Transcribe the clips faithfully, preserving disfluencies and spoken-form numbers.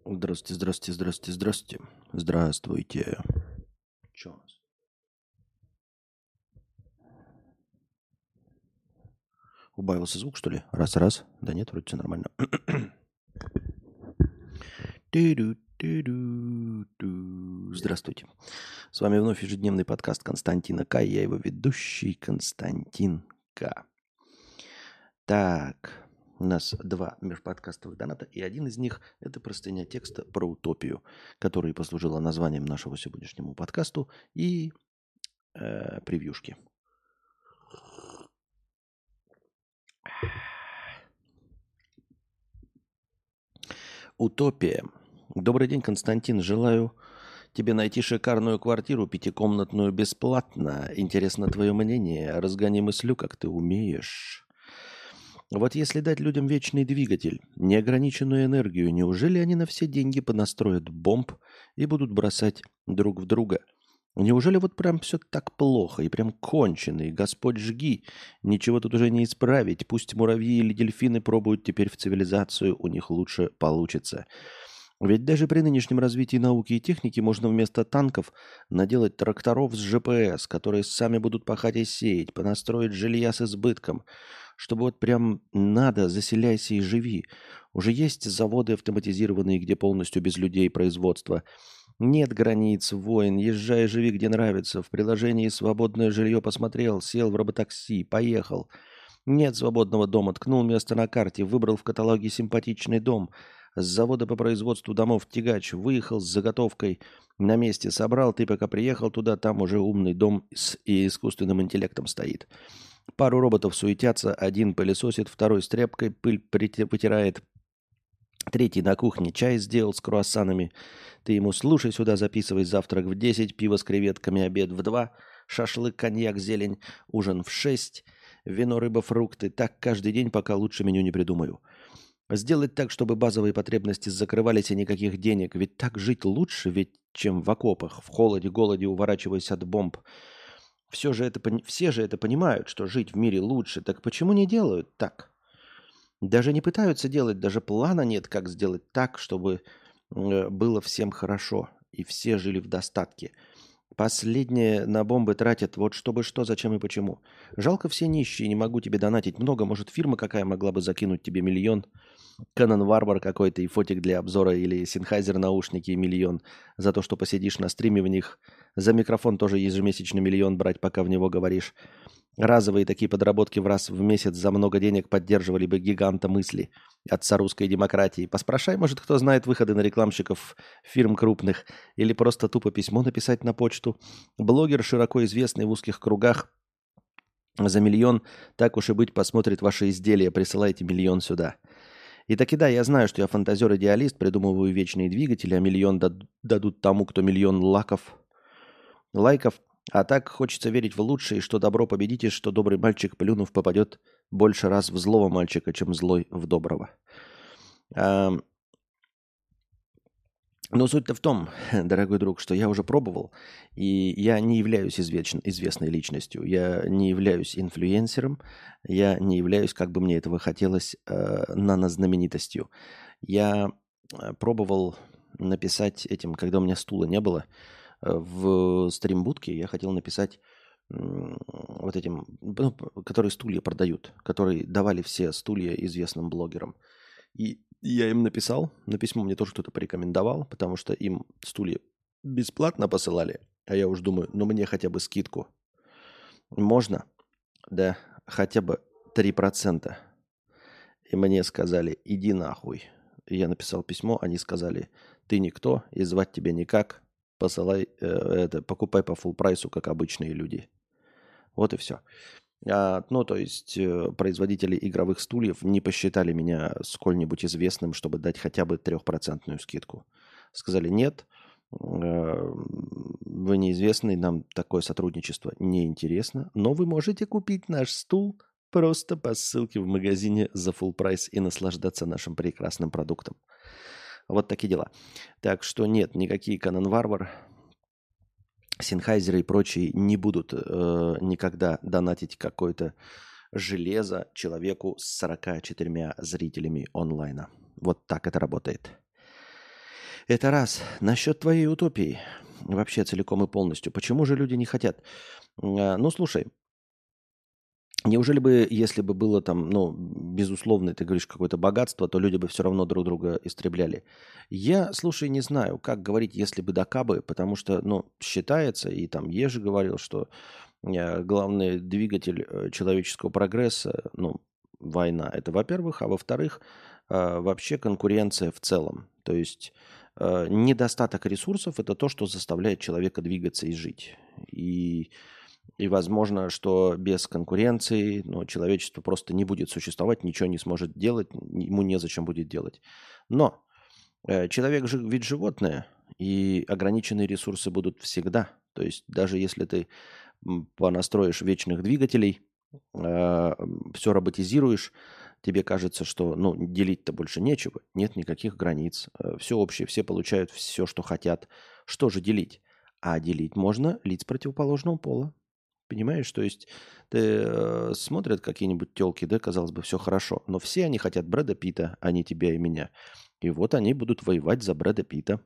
Здравствуйте, здравствуйте, здравствуйте, здравствуйте. Здравствуйте. Че у нас? Убавился звук, что ли? Раз-раз. Да нет, вроде все нормально. Ту-ду-ту-ду-ду. Здравствуйте. С вами вновь ежедневный подкаст Константина К. Я его ведущий Константин К. Так, у нас два межподкастовых доната, и один из них – это простыня текста про утопию, которая послужила названием нашего сегодняшнему подкасту и э, превьюшки. Утопия. Добрый день, Константин. Желаю тебе найти шикарную квартиру, пятикомнатную, бесплатно. Интересно твое мнение. Разгони мыслю, как ты умеешь. Вот если дать людям вечный двигатель, неограниченную энергию, неужели они на все деньги понастроят бомб и будут бросать друг в друга? Неужели вот прям все так плохо и прям кончено, и Господь жги, ничего тут уже не исправить, пусть муравьи или дельфины пробуют теперь в цивилизацию, у них лучше получится. Ведь даже при нынешнем развитии науки и техники можно вместо танков наделать тракторов с Ж П С, которые сами будут пахать и сеять, понастроить жилья с избытком, чтобы вот прям надо, заселяйся и живи. Уже есть заводы автоматизированные, где полностью без людей производство. Нет границ, войн, езжай и живи, где нравится. В приложении «Свободное жилье» посмотрел, сел в роботакси, поехал. Нет свободного дома, ткнул место на карте, выбрал в каталоге симпатичный дом. С завода по производству домов тягач выехал с заготовкой. На месте собрал, ты пока приехал туда, там уже умный дом с и искусственным интеллектом стоит. Пару роботов суетятся, один пылесосит, второй с тряпкой пыль прити- вытирает. Третий на кухне чай сделал с круассанами. Ты ему слушай сюда, записывай завтрак в десять, пиво с креветками, обед в два, шашлык, коньяк, зелень, ужин в шесть, вино, рыба, фрукты. Так каждый день, пока лучше меню не придумаю. Сделать так, чтобы базовые потребности закрывались и никаких денег. Ведь так жить лучше, ведь чем в окопах, в холоде, голоде, уворачиваясь от бомб. Все же это, пони- все же это понимают, что жить в мире лучше. Так почему не делают так? Даже не пытаются делать, даже плана нет, как сделать так, чтобы э, было всем хорошо и все жили в достатке. Последнее на бомбы тратят вот чтобы что, зачем и почему. Жалко, все нищие, не могу тебе донатить много. Может, фирма какая могла бы закинуть тебе миллион? Canon Варвар какой-то и фотик для обзора или Sennheiser наушники и миллион за то, что посидишь на стриме в них. За микрофон тоже ежемесячно миллион брать, пока в него говоришь. Разовые такие подработки в раз в месяц за много денег поддерживали бы гиганта мысли отца русской демократии. Поспрашай, может, кто знает выходы на рекламщиков фирм крупных, или просто тупо письмо написать на почту. Блогер, широко известный в узких кругах, за миллион, так уж и быть, посмотрит ваши изделия, присылайте миллион сюда. И таки да, я знаю, что я фантазер-идеалист, придумываю вечные двигатели, а миллион дад- дадут тому, кто миллион лаков, лайков. А так хочется верить в лучшее, что добро победит, и что добрый мальчик, плюнув, попадет больше раз в злого мальчика, чем злой в доброго. Ам, Но суть-то в том, дорогой друг, что я уже пробовал, и я не являюсь извеч- известной личностью, я не являюсь инфлюенсером, я не являюсь, как бы мне этого хотелось, э, нанознаменитостью. Я э, пробовал написать этим, когда у меня стула не было, э, в стримбудке я хотел написать м, вот этим, ну, п- которые стулья продают, которые давали все стулья известным блогерам. И я им написал, на письмо мне тоже кто-то порекомендовал, потому что им стулья бесплатно посылали, а я уж думаю, ну мне хотя бы скидку. Можно? Да, хотя бы три процента. И мне сказали, иди нахуй. И я написал письмо, они сказали, ты никто, и звать тебя никак, посылай, э, это, покупай по фул прайсу, как обычные люди. Вот и все. А, ну, то есть э, производители игровых стульев не посчитали меня сколь-нибудь известным, чтобы дать хотя бы трехпроцентную скидку. Сказали, нет, э, вы неизвестный, нам такое сотрудничество не интересно, но вы можете купить наш стул просто по ссылке в магазине за full прайс и наслаждаться нашим прекрасным продуктом. Вот такие дела. Так что нет, никакие Canon Варвар, Sennheiser и прочие не будут э, никогда донатить какое-то железо человеку с сорока четырьмя зрителями онлайна. Вот так это работает. Это раз. Насчет твоей утопии. Вообще целиком и полностью. Почему же люди не хотят? А, Ну, слушай, неужели бы, если бы было там, ну, безусловно, ты говоришь, какое-то богатство, то люди бы все равно друг друга истребляли? Я, слушай, не знаю, как говорить, если бы да кабы, потому что, ну, считается, и там Ежи говорил, что э, главный двигатель э, человеческого прогресса, ну, война, это во-первых, а во-вторых, э, вообще конкуренция в целом. То есть э, недостаток ресурсов– это то, что заставляет человека двигаться и жить. И и возможно, что без конкуренции, ну, человечество просто не будет существовать, ничего не сможет делать, н- ему незачем будет делать. Но э, человек же ведь животное, и ограниченные ресурсы будут всегда. То есть даже если ты м, понастроишь вечных двигателей, все роботизируешь, тебе кажется, что ну, делить-то больше нечего, нет никаких границ, все общее, все получают все, что хотят. Что же делить? А делить можно лиц противоположного пола. Понимаешь, то есть ты э, смотрят какие-нибудь телки, да, казалось бы, все хорошо, но все они хотят Брэда Питта, а не тебя и меня. И вот они будут воевать за Брэда Питта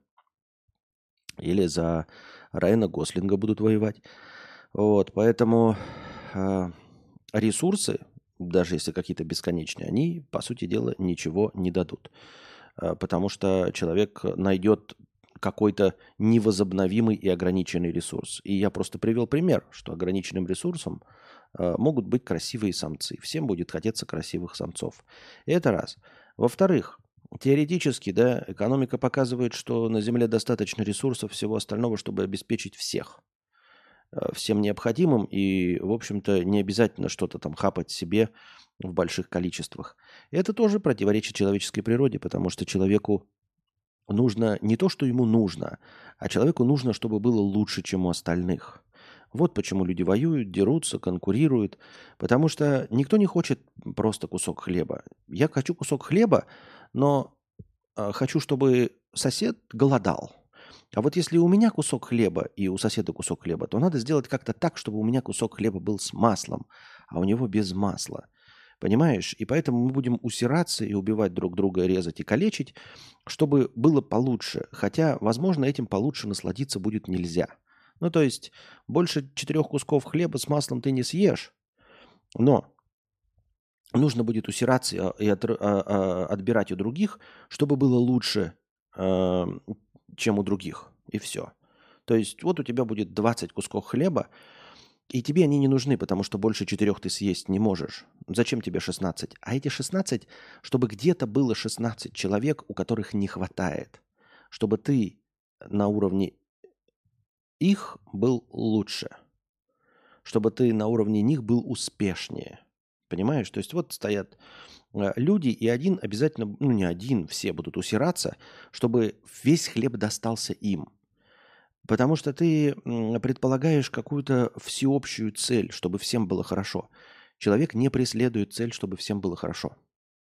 или за Райана Гослинга будут воевать. Вот, поэтому э, ресурсы, даже если какие-то бесконечные, они, по сути дела, ничего не дадут. Э, потому что человек найдет какой-то невозобновимый и ограниченный ресурс. И я просто привел пример, что ограниченным ресурсом э, могут быть красивые самцы. Всем будет хотеться красивых самцов. Это раз. Во-вторых, теоретически, да, экономика показывает, что на Земле достаточно ресурсов всего остального, чтобы обеспечить всех э, всем необходимым, и, в общем-то, не обязательно что-то там хапать себе в больших количествах. Это тоже противоречит человеческой природе, потому что человеку нужно не то, что ему нужно, а человеку нужно, чтобы было лучше, чем у остальных. Вот почему люди воюют, дерутся, конкурируют, потому что никто не хочет просто кусок хлеба. Я хочу кусок хлеба, но а, хочу, чтобы сосед голодал. А вот если у меня кусок хлеба и у соседа кусок хлеба, то надо сделать как-то так, чтобы у меня кусок хлеба был с маслом, а у него без масла. Понимаешь? И поэтому мы будем усираться и убивать друг друга, резать и калечить, чтобы было получше. Хотя, возможно, этим получше насладиться будет нельзя. Ну, то есть, больше четырех кусков хлеба с маслом ты не съешь, но нужно будет усираться и, а, и отр- а- а- отбирать у других, чтобы было лучше, а, чем у других. И все. То есть вот у тебя будет двадцать кусков хлеба, и тебе они не нужны, потому что больше четырех ты съесть не можешь. Зачем тебе шестнадцать? А эти шестнадцать, чтобы где-то было шестнадцать человек, у которых не хватает. Чтобы ты на уровне их был лучше. Чтобы ты на уровне них был успешнее. Понимаешь? То есть вот стоят э, люди, и один обязательно, ну не один, все будут усираться, чтобы весь хлеб достался им. Потому что ты м, предполагаешь какую-то всеобщую цель, чтобы всем было хорошо. Человек не преследует цель, чтобы всем было хорошо.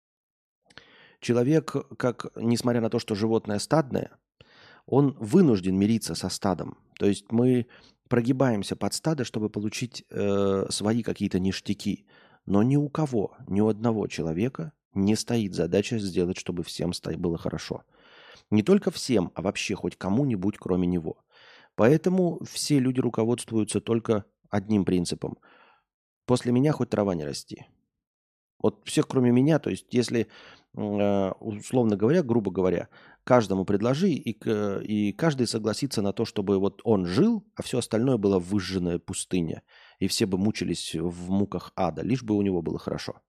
Человек, как, несмотря на то, что животное стадное, он вынужден мириться со стадом. То есть мы прогибаемся под стадо, чтобы получить э, свои какие-то ништяки. Но ни у кого, ни у одного человека не стоит задача сделать, чтобы всем ста- было хорошо. Не только всем, а вообще хоть кому-нибудь, кроме него. Поэтому все люди руководствуются только одним принципом. После меня хоть трава не расти. Вот всех, кроме меня, то есть если, э, условно говоря, грубо говоря, каждому предложи, и, к- и каждый согласится на то, чтобы вот он жил, а все остальное было выжженная пустыня, и все бы мучились в муках ада, лишь бы у него было хорошо.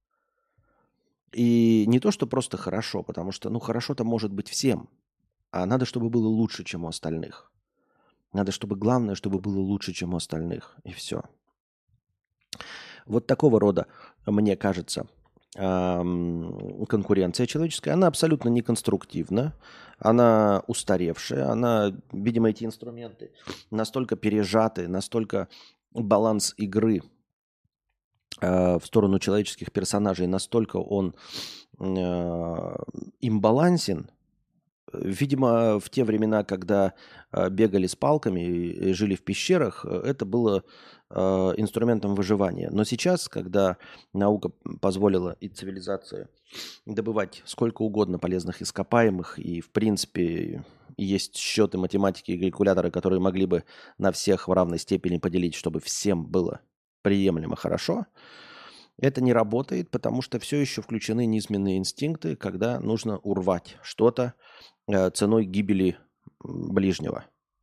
И не то, что просто хорошо, потому что, ну, хорошо-то может быть всем, а надо, чтобы было лучше, чем у остальных. Надо, чтобы главное, чтобы было лучше, чем у остальных, и все. Вот такого рода, мне кажется, ам, конкуренция человеческая, она абсолютно неконструктивна, она устаревшая, она, видимо, эти инструменты настолько пережаты, настолько баланс игры э, в сторону человеческих персонажей, настолько он э, имбалансен. Видимо, в те времена, когда э, бегали с палками и и жили в пещерах, э, это было э, инструментом выживания. Но сейчас, когда наука позволила и цивилизация добывать сколько угодно полезных ископаемых и, в принципе, есть счеты, математики и калькуляторы, которые могли бы на всех в равной степени поделить, чтобы всем было приемлемо хорошо, это не работает, потому что все еще включены низменные инстинкты, когда нужно урвать что-то э, ценой гибели ближнего.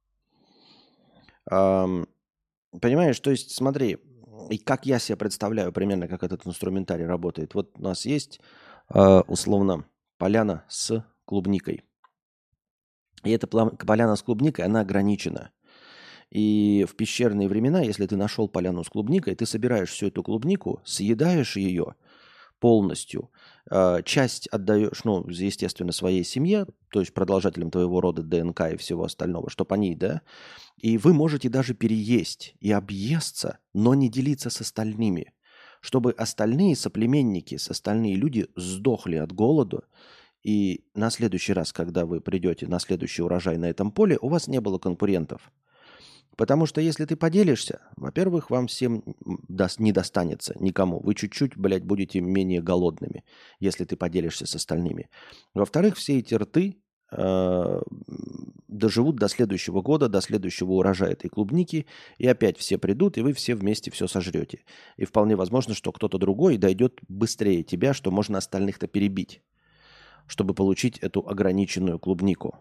Ам, понимаешь, то есть смотри, и как я себе представляю примерно, как этот инструментарий работает. Вот у нас есть э, условно поляна с клубникой. И эта поляна с клубникой, она ограничена. И в пещерные времена, если ты нашел поляну с клубникой, ты собираешь всю эту клубнику, съедаешь ее полностью, э, часть отдаешь, ну, естественно, своей семье, то есть продолжателям твоего рода ДНК и всего остального, чтобы они, да, и вы можете даже переесть и объесться, но не делиться с остальными, чтобы остальные соплеменники, остальные люди сдохли от голода, и на следующий раз, когда вы придете на следующий урожай на этом поле, у вас не было конкурентов. Потому что если ты поделишься, во-первых, вам всем даст, не достанется никому. Вы чуть-чуть, блядь, будете менее голодными, если ты поделишься с остальными. Во-вторых, все эти рты э, доживут до следующего года, до следующего урожая этой клубники, и опять все придут, и вы все вместе все сожрете. И вполне возможно, что кто-то другой дойдет быстрее тебя, что можно остальных-то перебить, чтобы получить эту ограниченную клубнику.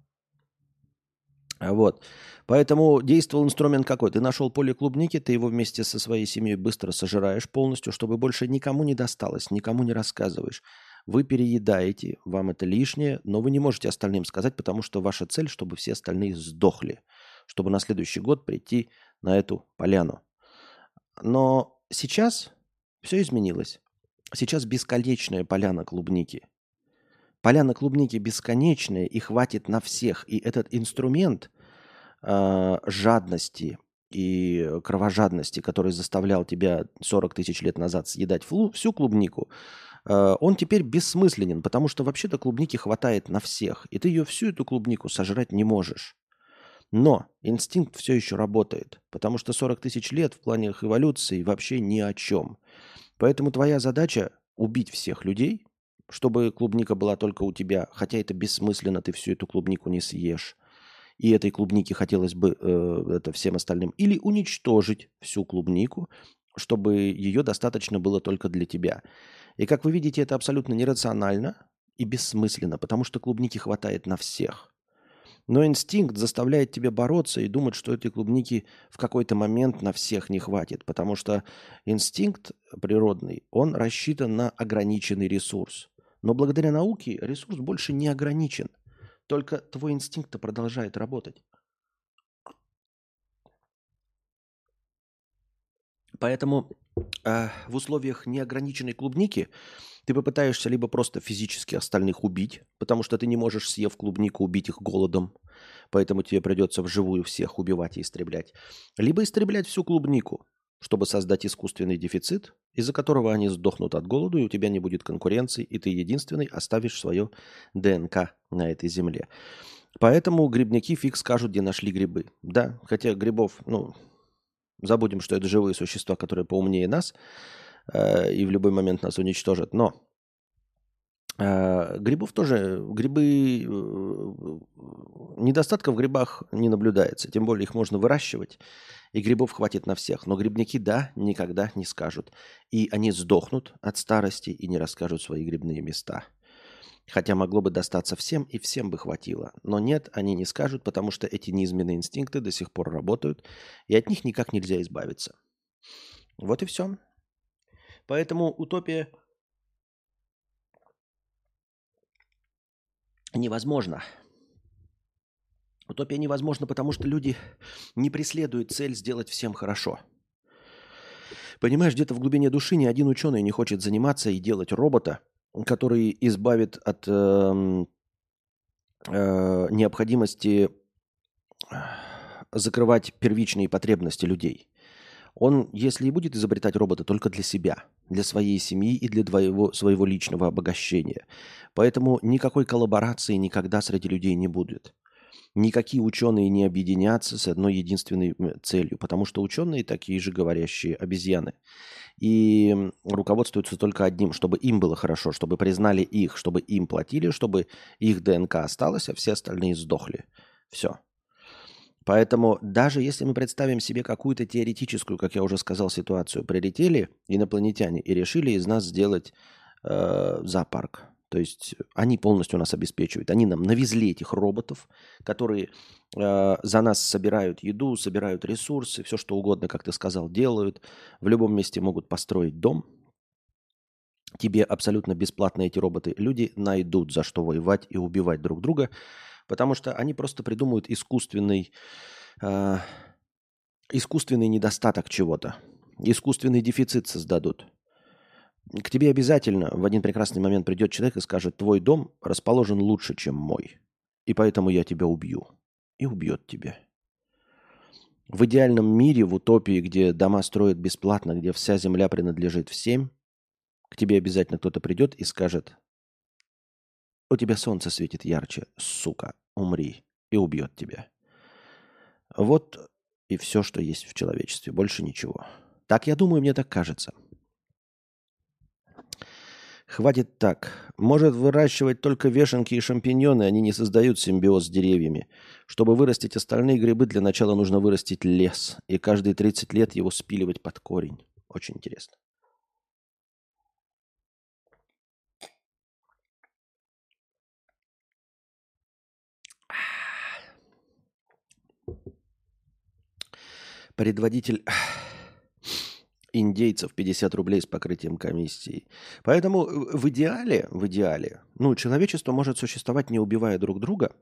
Вот. Поэтому действовал инструмент какой? Ты нашел поле клубники, ты его вместе со своей семьей быстро сожираешь полностью, чтобы больше никому не досталось, никому не рассказываешь. Вы переедаете, вам это лишнее, но вы не можете остальным сказать, потому что ваша цель, чтобы все остальные сдохли, чтобы на следующий год прийти на эту поляну. Но сейчас все изменилось. Сейчас бесконечная поляна клубники. Поляна клубники бесконечная и хватит на всех. И этот инструмент э, жадности и кровожадности, который заставлял тебя сорок тысяч лет назад съедать флу, всю клубнику, э, он теперь бессмысленен, потому что вообще-то клубники хватает на всех. И ты ее всю эту клубнику сожрать не можешь. Но инстинкт все еще работает, потому что сорок тысяч лет в плане их эволюции вообще ни о чем. Поэтому твоя задача убить всех людей, чтобы клубника была только у тебя, хотя это бессмысленно, ты всю эту клубнику не съешь. И этой клубнике хотелось бы э, это всем остальным. Или уничтожить всю клубнику, чтобы ее достаточно было только для тебя. И как вы видите, это абсолютно нерационально и бессмысленно, потому что клубники хватает на всех. Но инстинкт заставляет тебя бороться и думать, что этой клубники в какой-то момент на всех не хватит, потому что инстинкт природный, он рассчитан на ограниченный ресурс. Но благодаря науке ресурс больше не ограничен. Только твой инстинкт продолжает работать. Поэтому э, в условиях неограниченной клубники ты попытаешься либо просто физически остальных убить, потому что ты не можешь, съев клубнику, убить их голодом, поэтому тебе придется вживую всех убивать и истреблять, либо истреблять всю клубнику, чтобы создать искусственный дефицит, из-за которого они сдохнут от голода, и у тебя не будет конкуренции, и ты единственный оставишь свое ДНК на этой земле. Поэтому грибники фиг скажут, где нашли грибы. Да, хотя грибов, ну, забудем, что это живые существа, которые поумнее нас, э, и в любой момент нас уничтожат. Но э, грибов тоже, грибы, э, недостатков в грибах не наблюдается. Тем более их можно выращивать, и грибов хватит на всех. Но грибники, да, никогда не скажут. И они сдохнут от старости и не расскажут свои грибные места. Хотя могло бы достаться всем, и всем бы хватило. Но нет, они не скажут, потому что эти низменные инстинкты до сих пор работают, и от них никак нельзя избавиться. Вот и все. Поэтому утопия невозможна. Утопия невозможна, потому что люди не преследуют цель сделать всем хорошо. Понимаешь, где-то в глубине души ни один ученый не хочет заниматься и делать робота, который избавит от э, э, необходимости закрывать первичные потребности людей. Он, если и будет изобретать робота, только для себя, для своей семьи и для твоего, своего личного обогащения. Поэтому никакой коллаборации никогда среди людей не будет. Никакие ученые не объединятся с одной единственной целью, потому что ученые такие же говорящие обезьяны. И руководствуются только одним, чтобы им было хорошо, чтобы признали их, чтобы им платили, чтобы их ДНК осталось, а все остальные сдохли. Все. Поэтому даже если мы представим себе какую-то теоретическую, как я уже сказал, ситуацию, прилетели инопланетяне и решили из нас сделать э, зоопарк. То есть они полностью нас обеспечивают. Они нам навезли этих роботов, которые э, за нас собирают еду, собирают ресурсы, все что угодно, как ты сказал, делают. В любом месте могут построить дом. Тебе абсолютно бесплатно эти роботы. Люди найдут за что воевать и убивать друг друга, потому что они просто придумают искусственный, э, искусственный недостаток чего-то. Искусственный дефицит создадут. К тебе обязательно в один прекрасный момент придет человек и скажет: твой дом расположен лучше, чем мой, и поэтому я тебя убью. И убьет тебя. В идеальном мире, в утопии, где дома строят бесплатно, где вся земля принадлежит всем, к тебе обязательно кто-то придет и скажет: у тебя солнце светит ярче, сука, умри, и убьет тебя. Вот и все, что есть в человечестве, больше ничего. Так я думаю, мне так кажется. Хватит так. Может выращивать только вешенки и шампиньоны, они не создают симбиоз с деревьями. Чтобы вырастить остальные грибы, для начала нужно вырастить лес, и каждые тридцать лет его спиливать под корень. Очень интересно. Предводитель индейцев пятьдесят рублей с покрытием комиссии. Поэтому в идеале, в идеале, ну, человечество может существовать, не убивая друг друга.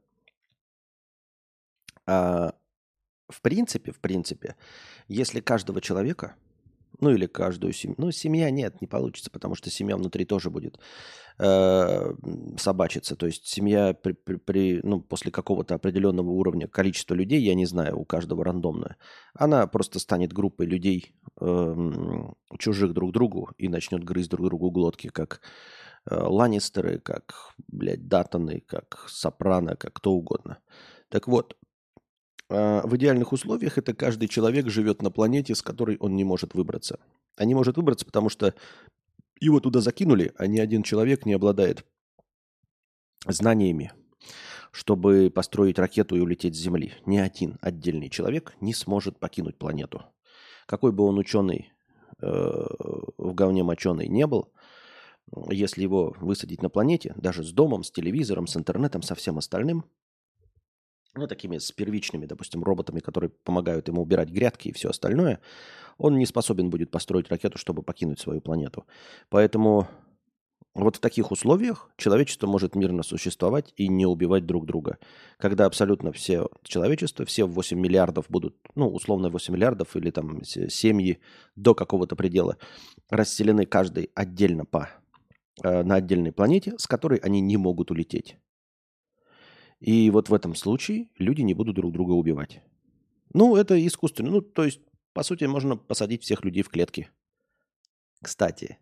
А в принципе, в принципе, если каждого человека, ну или каждую семью, ну семья нет, не получится, потому что семья внутри тоже будет э, собачиться. То есть семья при, при- при, ну, после какого-то определенного уровня количества людей, я не знаю, у каждого рандомное, она просто станет группой людей, эм, чужих друг другу, и начнет грызть друг другу глотки, как э, Ланнистеры, как, блядь, Даттоны, как Сопрано, как кто угодно. Так вот, а, в идеальных условиях это каждый человек живет на планете, с которой он не может выбраться. А не может выбраться, потому что его туда закинули, а ни один человек не обладает знаниями, чтобы построить ракету и улететь с Земли. Ни один отдельный человек не сможет покинуть планету. Какой бы он ученый э, в говне моченый не был, если его высадить на планете, даже с домом, с телевизором, с интернетом, со всем остальным, ну, такими с первичными, допустим, роботами, которые помогают ему убирать грядки и все остальное, он не способен будет построить ракету, чтобы покинуть свою планету. Поэтому вот в таких условиях человечество может мирно существовать и не убивать друг друга. Когда абсолютно все человечество, все восемь миллиардов будут, ну, условно восемь миллиардов или там с- семьи до какого-то предела расселены каждый отдельно по, э, на отдельной планете, с которой они не могут улететь. И вот в этом случае люди не будут друг друга убивать. Ну, это искусственно. Ну, то есть, по сути, можно посадить всех людей в клетки. Кстати,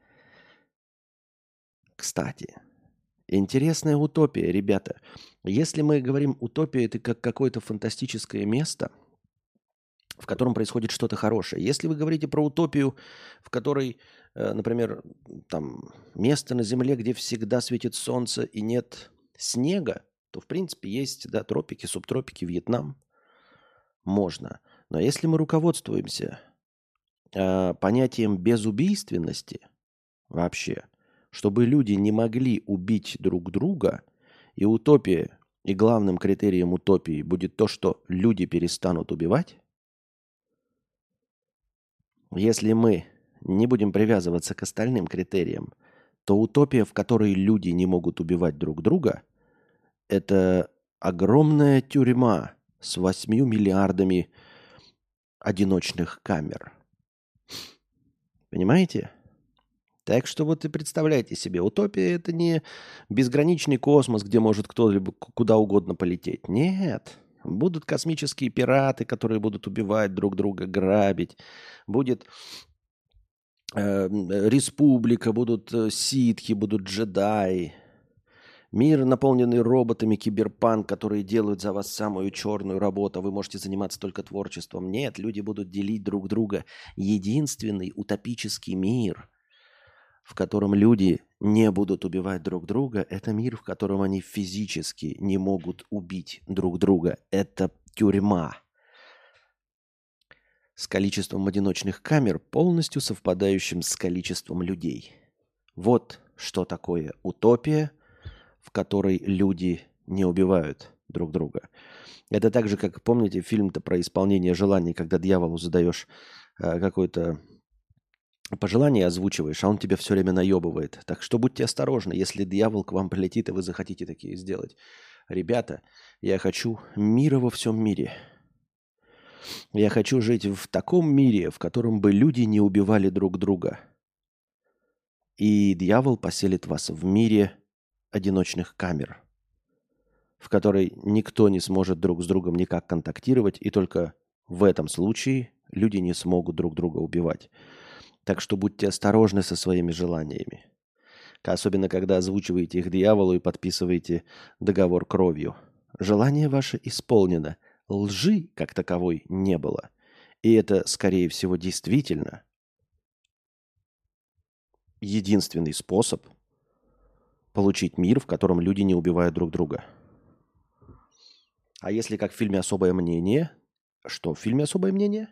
кстати, интересная утопия, ребята. Если мы говорим утопия, это как какое-то фантастическое место, в котором происходит что-то хорошее. Если вы говорите про утопию, в которой, э, например, там место на Земле, где всегда светит солнце и нет снега, то, в принципе, есть, да, тропики, субтропики, Вьетнам. Можно. Но если мы руководствуемся э, понятием безубийственности вообще, чтобы люди не могли убить друг друга, и утопия, и главным критерием утопии будет то, что люди перестанут убивать, если мы не будем привязываться к остальным критериям, то утопия, в которой люди не могут убивать друг друга, это огромная тюрьма с восьмью миллиардами одиночных камер. Понимаете? Так что вот и представляете себе, утопия – это не безграничный космос, где может кто-либо к- куда угодно полететь. Нет. Будут космические пираты, которые будут убивать друг друга, грабить. Будет э, м, республика, будут э, ситхи, будут джедаи. Мир, наполненный роботами, киберпанк, которые делают за вас самую черную работу, а вы можете заниматься только творчеством. Нет, люди будут делить друг друга. Единственный утопический мир, в котором люди не будут убивать друг друга, это мир, в котором они физически не могут убить друг друга. Это тюрьма с количеством одиночных камер, полностью совпадающим с количеством людей. Вот что такое утопия, в которой люди не убивают друг друга. Это так же, как, помните, фильм-то про исполнение желаний, когда дьяволу задаешь э, какое-то пожелание, озвучиваешь, а он тебя все время наебывает. Так что будьте осторожны, если дьявол к вам прилетит, и вы захотите такие сделать. Ребята, я хочу мира во всем мире. Я хочу жить в таком мире, в котором бы люди не убивали друг друга. И дьявол поселит вас в мире одиночных камер, в которой никто не сможет друг с другом никак контактировать, и только в этом случае люди не смогут друг друга убивать. Так что будьте осторожны со своими желаниями. Особенно, когда озвучиваете их дьяволу и подписываете договор кровью. Желание ваше исполнено. Лжи, как таковой, не было. И это, скорее всего, действительно единственный способ получить мир, в котором люди не убивают друг друга. А если как в фильме «Особое мнение»? Что в фильме «Особое мнение»?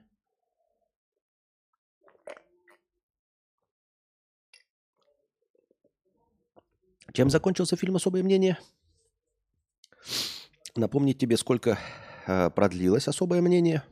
Чем закончился фильм «Особое мнение»? Напомнить тебе, сколько э, продлилось «Особое мнение»?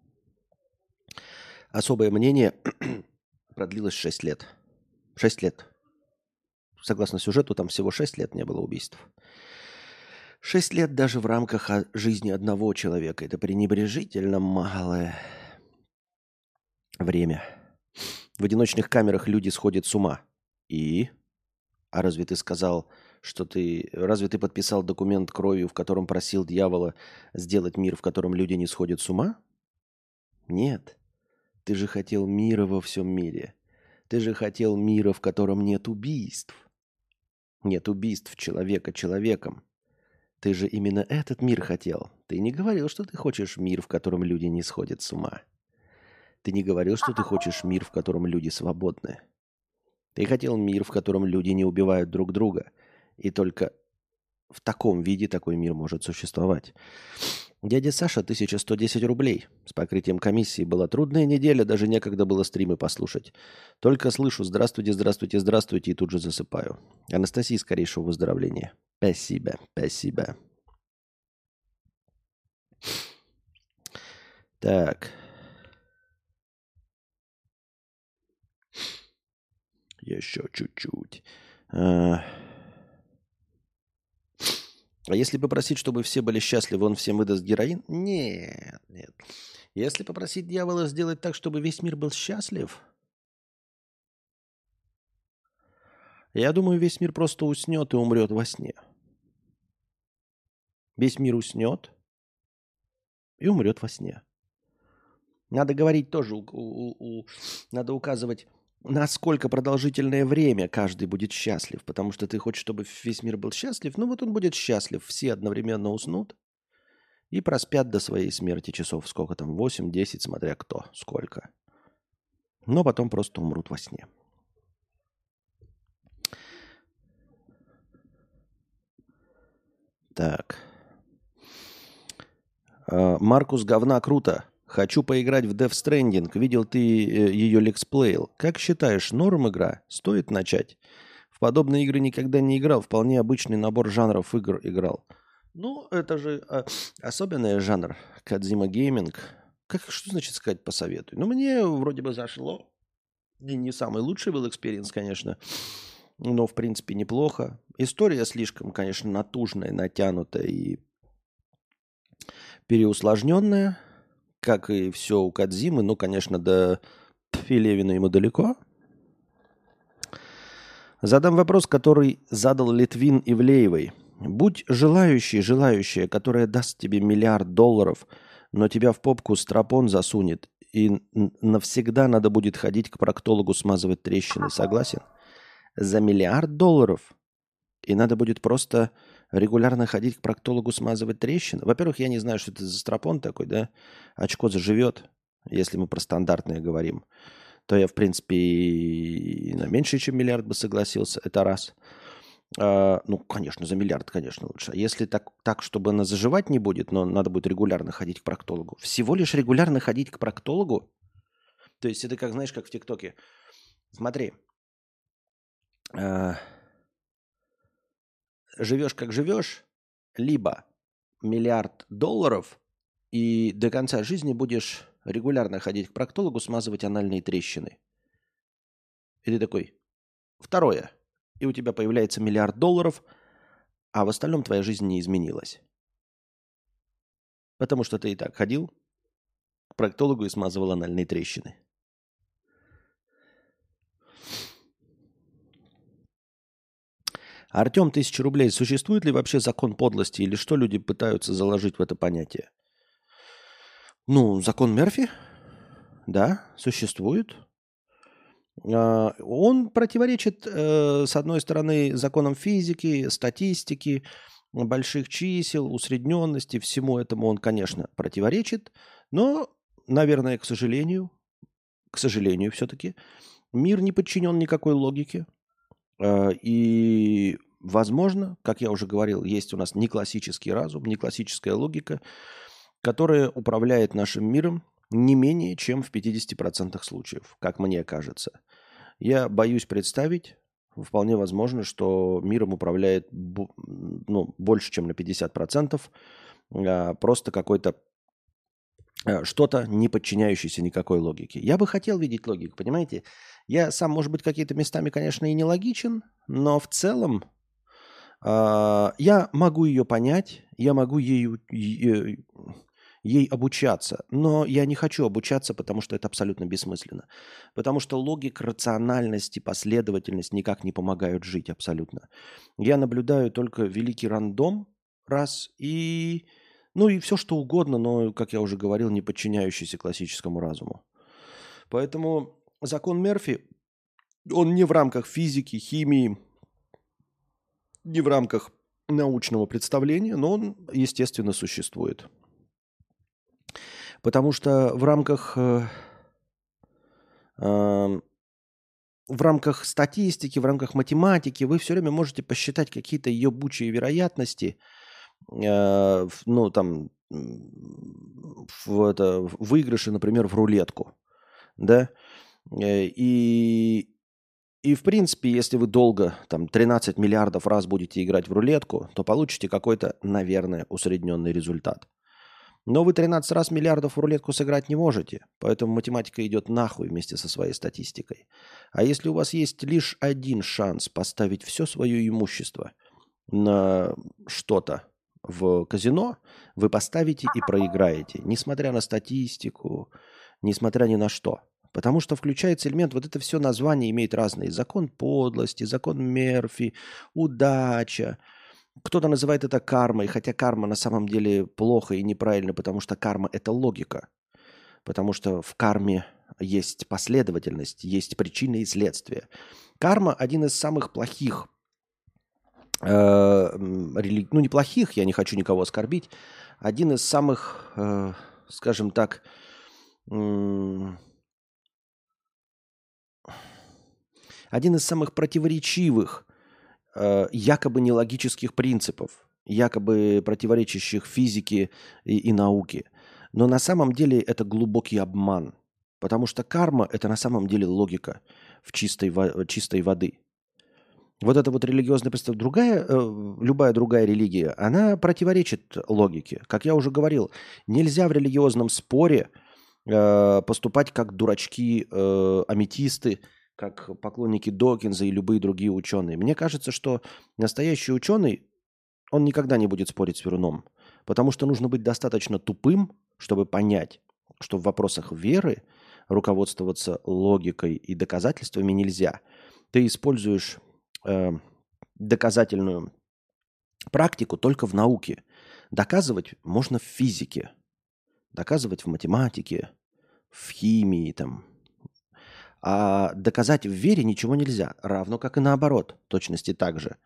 «Особое мнение» продлилось шесть лет. шесть лет. Согласно сюжету, там всего шесть лет не было убийств. шесть лет даже в рамках жизни одного человека. Это пренебрежительно малое время. В одиночных камерах люди сходят с ума. И? А разве ты сказал, что ты... Разве ты подписал документ кровью, в котором просил дьявола сделать мир, в котором люди не сходят с ума? Нет. Ты же хотел мира во всем мире. Ты же хотел мира, в котором нет убийств. Нет убийств человека человеком. Ты же именно этот мир хотел. Ты не говорил, что ты хочешь мир, в котором люди не сходят с ума. Ты не говорил, что ты хочешь мир, в котором люди свободны. Ты хотел мир, в котором люди не убивают друг друга. И только в таком виде такой мир может существовать. Дядя Саша, тысяча сто десять рублей. С покрытием комиссии была трудная неделя, даже некогда было стримы послушать. Только слышу «здравствуйте, здравствуйте, здравствуйте» и тут же засыпаю. Анастасии, скорейшего выздоровления. Спасибо, спасибо. Так. Еще чуть-чуть. А... а если попросить, чтобы все были счастливы, он всем выдаст героин? Нет, нет. Если попросить дьявола сделать так, чтобы весь мир был счастлив, я думаю, весь мир просто уснет и умрет во сне. Весь мир уснет и умрет во сне. Надо говорить тоже, у, у, у, надо указывать, насколько продолжительное время каждый будет счастлив. Потому что ты хочешь, чтобы весь мир был счастлив. Ну вот он будет счастлив. Все одновременно уснут и проспят до своей смерти часов. Сколько там? восемь, десять, смотря кто, сколько. Но потом просто умрут во сне. Так. Маркус говна круто. Хочу поиграть в Death Stranding. Видел ты ее лексплейл. Как считаешь, норм игра? Стоит начать? В подобные игры никогда не играл. Вполне обычный набор жанров игр играл. Ну, это же а, особенный жанр. Кодзима гейминг. Как, что значит сказать посоветуй? Ну, мне вроде бы зашло. И не самый лучший был экспириенс, конечно. Но, в принципе, неплохо. История слишком, конечно, натужная, натянутая и переусложненная. Как и все у Кодзимы. Ну, конечно, до Пелевина ему далеко. Задам вопрос, который задал Литвин Ивлеевой. Будь желающий, желающая, которая даст тебе миллиард долларов, но тебя в попку стропон засунет, и навсегда надо будет ходить к проктологу смазывать трещины. Согласен? За миллиард долларов И надо будет просто регулярно ходить к проктологу, смазывать трещины. Во-первых, я не знаю, что это за стропон такой, да? Очко заживет, если мы про стандартное говорим. То я, в принципе, и на меньше, чем миллиард бы согласился. Это раз. А, ну, конечно, за миллиард, конечно, лучше. А если так, так, чтобы она заживать не будет, но надо будет регулярно ходить к проктологу. Всего лишь регулярно ходить к проктологу? То есть это как, знаешь, как в ТикТоке. Смотри. А, живешь как живешь, либо миллиард долларов, и до конца жизни будешь регулярно ходить к проктологу, смазывать анальные трещины. И ты такой, второе. И у тебя появляется миллиард долларов, а в остальном твоя жизнь не изменилась. Потому что ты и так ходил к проктологу и смазывал анальные трещины. Артем, тысяча рублей. Существует ли вообще закон подлости или что люди пытаются заложить в это понятие? Ну, закон Мерфи, да, существует. А, Он противоречит, э, с одной стороны, законам физики, статистики, больших чисел, усредненности. Всему этому он, конечно, противоречит. Но, наверное, к сожалению, к сожалению, все-таки, мир не подчинен никакой логике. А, И, возможно, как я уже говорил, есть у нас не классический разум, не классическая логика, которая управляет нашим миром не менее чем в пятидесяти процентах случаев, как мне кажется. Я боюсь представить, вполне возможно, что миром управляет бу- ну, больше, чем на пятьдесят процентов, а, просто какой-то э, что-то, не подчиняющееся никакой логике. Я бы хотел видеть логику, понимаете? Я сам, может быть, какими-то местами, конечно, и нелогичен, но в целом а, я могу ее понять, я могу ею, е- ей обучаться, но я не хочу обучаться, потому что это абсолютно бессмысленно. Потому что логика, рациональность и последовательность никак не помогают жить абсолютно. Я наблюдаю только великий рандом, раз, и, ну и все что угодно, но, как я уже говорил, не подчиняющийся классическому разуму. Поэтому закон Мерфи, он не в рамках физики, химии, не в рамках научного представления, но он, естественно, существует. Потому что в рамках, э, э, в рамках статистики, в рамках математики вы все время можете посчитать какие-то ебучие вероятности, э, в- ну, там, м, в это, в выигрыши, например, в рулетку, да, Э, и И, в принципе, если вы долго, там, тринадцать миллиардов раз будете играть в рулетку, то получите какой-то, наверное, усредненный результат. Но вы тринадцать раз миллиардов в рулетку сыграть не можете, поэтому математика идет нахуй вместе со своей статистикой. А если у вас есть лишь один шанс поставить все свое имущество на что-то в казино, вы поставите и проиграете, несмотря на статистику, несмотря ни на что. Потому что включается элемент, вот это все название имеет разные. Закон подлости, закон Мерфи, удача. Кто-то называет это кармой, хотя карма на самом деле плохо и неправильно, потому что карма– это логика. Потому что в карме есть последовательность, есть причины и следствия. Карма– один из самых плохих, э, м, рели- ну не плохих, я не хочу никого оскорбить, один из самых, э, скажем так, м, один из самых противоречивых э, якобы нелогических принципов, якобы противоречащих физике и, и науке. Но на самом деле это глубокий обман, потому что карма– это на самом деле логика в чистой, во- чистой воды. Вот это вот религиозное представление, другая, э, любая другая религия, она противоречит логике. Как я уже говорил, нельзя в религиозном споре э, поступать как дурачки, э, аметисты, как поклонники Докинза и любые другие ученые. Мне кажется, что настоящий ученый, он никогда не будет спорить с Веруном, потому что нужно быть достаточно тупым, чтобы понять, что в вопросах веры руководствоваться логикой и доказательствами нельзя. Ты используешь э, доказательную практику только в науке. Доказывать можно в физике, доказывать в математике, в химии, там, а доказать в вере ничего нельзя, равно как и наоборот, точности так же.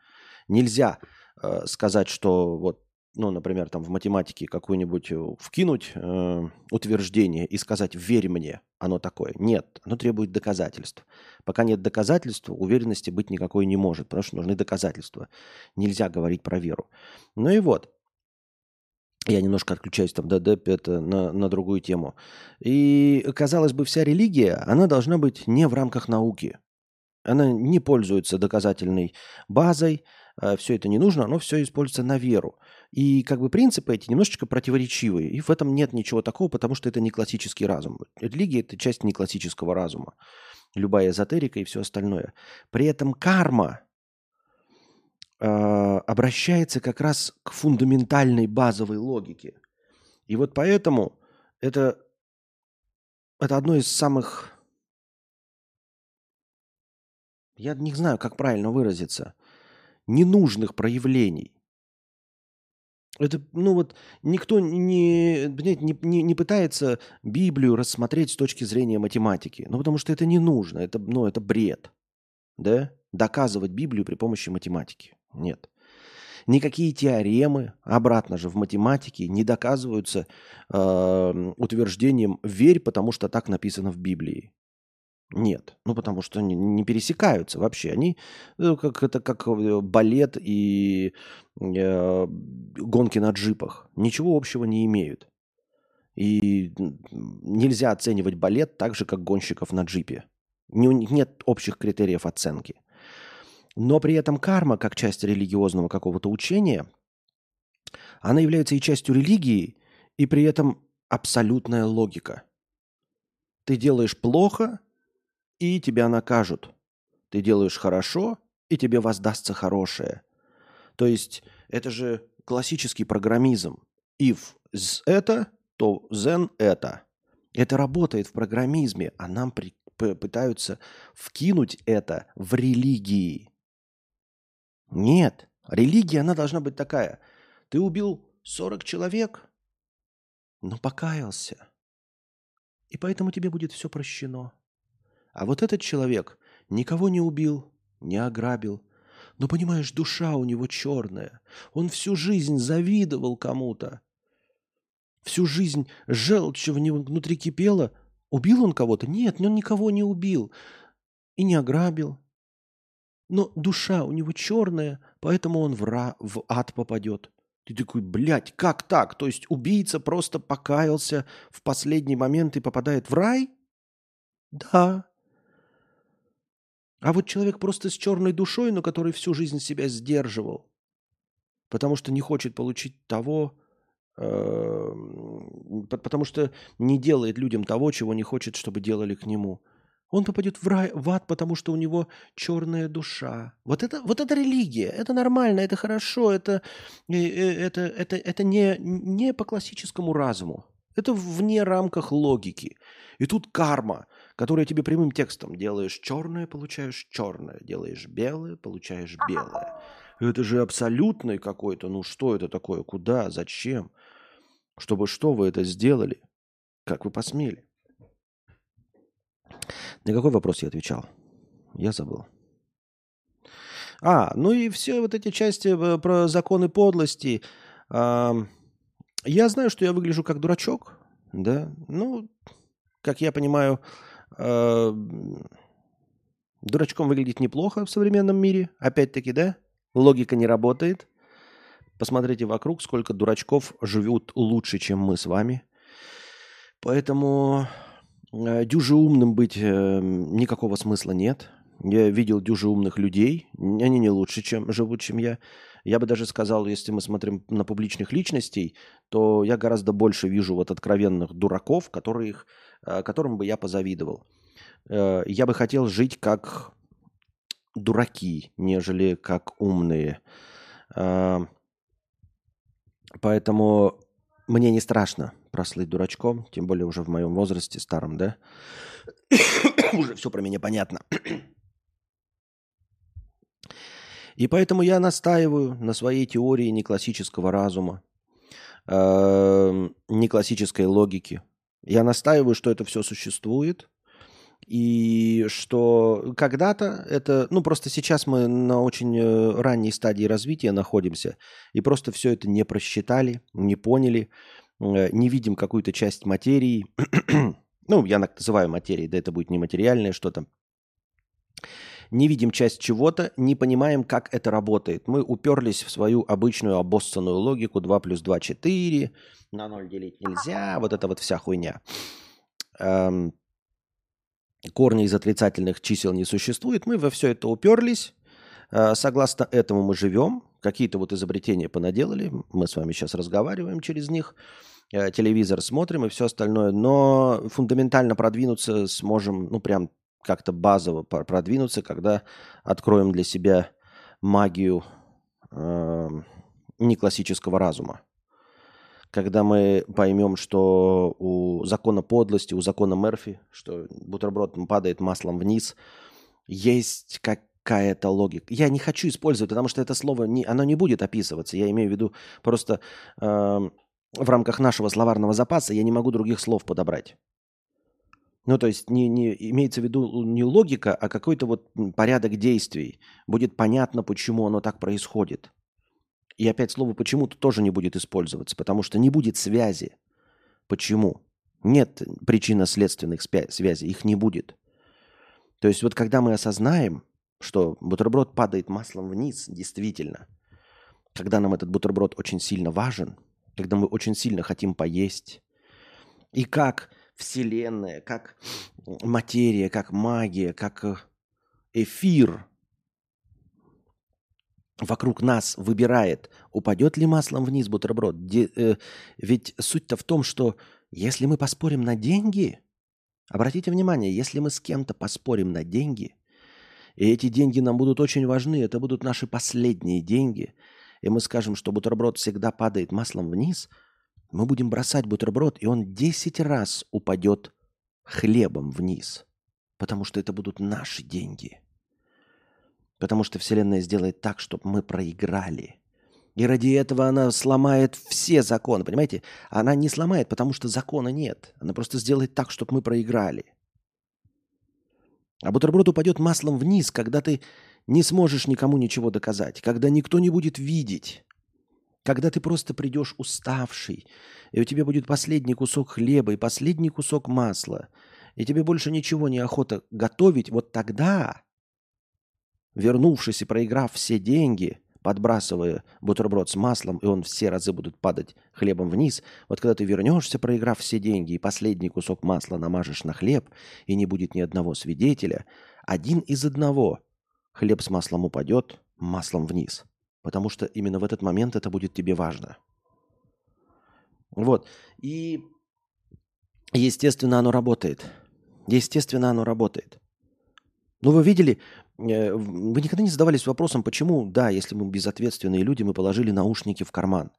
Нельзя э, сказать, что вот, ну, например, там в математике какую-нибудь э, вкинуть э, утверждение и сказать «верь мне», оно такое. Нет, оно требует доказательств. Пока нет доказательств, уверенности быть никакой не может, потому что нужны доказательства. Нельзя говорить про веру. Ну и вот. Я немножко отключаюсь там да, да, это, на, на другую тему. И, казалось бы, вся религия, она должна быть не в рамках науки. Она не пользуется доказательной базой, все это не нужно, оно все используется на веру. И как бы принципы эти немножечко противоречивые. И в этом нет ничего такого, потому что это не классический разум. Религия– это часть не классического разума. Любая эзотерика и все остальное. При этом карма э, обращается как раз к фундаментальной базовой логике. И вот поэтому это, это одно из самых, я не знаю, как правильно выразиться, ненужных проявлений. Это, ну вот, никто не, понимаете, не, не, не пытается Библию рассмотреть с точки зрения математики. Ну, потому что это не нужно, это, ну, это бред. Да? Доказывать Библию при помощи математики. Нет. Никакие теоремы, обратно же в математике, не доказываются э, утверждением «верь, потому что так написано в Библии». Нет, ну потому что они не пересекаются вообще. Они э, как это как э, балет и э, гонки на джипах. Ничего общего не имеют. И м, нельзя оценивать балет так же, как гонщиков на джипе. Не- нет общих критериев оценки. Но при этом карма, как часть религиозного какого-то учения, она является и частью религии, и при этом абсолютная логика. Ты делаешь плохо, и тебя накажут. Ты делаешь хорошо, и тебе воздастся хорошее. То есть это же классический программизм. If з это, то then это. Это работает в программизме, а нам при, п- пытаются вкинуть это в религии. Нет, религия, она должна быть такая. Ты убил сорок человек, но покаялся. И поэтому тебе будет все прощено. А вот этот человек никого не убил, не ограбил. Но, понимаешь, душа у него черная. Он всю жизнь завидовал кому-то. Всю жизнь желчь в него внутри кипела. Убил он кого-то? Нет, он никого не убил. И не ограбил. Но душа у него черная, поэтому он в, ра, в ад попадет. Ты такой, блядь, как так? То есть убийца просто покаялся в последний момент и попадает в рай? Да. А вот человек просто с черной душой, но который всю жизнь себя сдерживал, потому что не хочет получить того, эм, по- потому что не делает людям того, чего не хочет, чтобы делали к нему. Он попадет в рай, в ад, потому что у него черная душа. Вот это, вот это религия, это нормально, это хорошо, это, э, э, это, это, это не, не по классическому разуму. Это вне рамках логики. И тут карма, которая тебе прямым текстом делаешь черное, получаешь черное, делаешь белое, получаешь белое. Это же абсолютный какой-то, ну что это такое, куда, зачем? Чтобы что вы это сделали? Как вы посмели? На какой вопрос я отвечал? Я забыл. А, ну и все вот эти части э, про законы подлости. Ам, я знаю, что я выгляжу как дурачок, да. Ну, как я понимаю, э, дурачком выглядеть неплохо в современном мире. Опять-таки, да, логика не работает. Посмотрите вокруг, сколько дурачков живут лучше, чем мы с вами. Поэтому э, дюже умным быть э, никакого смысла нет. Я видел дюже умных людей, н- они не лучше чем, живут, чем я. Я бы даже сказал, если мы смотрим на публичных личностей, то я гораздо больше вижу вот откровенных дураков, которых, э, которым бы я позавидовал. Э, я бы хотел жить как дураки, нежели как умные. Э, Поэтому мне не страшно прослыть дурачком, тем более уже в моем возрасте старом, да? Уже все про меня понятно. И поэтому я настаиваю на своей теории неклассического разума, эм, неклассической логики. Я настаиваю, что это все существует, И что когда-то это, ну просто сейчас мы на очень э, ранней стадии развития находимся, и просто все это не просчитали, не поняли, э, не видим какую-то часть материи, ну я так называю материей, да это будет нематериальное что-то, не видим часть чего-то, не понимаем, как это работает. Мы уперлись в свою обычную обоссанную логику два плюс два четыре, на ноль делить нельзя, вот это вот вся хуйня. Эм, корни из отрицательных чисел не существует, мы во все это уперлись, э, согласно этому мы живем, какие-то вот изобретения понаделали, мы с вами сейчас разговариваем через них, э, телевизор смотрим и все остальное, но фундаментально продвинуться сможем, ну прям как-то базово продвинуться, когда откроем для себя магию э, неклассического разума. Когда мы поймем, что у закона подлости, у закона Мерфи, что бутерброд падает маслом вниз, есть какая-то логика. Я не хочу использовать, потому что это слово, не, оно не будет описываться. Я имею в виду просто э, в рамках нашего словарного запаса я не могу других слов подобрать. Ну, то есть не, не, имеется в виду не логика, а какой-то вот порядок действий. Будет понятно, почему оно так происходит. И опять слово «почему»-то тоже не будет использоваться, потому что не будет связи. Почему? Нет причинно-следственных связей, их не будет. То есть вот когда мы осознаем, что бутерброд падает маслом вниз, действительно, когда нам этот бутерброд очень сильно важен, когда мы очень сильно хотим поесть, и как Вселенная, как материя, как магия, как эфир вокруг нас выбирает, упадет ли маслом вниз бутерброд. Де, э, ведь суть-то в том, что если мы поспорим на деньги, обратите внимание, если мы с кем-то поспорим на деньги, и эти деньги нам будут очень важны, это будут наши последние деньги, и мы скажем, что бутерброд всегда падает маслом вниз, мы будем бросать бутерброд, и он десять раз упадет хлебом вниз, потому что это будут наши деньги. Потому что Вселенная сделает так, чтобы мы проиграли. И ради этого она сломает все законы, понимаете? Она не сломает, потому что закона нет. Она просто сделает так, чтобы мы проиграли. А бутерброд упадет маслом вниз, когда ты не сможешь никому ничего доказать, когда никто не будет видеть, когда ты просто придешь уставший, и у тебя будет последний кусок хлеба и последний кусок масла, и тебе больше ничего не охота готовить, вот тогда, вернувшись и проиграв все деньги, подбрасывая бутерброд с маслом, и он все разы будет падать хлебом вниз, вот когда ты вернешься, проиграв все деньги, и последний кусок масла намажешь на хлеб, и не будет ни одного свидетеля, один из одного хлеб с маслом упадет маслом вниз. Потому что именно в этот момент это будет тебе важно. Вот. И, естественно, оно работает. Естественно, оно работает. Ну, вы видели, э, вы никогда не задавались вопросом, почему, да, если мы безответственные люди, мы положили наушники в карман.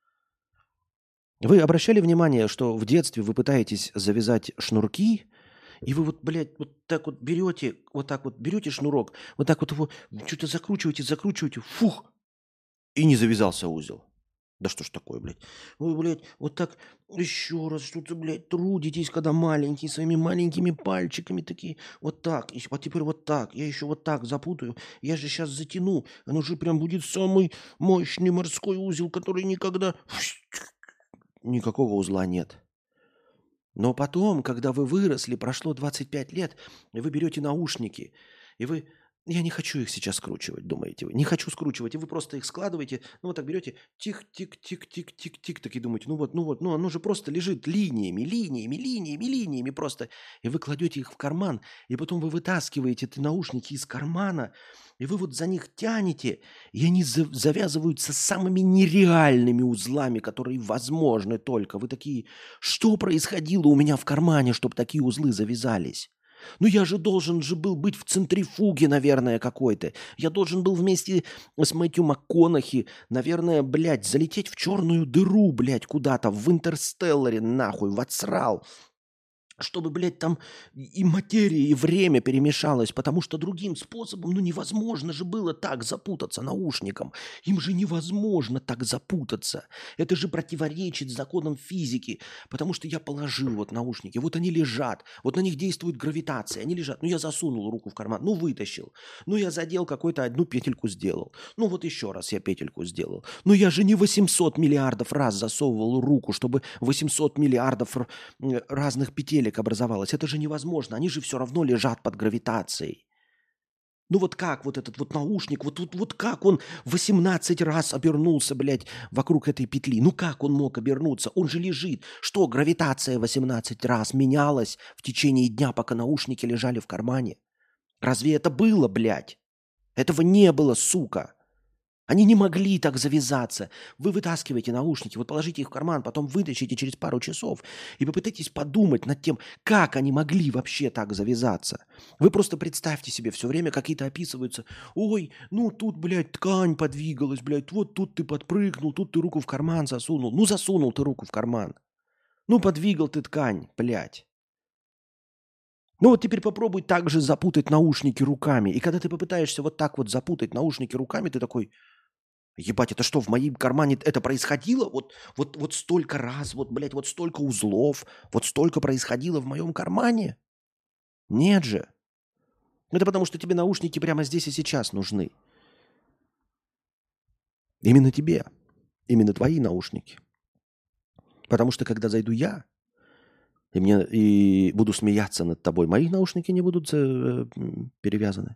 Вы обращали внимание, что в детстве вы пытаетесь завязать шнурки, и вы вот, блядь, вот так вот берете, вот так вот берете шнурок, вот так вот его что-то закручиваете, закручиваете, фух, и не завязался узел. Да что ж такое, блядь? Вы, блядь, вот так еще раз что-то, блядь, трудитесь, когда маленькие, своими маленькими пальчиками такие, вот так, и, а теперь вот так, я еще вот так запутаю, я же сейчас затяну, оно же прям будет самый мощный морской узел, который никогда... Никакого узла нет. Но потом, когда вы выросли, прошло двадцать пять лет, и вы берете наушники, и вы... Я не хочу их сейчас скручивать, думаете вы. Не хочу скручивать, и вы просто их складываете, ну вот так берете, тик-тик-тик-тик-тик-тик, так и думаете, ну вот, ну вот, ну оно же просто лежит линиями, линиями, линиями, линиями просто. И вы кладете их в карман, и потом вы вытаскиваете эти наушники из кармана, и вы вот за них тянете, и они за- завязываются самыми нереальными узлами, которые возможны только. Вы такие, что происходило у меня в кармане, чтобы такие узлы завязались? Ну я же должен же был быть в центрифуге, наверное, какой-то. Я должен был вместе с Мэтью МакКонахи, наверное, блядь, залететь в черную дыру, блядь, куда-то, в Интерстелларе, нахуй, в отсрал. чтобы, блядь, там и материя, и время перемешалось, потому что другим способом, ну, невозможно же было так запутаться наушникам. Им же невозможно так запутаться. Это же противоречит законам физики, потому что я положил вот наушники, вот они лежат, вот на них действует гравитация, они лежат. Ну, я засунул руку в карман, ну, вытащил. Ну, я задел какую-то одну петельку сделал. Ну, вот еще раз я петельку сделал. Но я же не восемьсот миллиардов раз засовывал руку, чтобы восемьсот миллиардов разных петелек образовалось. Это же невозможно. Они же все равно лежат под гравитацией. Ну вот как вот этот вот наушник, вот, вот, вот как он восемнадцать раз обернулся, блядь, вокруг этой петли? Ну как он мог обернуться? Он же лежит. Что, гравитация восемнадцать раз менялась в течение дня, пока наушники лежали в кармане? Разве это было, блядь? Этого не было, сука. Они не могли так завязаться. Вы вытаскиваете наушники, вот положите их в карман, потом вытащите через пару часов и попытайтесь подумать над тем, как они могли вообще так завязаться. Вы просто представьте себе, все время какие-то описываются. Ой, ну тут, блядь, ткань подвигалась, блядь, вот тут ты подпрыгнул, тут ты руку в карман засунул. Ну засунул ты руку в карман. Ну подвигал ты ткань, блядь. Ну вот теперь попробуй так же запутать наушники руками. И когда ты попытаешься вот так вот запутать наушники руками, ты такой... Ебать, это что, в моем кармане это происходило? Вот, вот, вот столько раз, вот, блядь, вот столько узлов, вот столько происходило в моем кармане? Нет же. Это потому, что тебе наушники прямо здесь и сейчас нужны. Именно тебе. Именно твои наушники. Потому что, когда зайду я, и, мне, и буду смеяться над тобой, мои наушники не будут э, перевязаны.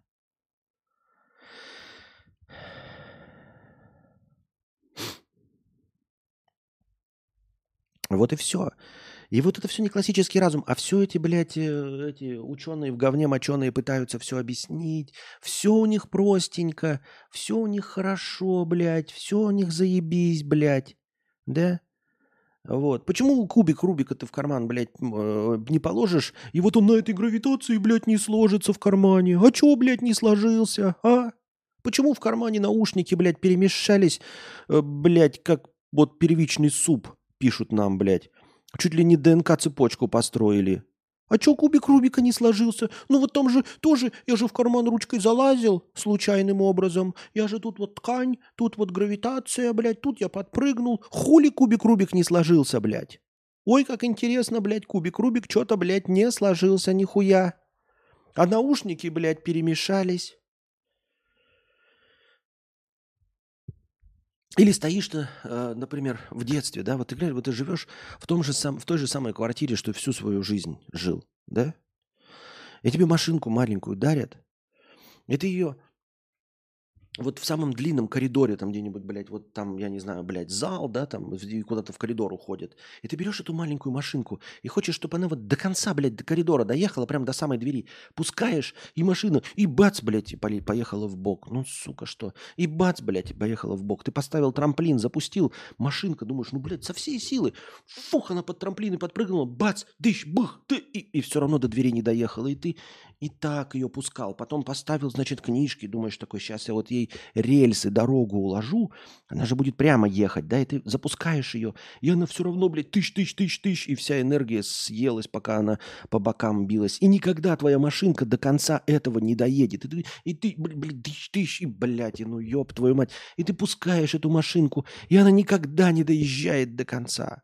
Вот и все. И вот это все не классический разум, а все эти, блядь, э, эти ученые в говне моченые пытаются все объяснить. Все у них простенько, все у них хорошо, блядь, все у них заебись, блядь. Да? Вот. Почему кубик Рубика ты в карман, блядь, э, не положишь, и вот он на этой гравитации, блядь, не сложится в кармане? А чё, блядь, не сложился, а? Почему в кармане наушники, блядь, перемешались, э, блядь, как вот первичный суп, пишут нам, блядь. Чуть ли не ДНК-цепочку построили. А чё кубик Рубика не сложился? Ну вот там же тоже, я же в карман ручкой залазил случайным образом. Я же тут вот ткань, тут вот гравитация, блядь, тут я подпрыгнул. Хули кубик Рубик не сложился, блядь? Ой, как интересно, блядь, кубик Рубик что-то, блядь, не сложился нихуя. А наушники, блядь, перемешались. Или стоишь ты, э, например, в детстве, да, вот ты, глянь, вот ты живешь в, том же сам, в той же самой квартире, что и всю свою жизнь жил, да? И тебе машинку маленькую дарят, и ты ее вот в самом длинном коридоре, там где-нибудь, блядь, вот там, я не знаю, блядь, зал, да, там, и куда-то в коридор уходит. И ты берешь эту маленькую машинку и хочешь, чтобы она вот до конца, блядь, до коридора доехала, прям до самой двери. Пускаешь, и машина, и бац, блядь, и поле- поехала в бок. Ну, сука, что? И бац, блядь, и поехала в бок. Ты поставил трамплин, запустил, машинка, думаешь, ну, блядь, со всей силы. Фух, она под трамплин и подпрыгнула, бац, дыщ, бых, ты, и, и все равно до двери не доехала. И ты и так ее пускал. Потом поставил, значит, книжки, думаешь такой, сейчас я вот ей рельсы, дорогу уложу, она же будет прямо ехать, да, и ты запускаешь ее, и она все равно, блядь, тысяч, тысяч, тысяч, тысяч, и вся энергия съелась, пока она по бокам билась. И никогда твоя машинка до конца этого не доедет. И ты, и ты блядь, блядь, тысяч, тысяч, и, блядь, и ну ёб твою мать. И ты пускаешь эту машинку, и она никогда не доезжает до конца.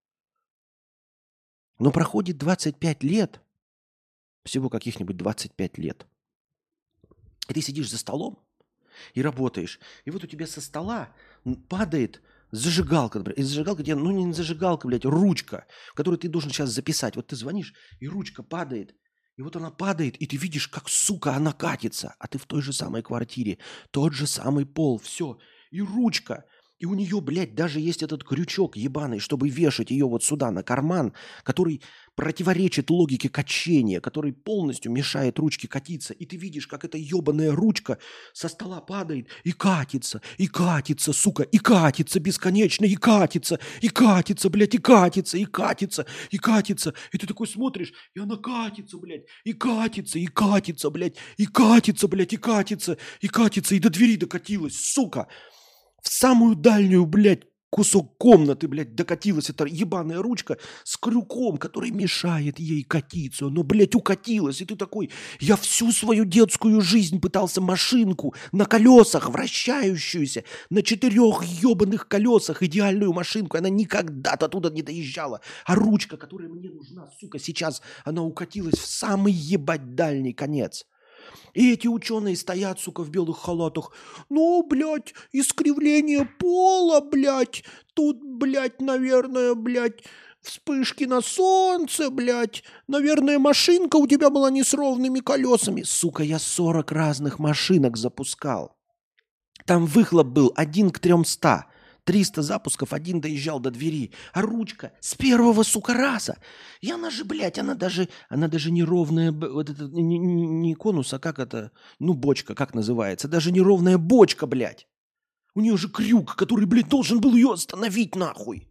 Но проходит двадцать пять лет, всего каких-нибудь двадцать пять лет, и ты сидишь за столом, и работаешь. И вот у тебя со стола падает зажигалка, например. И зажигалка тебе, ну не зажигалка, блядь, ручка, которую ты должен сейчас записать. Вот ты звонишь, и ручка падает. И вот она падает, и ты видишь, как, сука, она катится. А ты в той же самой квартире, тот же самый пол, все. И ручка. И у нее, блядь, даже есть этот крючок ебаный, чтобы вешать ее вот сюда, на карман, который противоречит логике качения, который полностью мешает ручке катиться. И ты видишь, как эта ебаная ручка со стола падает и катится, и катится, сука, и катится бесконечно, и катится, и катится, блядь, и катится, и катится, и катится. И ты такой смотришь, и она катится, блядь, и катится, и катится, блядь, и катится, блядь, и катится, и катится, и до двери докатилась, сука. В самую дальнюю, блядь, кусок комнаты, блядь, докатилась эта ебаная ручка с крюком, который мешает ей катиться. Но, блядь, укатилась. И ты такой, я всю свою детскую жизнь пытался машинку на колесах, вращающуюся, на четырех ебаных колесах, идеальную машинку. Она никогда-то туда не доезжала. А ручка, которая мне нужна, сука, сейчас, она укатилась в самый ебать дальний конец. И эти ученые стоят, сука, в белых халатах. Ну, блядь, искривление пола, блядь. Тут, блядь, наверное, блядь, вспышки на солнце, блядь. Наверное, машинка у тебя была не с ровными колесами. Сука, я сорок разных машинок запускал. Там выхлоп был один к тремста. триста запусков, один доезжал до двери. А ручка с первого, сука, раза. И она же, блядь, она даже, она даже неровная, вот это, не, не, не конус, а как это, ну, бочка, как называется. Даже неровная бочка, блядь. У нее же крюк, который, блядь, должен был ее остановить, нахуй.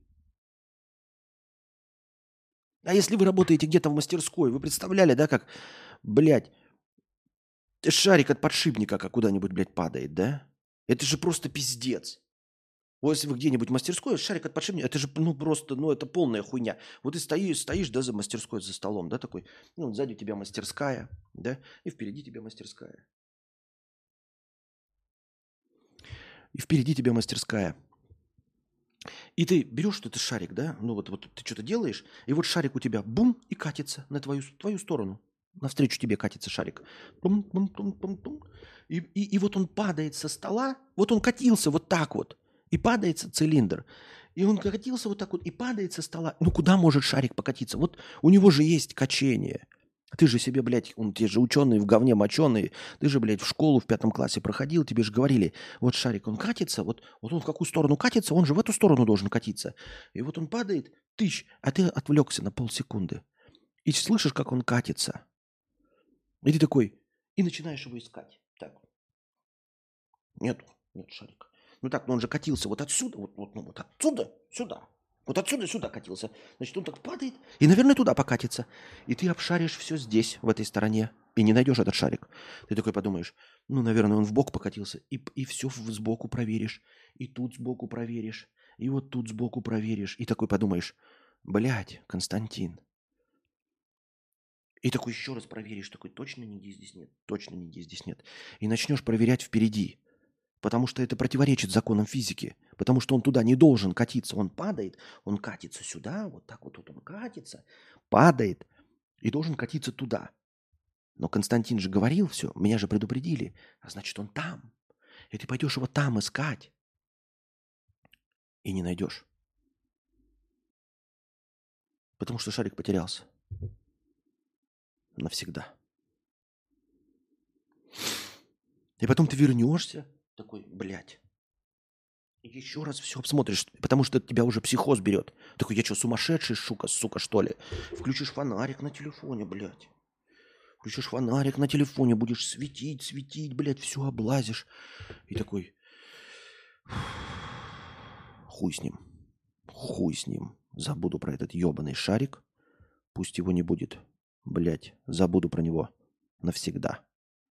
А если вы работаете где-то в мастерской, вы представляли, да, как, блядь, шарик от подшипника как куда-нибудь, блядь, падает, да? Это же просто пиздец. Вот если вы где-нибудь в мастерской, шарик от подшипника, это же, ну, просто, ну, это полная хуйня. Вот ты стоишь, стоишь, да, за мастерской, за столом, да, такой, ну, сзади у тебя мастерская, да, и впереди тебя мастерская. И впереди тебя мастерская. И ты берешь этот шарик, да, ну, вот, вот ты что-то делаешь, и вот шарик у тебя, бум, и катится на твою, твою сторону. Навстречу тебе катится шарик. Пум-пум-пум-пум-пум. И, и, и вот он падает со стола, вот он катился вот так вот. И падает цилиндр. И он катился вот так вот, и падает со стола. Ну, куда может шарик покатиться? Вот у него же есть качение. Ты же себе, блядь, он, те же ученые в говне моченые, ты же, блядь, в школу в пятом классе проходил, тебе же говорили, вот шарик, он катится, вот, вот он в какую сторону катится, он же в эту сторону должен катиться. И вот он падает, тыщ, а ты отвлекся на полсекунды. И слышишь, как он катится. И ты такой, и начинаешь его искать. Так. Нет, нет шарика. Ну так, но он же катился вот отсюда, вот, вот, ну, вот отсюда, сюда. Вот отсюда сюда катился. Значит, он так падает и, наверное, туда покатится. И ты обшаришь все здесь, в этой стороне, и не найдешь этот шарик. Ты такой подумаешь, ну, наверное, он в бок покатился. И, и все сбоку проверишь. И тут сбоку проверишь. И вот тут сбоку проверишь. И такой подумаешь, блядь, Константин. И такой еще раз проверишь. Такой, точно нигде здесь нет. Точно нигде здесь нет. И начнешь проверять впереди. Потому что это противоречит законам физики. Потому что он туда не должен катиться. Он падает, он катится сюда, вот так вот, вот он катится, падает и должен катиться туда. Но Константин же говорил все, меня же предупредили. А значит, он там. И ты пойдешь его там искать. И не найдешь. Потому что шарик потерялся. Навсегда. И потом ты вернешься. Такой, блядь. И еще раз все обсмотришь, потому что тебя уже психоз берет. Такой, я что, сумасшедший, шука, сука, что ли? Включишь фонарик на телефоне, блядь. Включишь фонарик на телефоне, будешь светить, светить, блядь, все облазишь. И такой, хуй с ним. Хуй с ним. Забуду про этот ебаный шарик. Пусть его не будет. Блядь, забуду про него навсегда.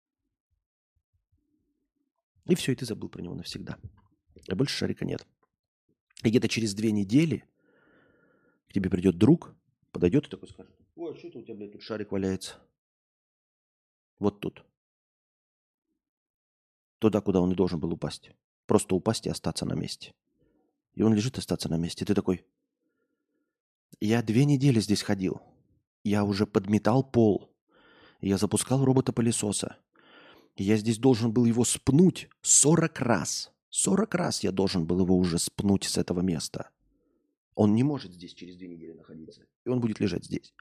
И все, и ты забыл про него навсегда. А больше шарика нет. И где-то через две недели к тебе придет друг, подойдет и такой скажет, ой, а что это у тебя, блядь, тут шарик валяется? Вот тут. Туда, куда он и должен был упасть. Просто упасть и остаться на месте. И он лежит остаться на месте. И ты такой, я две недели здесь ходил. Я уже подметал пол. Я запускал робота-пылесоса. И я здесь должен был его спнуть сорок раз. сорок раз я должен был его уже спнуть с этого места. Он не может здесь через две недели находиться. И он будет лежать здесь.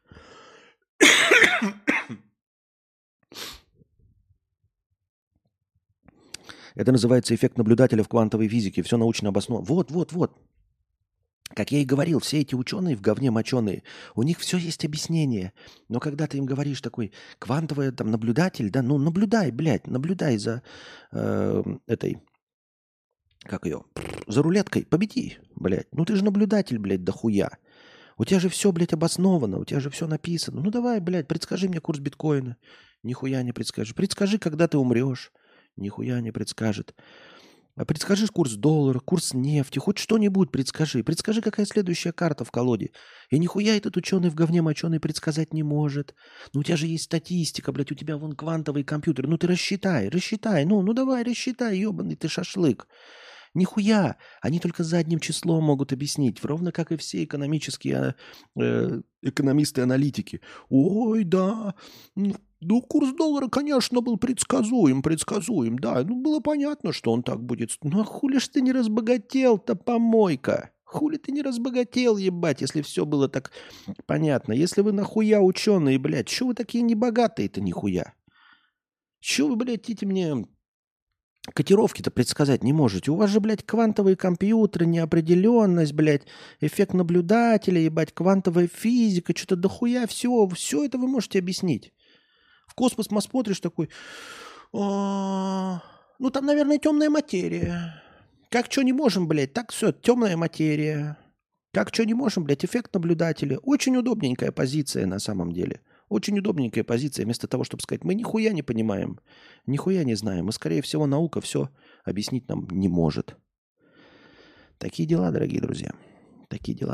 Это называется эффект наблюдателя в квантовой физике. Все научно обосновано. Вот, вот, вот. Как я и говорил, все эти ученые в говне моченые, у них все есть объяснение. Но когда ты им говоришь такой, квантовый там наблюдатель, да, ну наблюдай, блядь, наблюдай за э, этой, как ее, за рулеткой, победи, блядь. Ну ты же наблюдатель, блядь, дохуя. У тебя же все, блядь, обосновано, у тебя же все написано. Ну давай, блядь, предскажи мне курс биткоина. Нихуя не предскажешь. Предскажи, когда ты умрешь. Нихуя не предскажет. А предскажи курс доллара, курс нефти, хоть что-нибудь предскажи. Предскажи, какая следующая карта в колоде. И нихуя этот ученый в говне моченый предсказать не может. Ну у тебя же есть статистика, блядь, у тебя вон квантовый компьютер. Ну ты рассчитай, рассчитай. Ну, ну давай, рассчитай, ебаный ты шашлык. Нихуя. Они только задним числом могут объяснить. Ровно как и все экономические э, экономисты-аналитики. Ой, да, ну, курс доллара, конечно, был предсказуем, предсказуем, да. Ну, было понятно, что он так будет. Ну, а хули ж ты не разбогател-то, помойка? Хули ты не разбогател, ебать, если все было так понятно? Если вы нахуя ученые, блядь, что вы такие небогатые-то нихуя? Чего вы, блядь, идите мне котировки-то предсказать не можете? У вас же, блядь, квантовые компьютеры, неопределенность, блядь, эффект наблюдателя, ебать, квантовая физика, что-то дохуя, все, все это вы можете объяснить. В космос смотришь такой, «А, ну там, наверное, темная материя. Как что не можем, блядь, так все, темная материя. Как что не можем, блядь, эффект наблюдателя. Очень удобненькая позиция на самом деле. Очень удобненькая позиция. Вместо того, чтобы сказать, мы нихуя не понимаем, нихуя не знаем. И, скорее всего, наука все объяснить нам не может. Такие дела, дорогие друзья. Такие дела.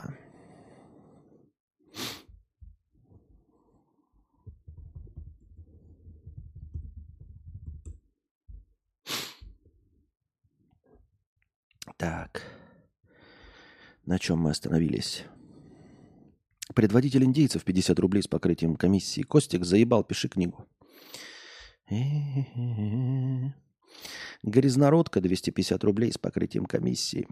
Так. На чем мы остановились? Предводитель индейцев пятьдесят рублей с покрытием комиссии. Костик, заебал, пиши книгу. Грязнородка двести пятьдесят рублей с покрытием комиссии.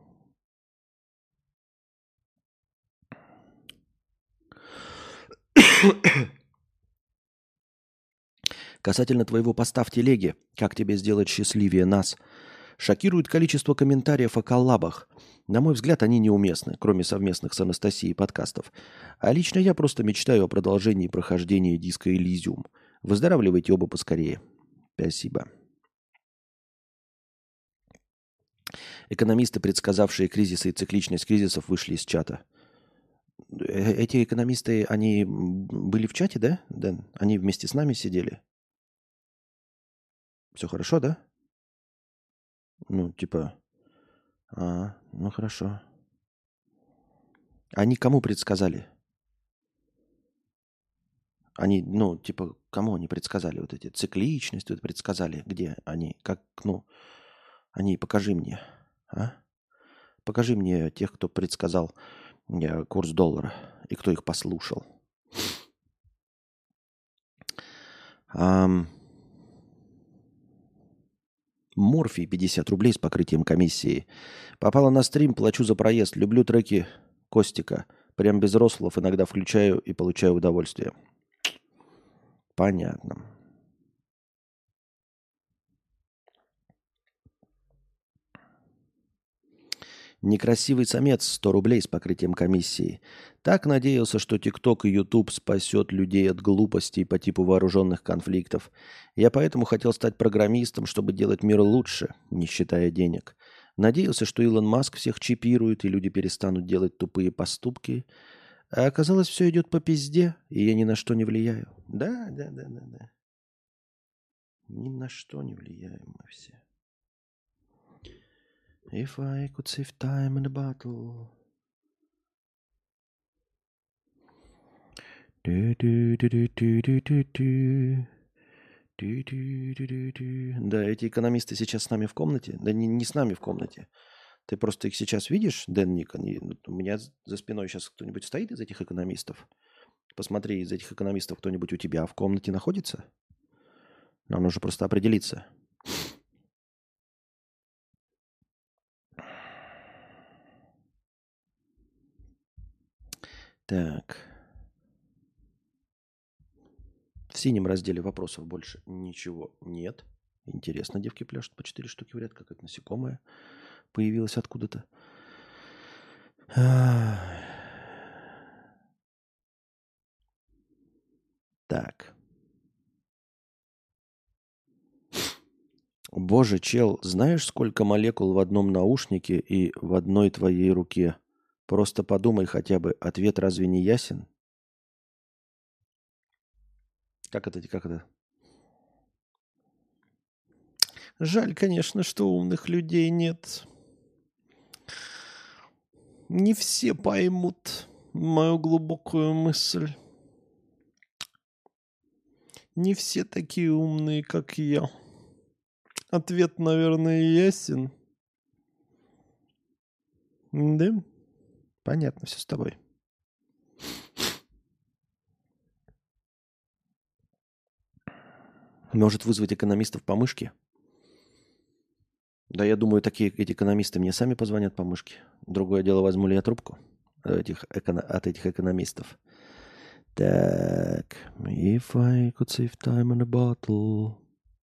Касательно твоего поста в телеге, как тебе сделать счастливее нас, шокирует количество комментариев о коллабах. На мой взгляд, они неуместны, кроме совместных с Анастасией подкастов. А лично я просто мечтаю о продолжении прохождения диска Elysium. Выздоравливайте оба поскорее. Спасибо. Экономисты, предсказавшие кризисы и цикличность кризисов, вышли из чата. Э, Эти экономисты, они были в чате, да, Дэн? Они вместе с нами сидели? Все хорошо, да? Ну, типа... А, ну хорошо. Они кому предсказали? Они, ну, типа, кому они предсказали вот эти цикличность, вот предсказали, где они, как, ну, они, покажи мне, а? Покажи мне тех, кто предсказал э, курс доллара и кто их послушал. Ам... Морфий пятьдесят рублей с покрытием комиссии. Попала на стрим, плачу за проезд. Люблю треки Костика. Прям без рослов иногда включаю и получаю удовольствие. Понятно. Некрасивый самец сто рублей с покрытием комиссии. Так надеялся, что ТикТок и Ютуб спасет людей от глупостей по типу вооруженных конфликтов. Я поэтому хотел стать программистом, чтобы делать мир лучше, не считая денег. Надеялся, что Илон Маск всех чипирует, и люди перестанут делать тупые поступки. А оказалось, все идет по пизде, и я ни на что не влияю. Да, да, да, да, да. Ни на что не влияем мы все. If I could save time in a bottle. Да, эти экономисты сейчас с нами в комнате. Да не, не с нами в комнате. Ты просто их сейчас видишь, Дэн Никон? И у меня за спиной сейчас кто-нибудь стоит из этих экономистов? Посмотри, из этих экономистов кто-нибудь у тебя в комнате находится? Нам нужно просто определиться. Так. В синем разделе вопросов больше ничего нет. Интересно, девки пляшут по четыре штуки в ряд, как это насекомое появилось откуда-то. Так. Боже, чел, знаешь, сколько молекул в одном наушнике и в одной твоей руке? Просто подумай хотя бы, ответ разве не ясен? Как это, как это? Жаль, конечно, что умных людей нет. Не все поймут мою глубокую мысль. Не все такие умные, как я. Ответ, наверное, ясен. Да? Понятно все с тобой. Может вызвать экономистов по мышке? Да, я думаю, такие эти экономисты мне сами позвонят по мышке. Другое дело, возьму ли я трубку этих эко- от этих экономистов. Так, if I could save time in a bottle.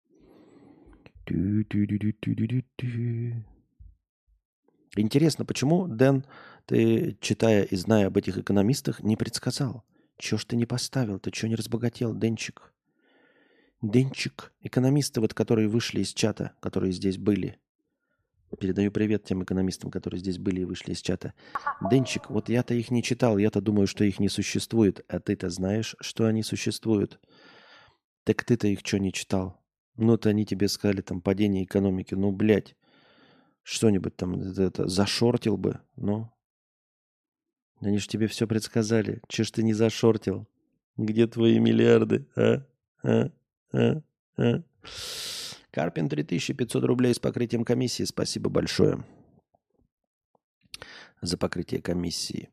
Тю-тю-тю-тю-тю-тю-тю. Интересно, почему, Дэн, ты, читая и зная об этих экономистах, не предсказал? Чего ж ты не поставил? Ты чего не разбогател, Денчик? Денчик, экономисты, вот, которые вышли из чата, которые здесь были. Передаю привет тем экономистам, которые здесь были и вышли из чата. Денчик, вот я-то их не читал, я-то думаю, что их не существует. А ты-то знаешь, что они существуют. Так ты-то их что не читал? Ну-то они тебе сказали, там, падение экономики. Ну, блядь, что-нибудь там это, это, зашортил бы. Ну, они же тебе все предсказали. Че ж ты не зашортил? Где твои миллиарды? А? А? А? А? Карпин три тысячи пятьсот рублей с покрытием комиссии. Спасибо большое за покрытие комиссии.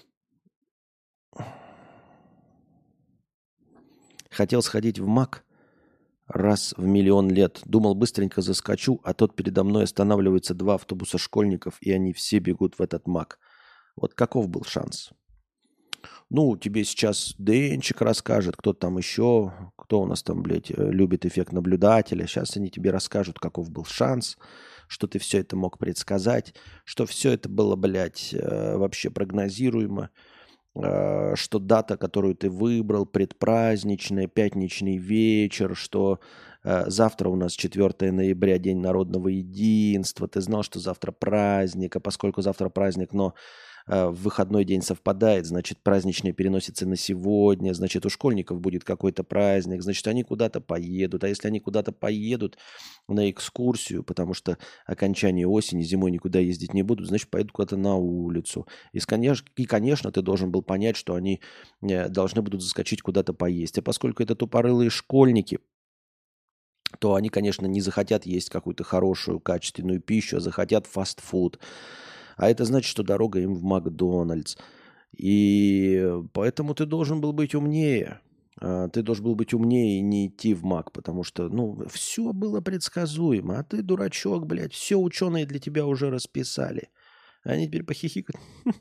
Хотел сходить в МАК раз в миллион лет. Думал, быстренько заскочу, а тот передо мной останавливается два автобуса школьников, и они все бегут в этот МАК. Вот каков был шанс? Ну, тебе сейчас Денчик расскажет, кто там еще, кто у нас там, блядь, э, любит эффект наблюдателя. Сейчас они тебе расскажут, каков был шанс, что ты все это мог предсказать, что все это было, блядь, э, вообще прогнозируемо, э, что дата, которую ты выбрал, предпраздничная, пятничный вечер, что э, завтра у нас четвёртого ноября, День народного единства, ты знал, что завтра праздник, а поскольку завтра праздник, но э, в выходной день совпадает, значит, праздничное переносится на сегодня, значит, у школьников будет какой-то праздник, значит, они куда-то поедут, а если они куда-то поедут на экскурсию, потому что окончание осени, зимой никуда ездить не будут, значит, поедут куда-то на улицу. И, конечно, и, конечно, ты должен был понять, что они э, должны будут заскочить куда-то поесть. А поскольку это тупорылые школьники, то они, конечно, не захотят есть какую-то хорошую, качественную пищу, а захотят фастфуд. А это значит, что дорога им в Макдональдс. И поэтому ты должен был быть умнее. А, Ты должен был быть умнее и не идти в Мак, потому что, ну, все было предсказуемо. А ты, дурачок, блядь, все ученые для тебя уже расписали. Они теперь похихикают.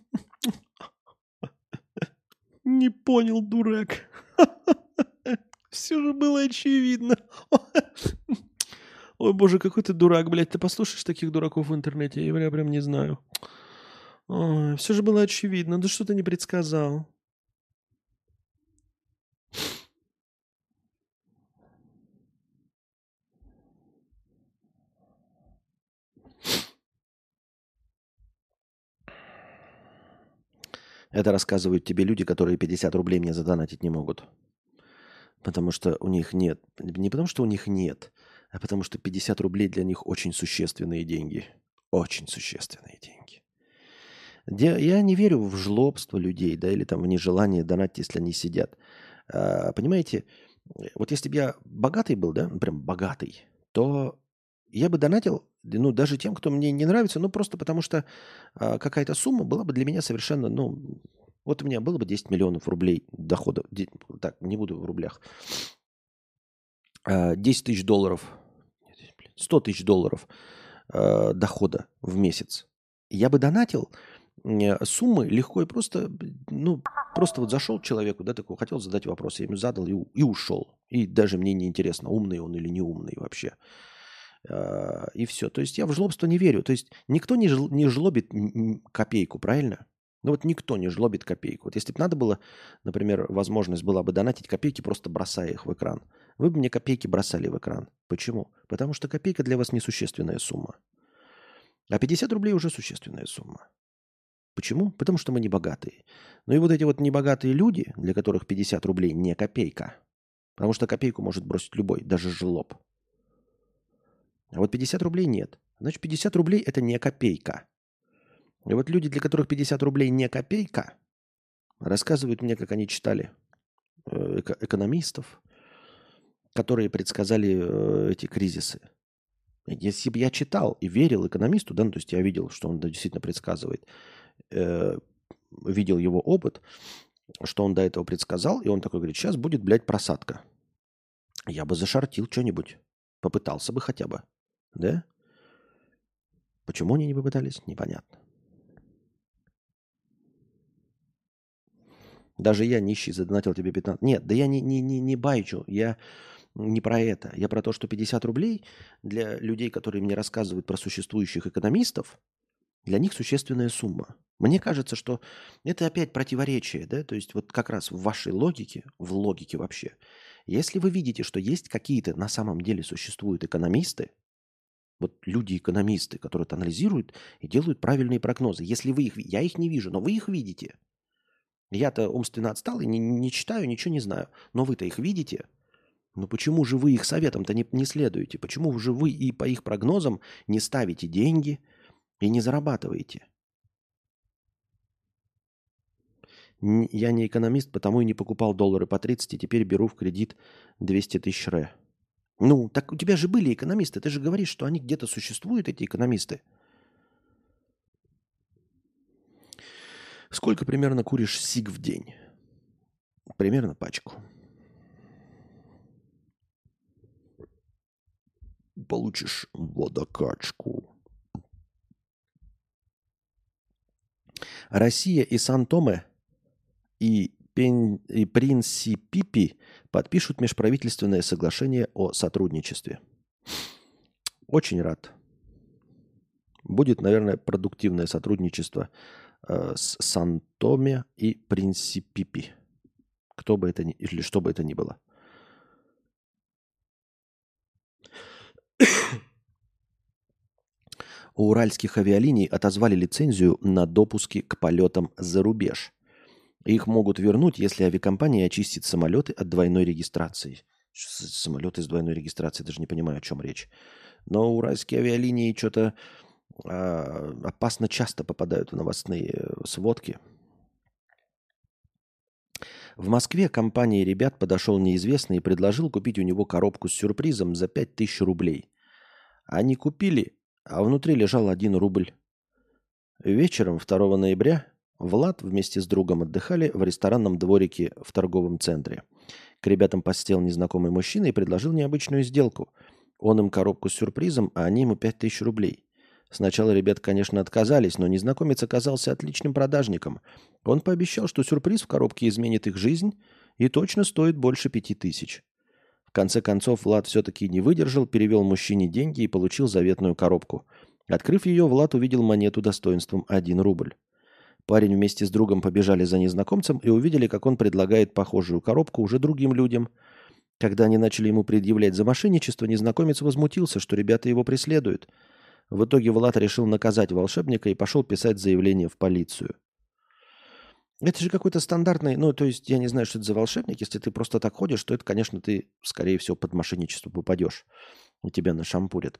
Не понял, дурак. Все же было очевидно. Ой, боже, какой ты дурак, блядь. Ты послушаешь таких дураков в интернете? Я прям не знаю. Ой, все же было очевидно. Да что ты не предсказал? Это рассказывают тебе люди, которые пятьдесят рублей мне задонатить не могут. Потому что у них нет. Не потому что у них нет, а потому что пятьдесят рублей для них очень существенные деньги. Очень существенные деньги. Де- Я не верю в жлобство людей, да, или там в нежелание донатить, если они сидят. А, понимаете, э, вот если бы я богатый был, да, ну, прям богатый, то я бы донатил, ну, даже тем, кто мне не нравится, ну, просто потому что а, какая-то сумма была бы для меня совершенно, ну, вот у меня было бы десять миллионов рублей дохода, де- так, не буду в рублях, а, десять тысяч долларов, сто тысяч долларов а, дохода в месяц. Я бы донатил э, суммы легко и просто, ну, просто вот зашел к человеку, да, такой, хотел задать вопрос, я ему задал и, у- и ушел. И даже мне не интересно, умный он или не умный вообще. А, И все. То есть я в жлобство не верю. То есть никто не, жл- не жлобит н- н- копейку, правильно? Ну вот никто не жлобит копейку. Вот если бы надо было, например, возможность была бы донатить копейки, просто бросая их в экран, вы бы мне копейки бросали в экран. Почему? Потому что копейка для вас несущественная сумма. А пятьдесят рублей уже существенная сумма. Почему? Потому что мы не богатые. Ну и вот эти вот небогатые люди, для которых пятьдесят рублей не копейка, потому что копейку может бросить любой, даже жлоб. А вот пятьдесят рублей нет. Значит, пятьдесят рублей – это не копейка. И вот люди, для которых пятьдесят рублей не копейка, рассказывают мне, как они читали э, эко- экономистов, которые предсказали э, эти кризисы. Если бы я читал и верил экономисту, да, ну, то есть я видел, что он да, действительно предсказывает, э, видел его опыт, что он до этого предсказал, и он такой говорит, сейчас будет, блядь, просадка. Я бы зашортил что-нибудь, попытался бы хотя бы, да? Почему они не попытались, непонятно. Даже я, нищий, задонатил тебе пятнадцать. Нет, да я не, не, не, не байчу, я не про это. Я про то, что пятьдесят рублей для людей, которые мне рассказывают про существующих экономистов, для них существенная сумма. Мне кажется, что это опять противоречие, да, то есть вот как раз в вашей логике, в логике вообще, если вы видите, что есть какие-то на самом деле существуют экономисты, вот люди-экономисты, которые это анализируют и делают правильные прогнозы, если вы их, ви- я их не вижу, но вы их видите. Я-то умственно отсталый, не, не читаю, ничего не знаю, но вы-то их видите. Но почему же вы их советам-то не, не следуете? Почему же вы и по их прогнозам не ставите деньги и не зарабатываете? Н- Я не экономист, потому и не покупал доллары по тридцать, и теперь беру в кредит двести тысяч ре. Ну, так у тебя же были экономисты. Ты же говоришь, что они где-то существуют, эти экономисты. Сколько примерно куришь сиг в день? Примерно пачку. Получишь водокачку. Россия и Сан-Томе и, Пен... и Принсипипи подпишут межправительственное соглашение о сотрудничестве. Очень рад. Будет, наверное, продуктивное сотрудничество э, с Сан-Томе и Принсипипи. Кто бы это ни... или что бы это ни было. У уральских авиалиний отозвали лицензию на допуски к полетам за рубеж. Их могут вернуть, если авиакомпания очистит самолеты от двойной регистрации. Ш- Самолеты с двойной регистрацией, даже не понимаю, о чем речь. Но уральские авиалинии что-то а, опасно часто попадают в новостные э, сводки. В Москве компании ребят подошел неизвестный и предложил купить у него коробку с сюрпризом за пять тысяч рублей. Они купили, а внутри лежал один рубль. Вечером второго ноября Влад вместе с другом отдыхали в ресторанном дворике в торговом центре. К ребятам посетил незнакомый мужчина и предложил необычную сделку. Он им коробку с сюрпризом, а они ему пять тысяч рублей. Сначала ребят, конечно, отказались, но незнакомец оказался отличным продажником. Он пообещал, что сюрприз в коробке изменит их жизнь и точно стоит больше пяти тысяч. В конце концов, Влад все-таки не выдержал, перевел мужчине деньги и получил заветную коробку. Открыв ее, Влад увидел монету достоинством один рубль. Парень вместе с другом побежали за незнакомцем и увидели, как он предлагает похожую коробку уже другим людям. Когда они начали ему предъявлять за мошенничество, незнакомец возмутился, что ребята его преследуют. В итоге Влад решил наказать волшебника и пошел писать заявление в полицию. Это же какой-то стандартный, ну, то есть я не знаю, что это за волшебник. Если ты просто так ходишь, то это, конечно, ты, скорее всего, под мошенничество попадешь. У тебя нашампурят.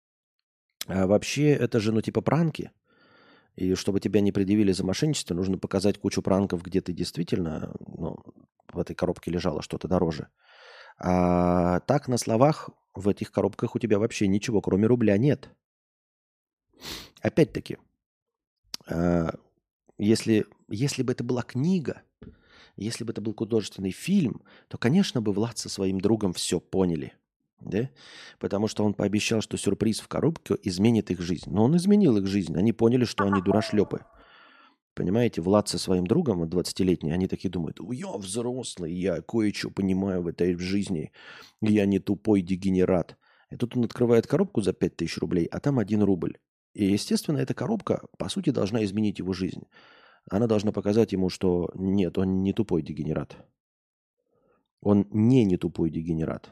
А вообще, это же, ну, типа пранки. И чтобы тебя не предъявили за мошенничество, нужно показать кучу пранков, где ты действительно, ну, в этой коробке лежало что-то дороже. А так на словах в этих коробках у тебя вообще ничего, кроме рубля, нет. Опять-таки, а, если, если бы это была книга, если бы это был художественный фильм, то, конечно бы, Влад со своим другом все поняли. Да? Потому что он пообещал, что сюрприз в коробке изменит их жизнь. Но он изменил их жизнь. Они поняли, что они дурашлепы. Понимаете, Влад со своим другом, вот двадцатилетний, они такие думают, я взрослый, я кое-что понимаю в этой жизни, я не тупой дегенерат. И тут он открывает коробку за пять тысяч рублей, а там один рубль. И, естественно, эта коробка, по сути, должна изменить его жизнь. Она должна показать ему, что нет, он не тупой дегенерат. Он не не тупой дегенерат.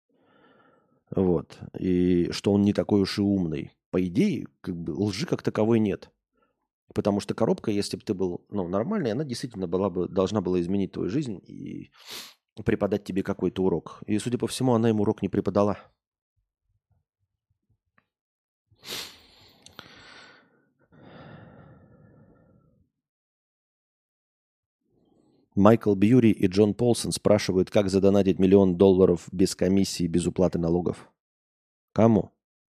Вот. И что он не такой уж и умный. По идее, как бы лжи как таковой нет. Потому что коробка, если бы ты был ну, нормальный, она действительно была бы, должна была изменить твою жизнь и преподать тебе какой-то урок. И, судя по всему, она ему урок не преподала. Майкл Бьюри и Джон Полсон спрашивают, как задонатить миллион долларов без комиссии, без уплаты налогов. Кому?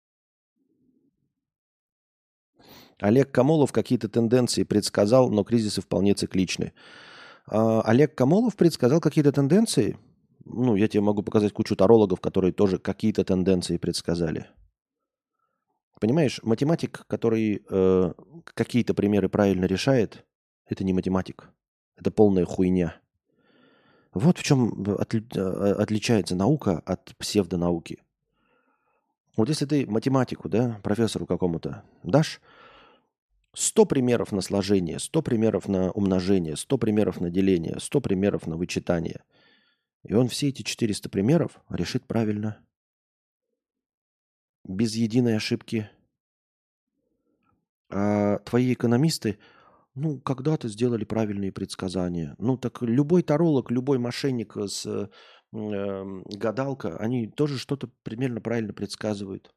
Олег Камолов какие-то тенденции предсказал, но кризисы вполне цикличны. А, Олег Камолов предсказал какие-то тенденции? Ну, я тебе могу показать кучу тарологов, которые тоже какие-то тенденции предсказали. Понимаешь, математик, который э, какие-то примеры правильно решает, это не математик. Это полная хуйня. Вот в чем отли- э, отличается наука от псевдонауки. Вот если ты математику, да, профессору какому-то дашь сто примеров на сложение, сто примеров на умножение, сто примеров на деление, сто примеров на вычитание, и он все эти четыреста примеров решит правильно, без единой ошибки. А твои экономисты, ну, когда-то сделали правильные предсказания. Ну, так любой таролог, любой мошенник с э, м, гадалка, они тоже что-то примерно правильно предсказывают.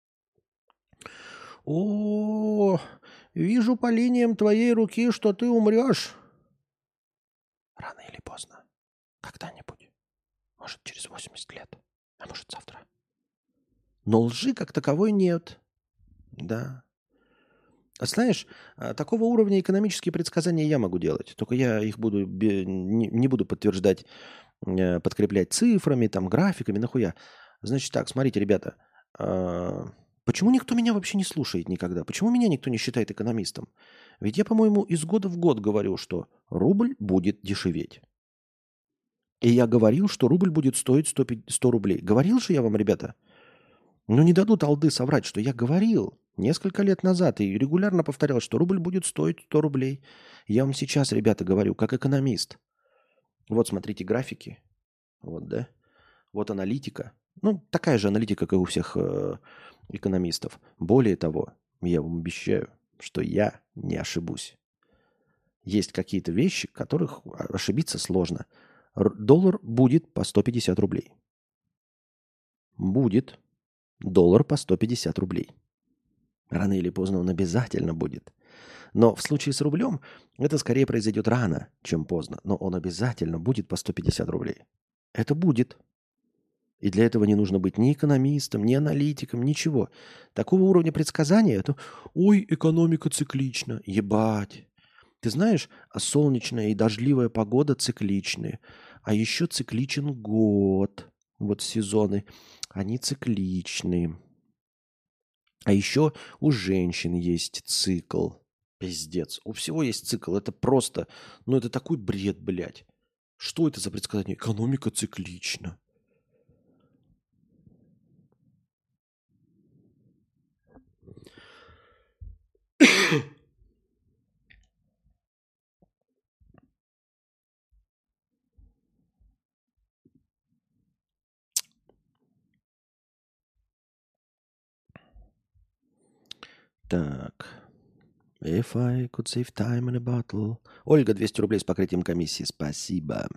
О, вижу по линиям твоей руки, что ты умрешь. Рано или поздно. Когда-нибудь. Может, через восемьдесят лет. А может, завтра. Но лжи как таковой нет. Да. А знаешь, а, такого уровня экономические предсказания я могу делать. Только я их буду бе- не, не буду подтверждать, э, подкреплять цифрами, там, графиками, нахуя. Значит так, смотрите, ребята. а, Почему никто меня вообще не слушает никогда? Почему меня никто не считает экономистом? Ведь я, по-моему, из года в год говорю, что рубль будет дешеветь. И я говорил, что рубль будет стоить сто пятьдесят сто рублей. Говорил же я вам, ребята? Ну не дадут алды соврать, что я говорил несколько лет назад и регулярно повторял, что рубль будет стоить сто рублей. Я вам сейчас, ребята, говорю, как экономист. Вот смотрите графики. Вот, да? Вот аналитика. Ну, такая же аналитика, как и у всех э, экономистов. Более того, я вам обещаю, что я не ошибусь. Есть какие-то вещи, которых ошибиться сложно. Р- доллар будет по сто пятьдесят рублей. Будет доллар по сто пятьдесят рублей. Рано или поздно он обязательно будет. Но в случае с рублем это скорее произойдет рано, чем поздно. Но он обязательно будет по сто пятьдесят рублей. Это будет. И для этого не нужно быть ни экономистом, ни аналитиком, ничего. Такого уровня предсказания, это «Ой, экономика циклична». Ебать. Ты знаешь, а солнечная и дождливая погода цикличны. А еще цикличен год. Вот сезоны. Они цикличны. А еще у женщин есть цикл. Пиздец. У всего есть цикл. Это просто, ну это такой бред, блядь. Что это за предсказание? Экономика циклична. Так. If I could save time in a bottle. Ольга, двести рублей с покрытием комиссии. Спасибо.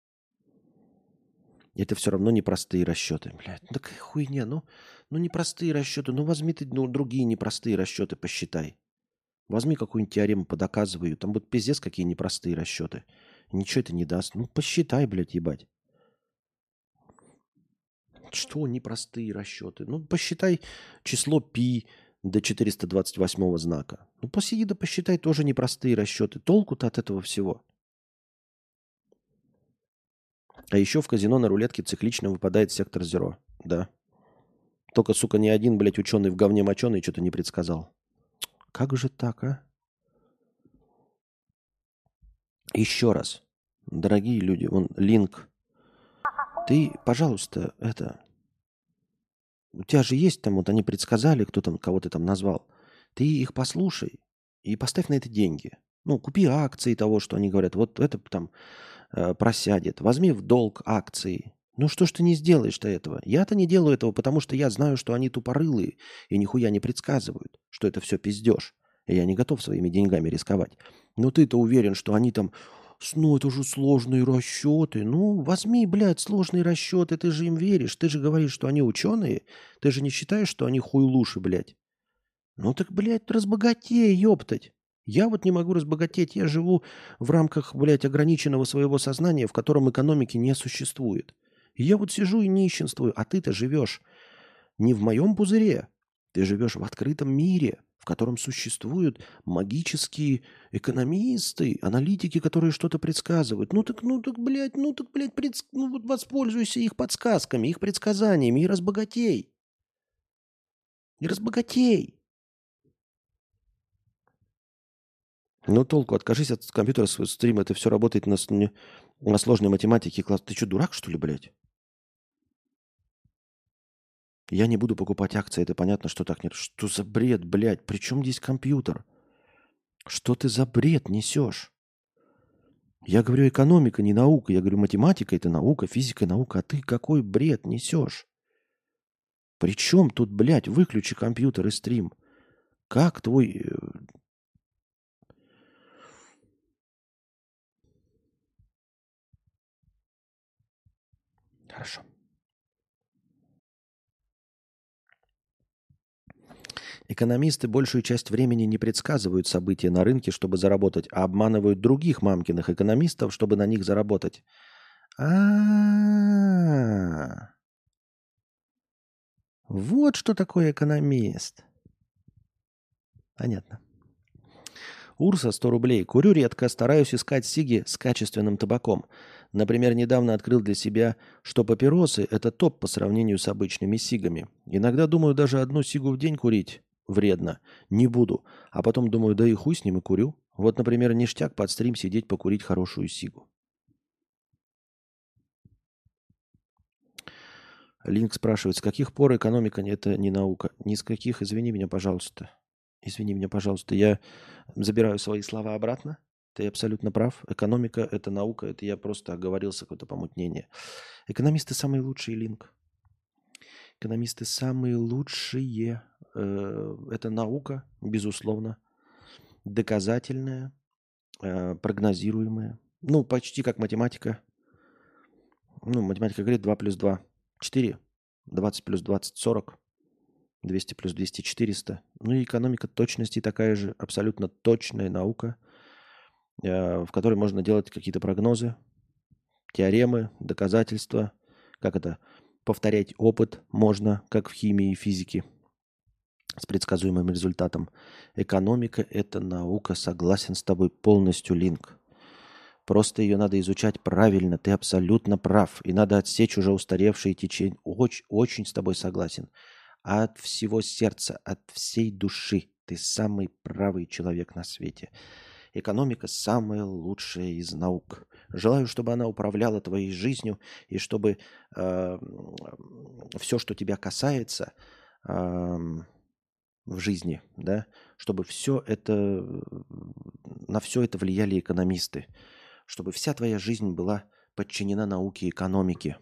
Это все равно непростые расчеты. Блядь, ну такая хуйня. Ну, ну непростые расчеты. Ну возьми ты ну, другие непростые расчеты, посчитай. Возьми какую-нибудь теорему подоказываю. Там будут пиздец какие непростые расчеты. Ничего это не даст. Ну посчитай, блядь, ебать. Что непростые расчеты? Ну посчитай число пи до четыреста двадцать восьмого знака. Ну посиди да посчитай тоже непростые расчеты. Толку-то от этого всего. А еще в казино на рулетке циклично выпадает сектор зеро. Да. Только, сука, ни один, блядь, ученый в говне моченый что-то не предсказал. Как же так, а? Еще раз. Дорогие люди, он линк. Ты, пожалуйста, это... У тебя же есть там, вот они предсказали, кто там, кого ты там назвал. Ты их послушай и поставь на это деньги. Ну, купи акции того, что они говорят. Вот это там э, просядет. Возьми в долг акции. Ну что ж ты не сделаешь-то этого? Я-то не делаю этого, потому что я знаю, что они тупорылые и нихуя не предсказывают, что это все пиздеж. И я не готов своими деньгами рисковать. Но ты-то уверен, что они там... «С- Ну, это же сложные расчеты. Ну, возьми, блядь, сложные расчеты. Ты же им веришь. Ты же говоришь, что они ученые. Ты же не считаешь, что они хуйлуши, блядь. Ну так, блядь, разбогатей, ёптать. Я вот не могу разбогатеть. Я живу в рамках, блядь, ограниченного своего сознания, в котором экономики не существует. И я вот сижу и нищенствую, а ты-то живешь не в моем пузыре. Ты живешь в открытом мире, в котором существуют магические экономисты, аналитики, которые что-то предсказывают. Ну так, ну так, блядь, ну так, блядь, предс... ну вот воспользуйся их подсказками, их предсказаниями и разбогатей. И разбогатей. Ну толку, откажись от компьютера своего стрима, это все работает на, с- не- на сложной математике. Класс. Ты что, дурак, что ли, блядь? Я не буду покупать акции, это понятно, что так нет. Что за бред, блядь? При чем здесь компьютер? Что ты за бред несешь? Я говорю, экономика, не наука. Я говорю, математика– это наука, физика– наука. А ты какой бред несешь? При чем тут, блядь, выключи компьютер и стрим? Как твой... э, Хорошо. Экономисты большую часть времени не предсказывают события на рынке, чтобы заработать, а обманывают других мамкиных экономистов, чтобы на них заработать. А, вот что такое экономист. Понятно. Урса сто рублей. Курю редко, стараюсь искать сиги с качественным табаком. Например, недавно открыл для себя, что папиросы– это топ по сравнению с обычными сигами. Иногда думаю, даже одну сигу в день курить вредно. Не буду. А потом думаю, да и хуй с ним и курю. Вот, например, ништяк под стрим сидеть покурить хорошую сигу. Линк спрашивает, с каких пор экономика– это не наука? Ни с каких, извини меня, пожалуйста. Извини меня, пожалуйста. Я забираю свои слова обратно. Ты абсолютно прав. Экономика– это наука. Это я просто оговорился, какое-то помутнение. Экономисты самые лучшие, Линк. Экономисты самые лучшие. Э, Это наука, безусловно, доказательная, э, прогнозируемая. Ну, почти как математика. Ну, математика говорит два плюс два– четыре, двадцать плюс двадцать– сорок, двести плюс двести– четыреста. Ну и экономика точности такая же, абсолютно точная наука, э, в которой можно делать какие-то прогнозы, теоремы, доказательства. Как это? Повторять опыт можно, как в химии и физике, с предсказуемым результатом. Экономика– это наука, согласен с тобой полностью, Линк. Просто ее надо изучать правильно, ты абсолютно прав. И надо отсечь уже устаревшие течения. Очень, очень с тобой согласен. А от всего сердца, от всей души ты самый правый человек на свете. Экономика– самая лучшая из наук. Желаю, чтобы она управляла твоей жизнью, и чтобы э, все, что тебя касается э, в жизни, да, чтобы все это, на все это влияли экономисты, чтобы вся твоя жизнь была подчинена науке и экономике,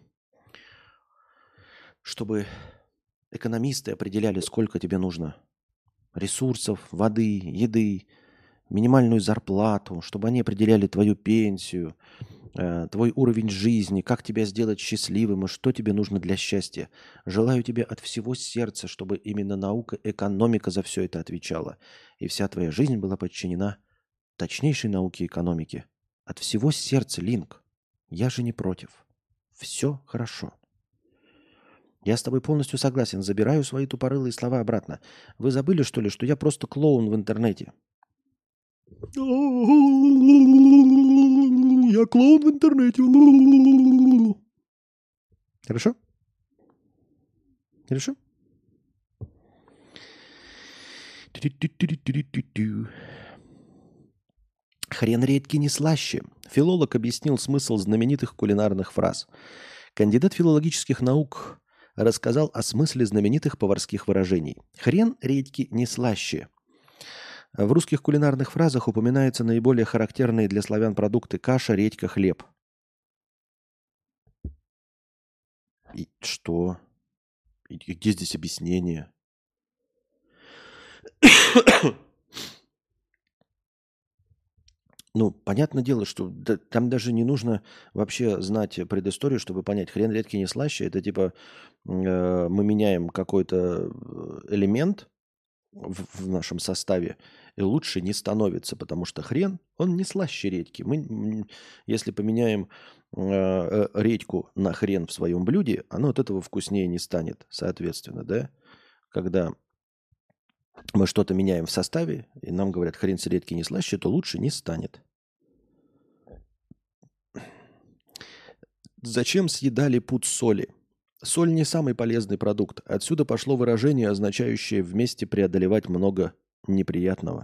чтобы экономисты определяли, сколько тебе нужно ресурсов, воды, еды, минимальную зарплату, чтобы они определяли твою пенсию, э, твой уровень жизни, как тебя сделать счастливым и что тебе нужно для счастья. Желаю тебе от всего сердца, чтобы именно наука, экономика за все это отвечала. И вся твоя жизнь была подчинена точнейшей науке и экономике. От всего сердца, Линк. Я же не против. Все хорошо. Я с тобой полностью согласен. Забираю свои тупорылые слова обратно. Вы забыли, что ли, что я просто клоун в интернете? Я клоун в интернете. Хорошо? Хорошо? Хрен редкий не слаще. Филолог объяснил смысл знаменитых кулинарных фраз. Кандидат филологических наук рассказал о смысле знаменитых поварских выражений. Хрен редьки не слаще. В русских кулинарных фразах упоминаются наиболее характерные для славян продукты каша, редька, хлеб. И что? И где здесь объяснение? Ну, понятное дело, что да- там даже не нужно вообще знать предысторию, чтобы понять. Хрен редкий не слаще. Это типа э, мы меняем какой-то э, элемент, в, в нашем составе и лучше не становится, потому что хрен, он не слаще редьки. Мы, м, если поменяем э, э, редьку на хрен в своем блюде, оно от этого вкуснее не станет, соответственно, да? Когда мы что-то меняем в составе, и нам говорят, хрен с редьки не слаще, то лучше не станет. Зачем съедали пуд соли? Соль не самый полезный продукт. Отсюда пошло выражение, означающее вместе преодолевать много неприятного.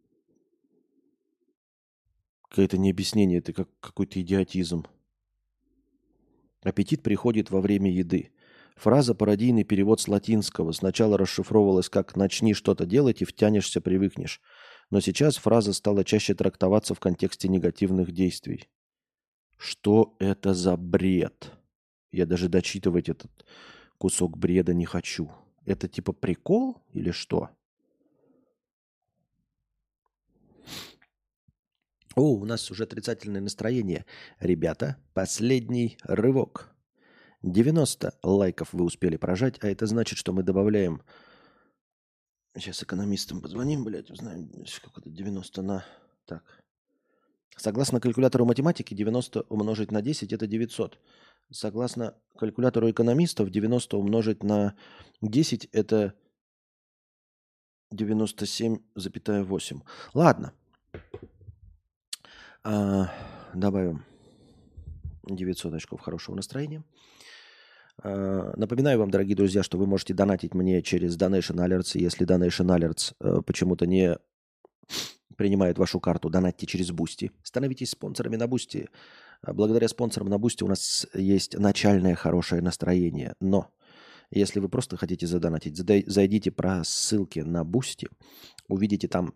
Какое-то не объяснение, это как какой-то идиотизм. Аппетит приходит во время еды. Фраза пародийный перевод с латинского. Сначала расшифровывалась как «начни что-то делать и втянешься, привыкнешь». Но сейчас фраза стала чаще трактоваться в контексте негативных действий. Что это за бред? Я даже дочитывать этот кусок бреда не хочу. Это типа прикол или что? О, у нас уже отрицательное настроение. Ребята, последний рывок. девяносто лайков вы успели прожать, а это значит, что мы добавляем... Сейчас экономистам позвоним, блядь, узнаем, сколько это девяносто на... Так. Согласно калькулятору математики, девяносто умножить на десять – это девятьсот. Согласно калькулятору экономистов, девяносто умножить на десять – это девяносто семь целых восемь. Ладно. А, добавим девятьсот очков хорошего настроения. А, напоминаю вам, дорогие друзья, что вы можете донатить мне через Donation Alerts. Если Donation Alerts а, почему-то не принимает вашу карту, донатьте через Boosty. Становитесь спонсорами на Boosty. Благодаря спонсорам на Boosty у нас есть начальное хорошее настроение. Но если вы просто хотите задонатить, зайдите по ссылке на Boosty, увидите там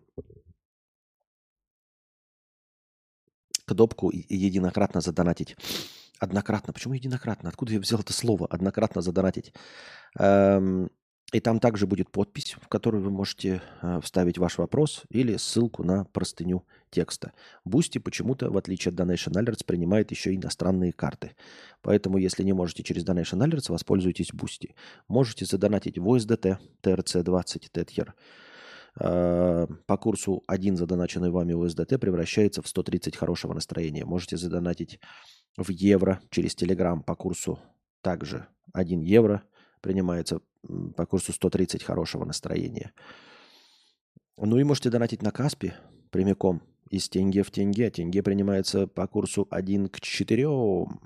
кнопку единократно задонатить. Однократно. Почему единократно? Откуда я взял это слово? Однократно задонатить. Эм, и там также будет подпись, в которую вы можете э, вставить ваш вопрос или ссылку на простыню текста. Boosty почему-то, в отличие от Donation Alerts, принимает еще и иностранные карты. Поэтому, если не можете через Donation Alerts, воспользуйтесь Boosty. Можете задонатить в ю эс ди ти, ти эр си двадцать, Тетher. По курсу один задоначенный вами ю эс ди ти превращается в сто тридцать хорошего настроения. Можете задонатить в евро через Telegram по курсу также один евро принимается по курсу сто тридцать хорошего настроения. Ну и можете донатить на Каспи прямиком из тенге в тенге. Тенге принимается по курсу один к четырем.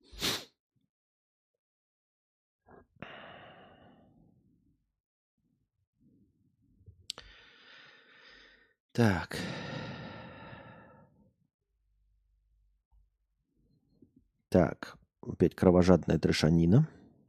Так. Так, опять кровожадная трешанина.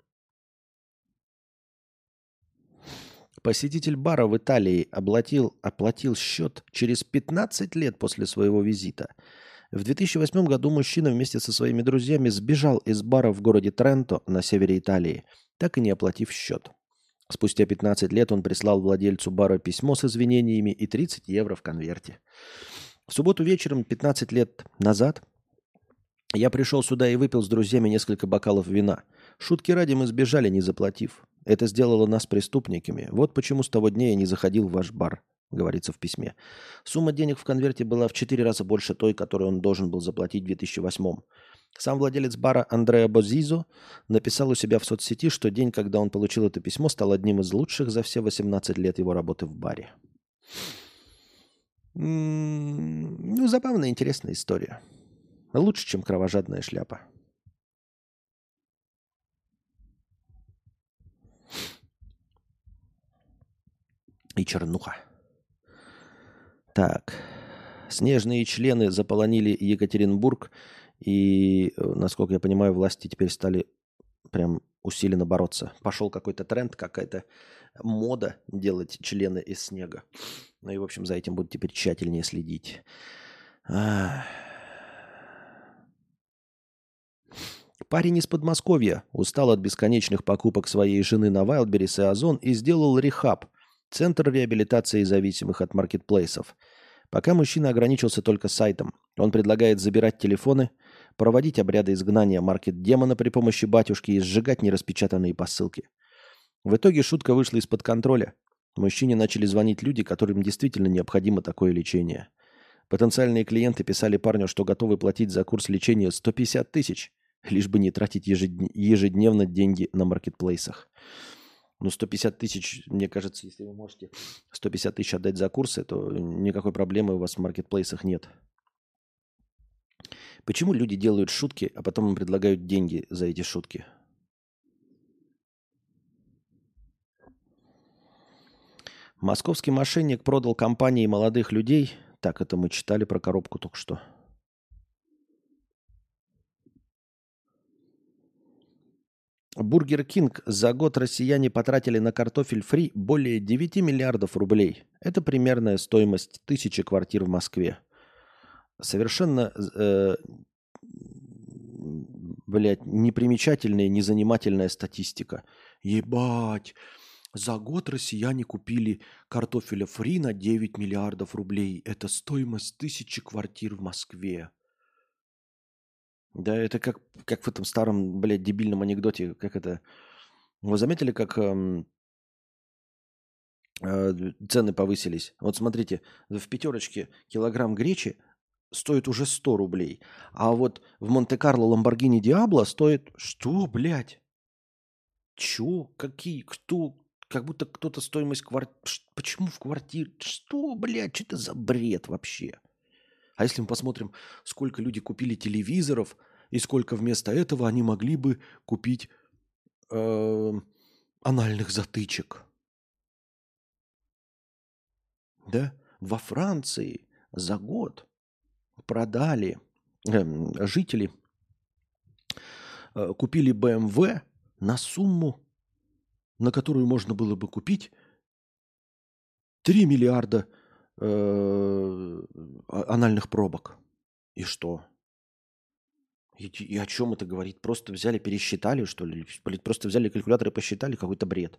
Посетитель бара в Италии оплатил, оплатил счет через пятнадцать лет после своего визита. В две тысячи восьмом году мужчина вместе со своими друзьями сбежал из бара в городе Тренто на севере Италии, так и не оплатив счет. Спустя пятнадцать лет он прислал владельцу бара письмо с извинениями и тридцать евро в конверте. В субботу вечером, пятнадцать лет назад, я пришел сюда и выпил с друзьями несколько бокалов вина. Шутки ради мы сбежали, не заплатив. Это сделало нас преступниками. Вот почему с того дня я не заходил в ваш бар, говорится в письме. Сумма денег в конверте была в четыре раза больше той, которую он должен был заплатить в две тысячи восьмом. Сам владелец бара Андреа Бозизо написал у себя в соцсети, что день, когда он получил это письмо, стал одним из лучших за все восемнадцать лет его работы в баре. М-м, ну, забавная, интересная история. Лучше, чем кровожадная шляпа. И чернуха. Так. Снежные члены заполонили Екатеринбург. И, насколько я понимаю, власти теперь стали прям усиленно бороться. Пошел какой-то тренд, какая-то мода делать члены из снега. Ну и, в общем, за этим будут теперь тщательнее следить. Ах. Парень из Подмосковья устал от бесконечных покупок своей жены на Wildberries и Озон и сделал рехаб, центр реабилитации зависимых от маркетплейсов. Пока мужчина ограничился только сайтом. Он предлагает забирать телефоны, проводить обряды изгнания маркет-демона при помощи батюшки и сжигать нераспечатанные посылки. В итоге шутка вышла из-под контроля. Мужчине начали звонить люди, которым действительно необходимо такое лечение. Потенциальные клиенты писали парню, что готовы платить за курс лечения сто пятьдесят тысяч, лишь бы не тратить ежедн- ежедневно деньги на маркетплейсах. Ну, сто пятьдесят тысяч, мне кажется, если вы можете сто пятьдесят тысяч отдать за курсы, то никакой проблемы у вас в маркетплейсах нет. Почему люди делают шутки, а потом им предлагают деньги за эти шутки? Московский мошенник продал компании молодых людей. Так, это мы читали про коробку только что. Бургер Кинг. За год россияне потратили на картофель фри более девяти миллиардов рублей. Это примерная стоимость тысячи квартир в Москве. Совершенно, э, блядь, непримечательная, незанимательная статистика. Ебать, за год россияне купили картофеля фри на девять миллиардов рублей. Это стоимость тысячи квартир в Москве. Да, это как, как в этом старом, блядь, дебильном анекдоте, как это... Вы заметили, как эм, э, цены повысились? Вот смотрите, в пятерочке килограмм гречи стоит уже сто рублей, а вот в Монте-Карло Ламборгини Диабло стоит... Что, блядь? Чё? Какие? Кто? Как будто кто-то стоимость квартиры... Почему в квартире? Что, блядь, что это за бред вообще? А если мы посмотрим, сколько люди купили телевизоров, и сколько вместо этого они могли бы купить э, анальных затычек. Да? Во Франции за год продали, эм, жители э, купили бэ эм вэ на сумму, на которую можно было бы купить три миллиарда э, а- анальных пробок. И что? И, и о чем это говорит? Просто взяли, пересчитали, что ли? Или просто взяли калькулятор и посчитали? Какой-то бред.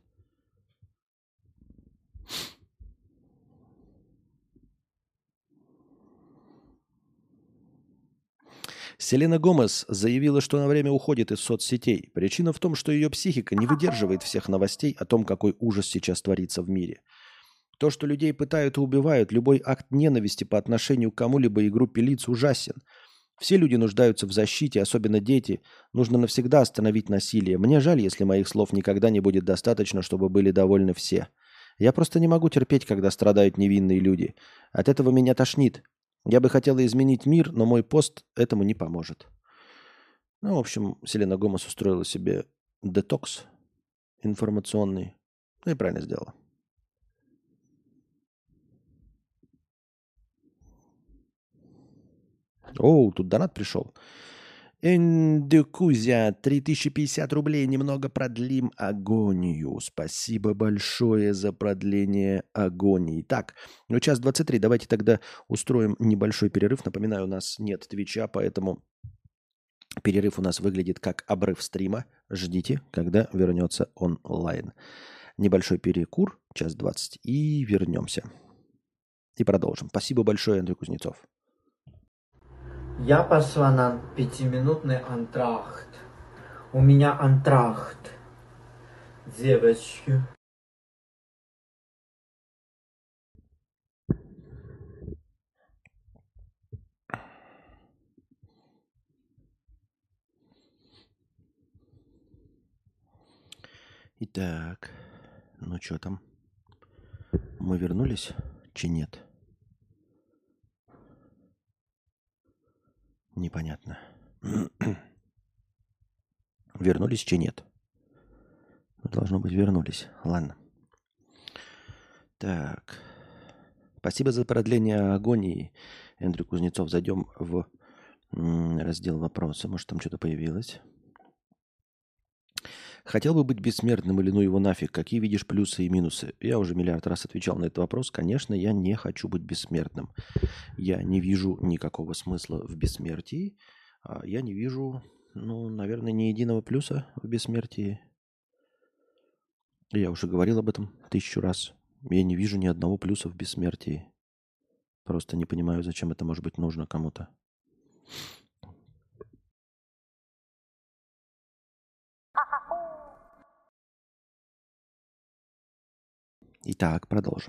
Селена Гомес заявила, что на время уходит из соцсетей. Причина в том, что ее психика не выдерживает всех новостей о том, какой ужас сейчас творится в мире. То, что людей пытают и убивают, любой акт ненависти по отношению к кому-либо и группе лиц ужасен. Все люди нуждаются в защите, особенно дети. Нужно навсегда остановить насилие. Мне жаль, если моих слов никогда не будет достаточно, чтобы были довольны все. Я просто не могу терпеть, когда страдают невинные люди. От этого меня тошнит. Я бы хотела изменить мир, но мой пост этому не поможет. Ну, в общем, Селена Гомес устроила себе детокс информационный. Ну и правильно сделала. О, тут донат пришел. Эндекузя, три тысячи пятьдесят рублей. Немного продлим агонию. Спасибо большое за продление агонии. Так, ну час двадцать три. Давайте тогда устроим небольшой перерыв. Напоминаю, у нас нет твича, поэтому перерыв у нас выглядит как обрыв стрима. Ждите, когда вернется онлайн. Небольшой перекур, час двадцать, и вернемся. И продолжим. Спасибо большое, Андрей Кузнецов. Я пошла на пятиминутный антрахт. У меня антрахт. Девочки. Итак, ну что там? Мы вернулись? Чи нет? Непонятно. Вернулись, чи нет? Должно быть, вернулись. Ладно. Так. Спасибо за продление агонии. Эндрю Кузнецов. Зайдем в м, раздел вопросы. Может, там что-то появилось. Хотел бы быть бессмертным или ну его нафиг? Какие видишь плюсы и минусы? Я уже миллиард раз отвечал на этот вопрос. Конечно, я не хочу быть бессмертным. Я не вижу никакого смысла в бессмертии. А Я не вижу, ну, наверное, ни единого плюса в бессмертии. Я уже говорил об этом тысячу раз. Я не вижу ни одного плюса в бессмертии. Просто не понимаю, зачем это может быть нужно кому-то. Итак, продолжим.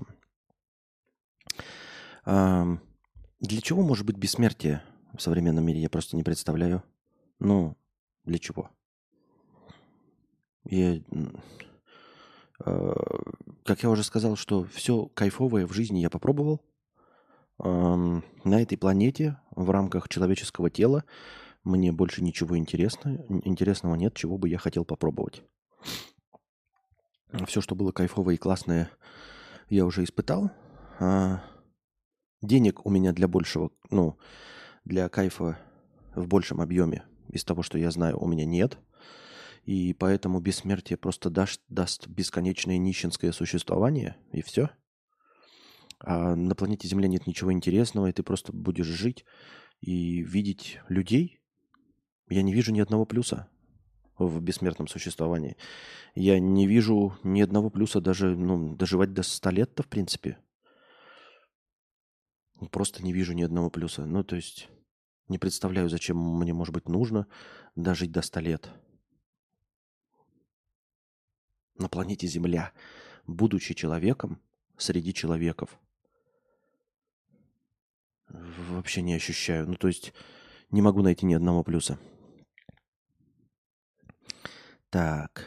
Ам, Для чего может быть бессмертие в современном мире? Я просто не представляю. Ну, для чего? Я, м, э, как я уже сказал, что все кайфовое в жизни я попробовал. Ам, На этой планете в рамках человеческого тела мне больше ничего интересно, интересного нет, чего бы я хотел попробовать. Все, что было кайфовое и классное, я уже испытал. А денег у меня для большего, ну, для кайфа в большем объеме из того, что я знаю, у меня нет. И поэтому бессмертие просто даст, даст бесконечное нищенское существование, и все. А на планете Земля нет ничего интересного, и ты просто будешь жить и видеть людей. Я не вижу ни одного плюса в бессмертном существовании. Я не вижу ни одного плюса даже, ну, доживать до ста лет-то, в принципе. Просто не вижу ни одного плюса. Ну, то есть не представляю, зачем мне, может быть, нужно дожить до ста лет. На планете Земля, будучи человеком, среди человеков, вообще не ощущаю. Ну, то есть не могу найти ни одного плюса. Так.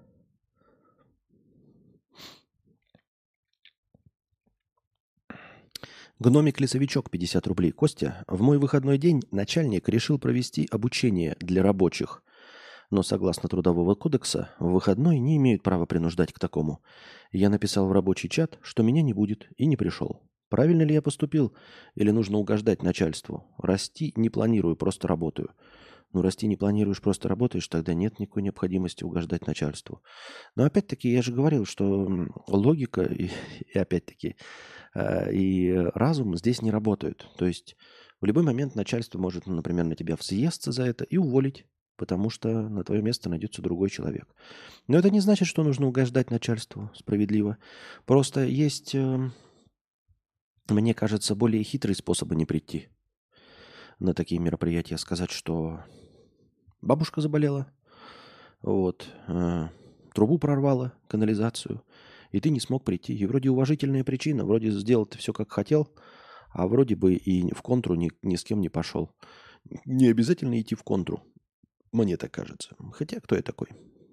Гномик-лесовичок, пятьдесят рублей. Костя, в мой выходной день начальник решил провести обучение для рабочих. Но согласно Трудового кодекса, в выходной не имеют права принуждать к такому. Я написал в рабочий чат, что меня не будет, и не пришел. Правильно ли я поступил? Или нужно угождать начальству? Расти не планирую, просто работаю. Ну, расти не планируешь, просто работаешь, тогда нет никакой необходимости угождать начальству. Но опять-таки, я же говорил, что м, логика и, и опять-таки э, и разум здесь не работают. То есть в любой момент начальство может, ну, например, на тебя взъесться за это и уволить, потому что на твое место найдется другой человек. Но это не значит, что нужно угождать начальству справедливо. Просто есть, э, мне кажется, более хитрые способы не прийти на такие мероприятия. Сказать, что бабушка заболела, вот, э, трубу прорвало, канализацию, и ты не смог прийти. И вроде уважительная причина, вроде сделал ты все как хотел, а вроде бы и в контру ни, ни с кем не пошел. Не обязательно идти в контру, мне так кажется. Хотя кто я такой?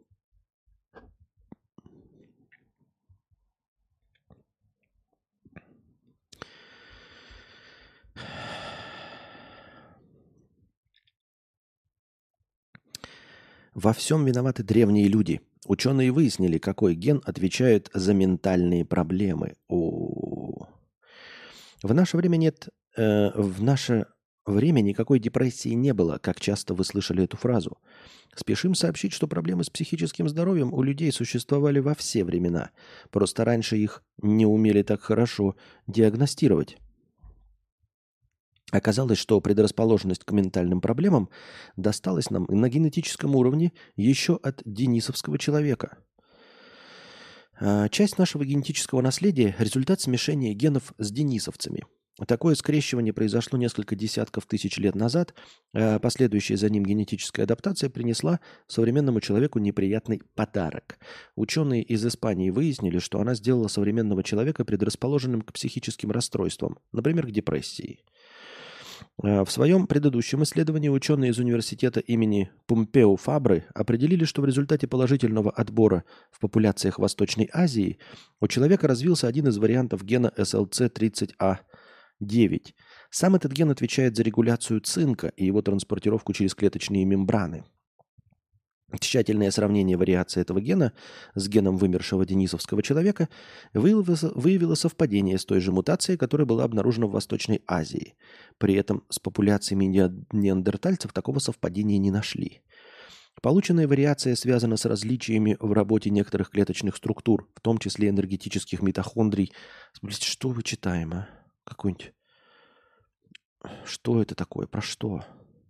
Во всем виноваты древние люди. Ученые выяснили, какой ген отвечает за ментальные проблемы. О, в наше время нет, э, в наше время никакой депрессии не было, как часто вы слышали эту фразу. Спешим сообщить, что проблемы с психическим здоровьем у людей существовали во все времена. Просто раньше их не умели так хорошо диагностировать. Оказалось, что предрасположенность к ментальным проблемам досталась нам на генетическом уровне еще от денисовского человека. А, Часть нашего генетического наследия– результат смешения генов с денисовцами. Такое скрещивание произошло несколько десятков тысяч лет назад, а последующая за ним генетическая адаптация принесла современному человеку неприятный подарок. Ученые из Испании выяснили, что она сделала современного человека предрасположенным к психическим расстройствам, например, к депрессии. В своем предыдущем исследовании ученые из университета имени Помпео Фабры определили, что в результате положительного отбора в популяциях Восточной Азии у человека развился один из вариантов гена эс эл цэ тридцать а девять. Сам этот ген отвечает за регуляцию цинка и его транспортировку через клеточные мембраны. Тщательное сравнение вариации этого гена с геном вымершего денисовского человека выявило, выявило совпадение с той же мутацией, которая была обнаружена в Восточной Азии. При этом с популяциями неандертальцев такого совпадения не нашли. Полученная вариация связана с различиями в работе некоторых клеточных структур, в том числе энергетических митохондрий. Что вы читаем, а? Какой-нибудь... Что это такое? Про что?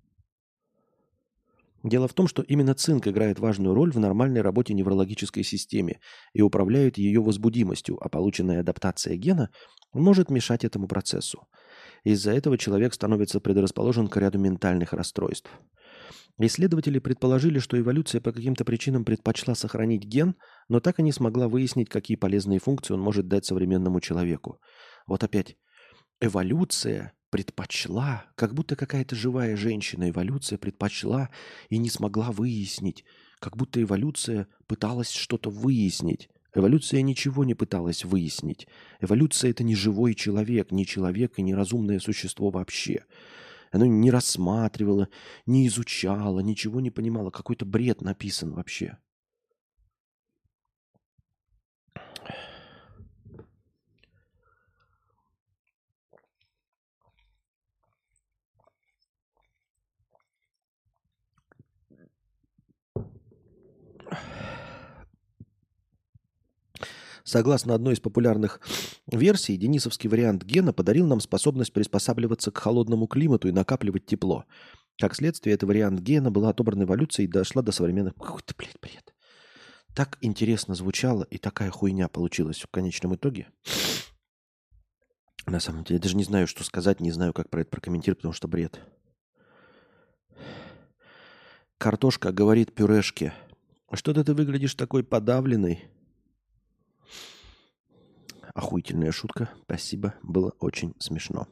Дело в том, что именно цинк играет важную роль в нормальной работе неврологической системе и управляет ее возбудимостью, а полученная адаптация гена может мешать этому процессу. Из-за этого человек становится предрасположен к ряду ментальных расстройств. Исследователи предположили, что эволюция по каким-то причинам предпочла сохранить ген, но так и не смогла выяснить, какие полезные функции он может дать современному человеку. Вот опять, эволюция предпочла, как будто какая-то живая женщина, эволюция предпочла и не смогла выяснить, как будто эволюция пыталась что-то выяснить. Эволюция ничего не пыталась выяснить. Эволюция – это не живой человек, не человек и не разумное существо вообще. Оно не рассматривало, не изучало, ничего не понимало. Какой-то бред написан вообще. Согласно одной из популярных версий, денисовский вариант гена подарил нам способность приспосабливаться к холодному климату и накапливать тепло. Как следствие, этот вариант гена была отобрана эволюцией и дошла до современных... Какой-то, блядь, бред. Так интересно звучало, и такая хуйня получилась в конечном итоге. На самом деле, я даже не знаю, что сказать, не знаю, как про это прокомментировать, потому что бред. Картошка говорит пюрешке: что-то ты выглядишь такой подавленный. Охуительная шутка. Спасибо. Было очень смешно.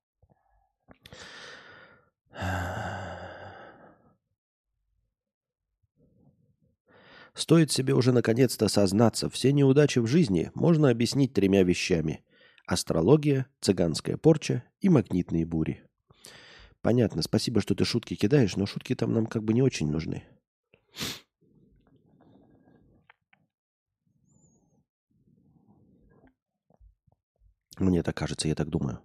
Стоит себе уже наконец-то сознаться, все неудачи в жизни можно объяснить тремя вещами. Астрология, цыганская порча и магнитные бури. Понятно. Спасибо, что ты шутки кидаешь, но шутки там нам как бы не очень нужны. Мне так кажется, я так думаю.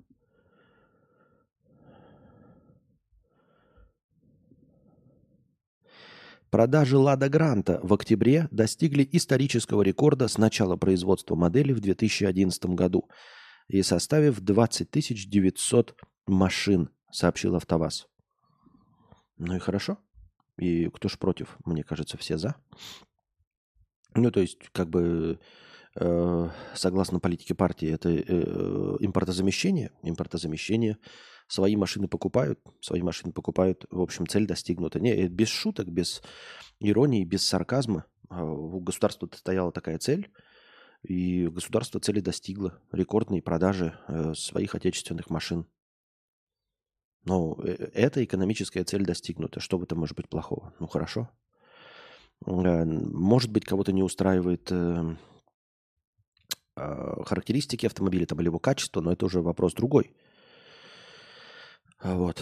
Продажи «Лада Гранта» в октябре достигли исторического рекорда с начала производства модели в две тысячи одиннадцатом году и составив двадцать тысяч девятьсот машин, сообщил АвтоВАЗ. Ну и хорошо. И кто ж против? Мне кажется, все за. Ну, то есть, как бы, э, согласно политике партии, это э, импортозамещение. Импортозамещение. Свои машины покупают, свои машины покупают. В общем, цель достигнута. Не, без шуток, без иронии, без сарказма. У государства стояла такая цель, и государство цели достигло. Рекордные продажи э, своих отечественных машин. Но э, эта экономическая цель достигнута. Что в этом может быть плохого? Ну, хорошо. Э, может быть, кого-то не устраивает э, э, характеристики автомобиля там, или его качество, но это уже вопрос другой. Вот.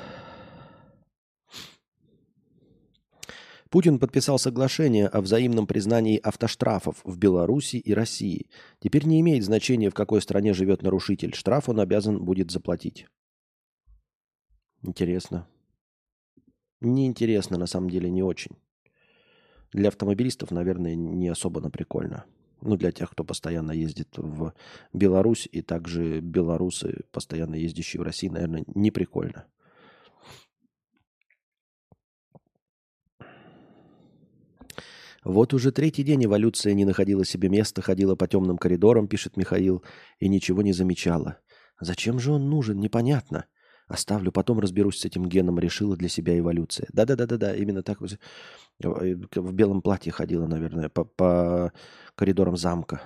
Путин подписал соглашение о взаимном признании автоштрафов в Беларуси и России. Теперь не имеет значения, в какой стране живет нарушитель. Штраф он обязан будет заплатить. Интересно. Неинтересно, на самом деле, не очень. Для автомобилистов, наверное, не особо прикольно. Ну, для тех, кто постоянно ездит в Беларусь, и также белорусы, постоянно ездящие в Россию, наверное, не прикольно. Вот уже третий день эволюция не находила себе места, ходила по темным коридорам, пишет Михаил, и ничего не замечала. Зачем же он нужен, непонятно. Оставлю, потом разберусь с этим геном, решила для себя эволюция. Да-да-да-да-да, именно так в белом платье ходила, наверное, по, по коридорам замка.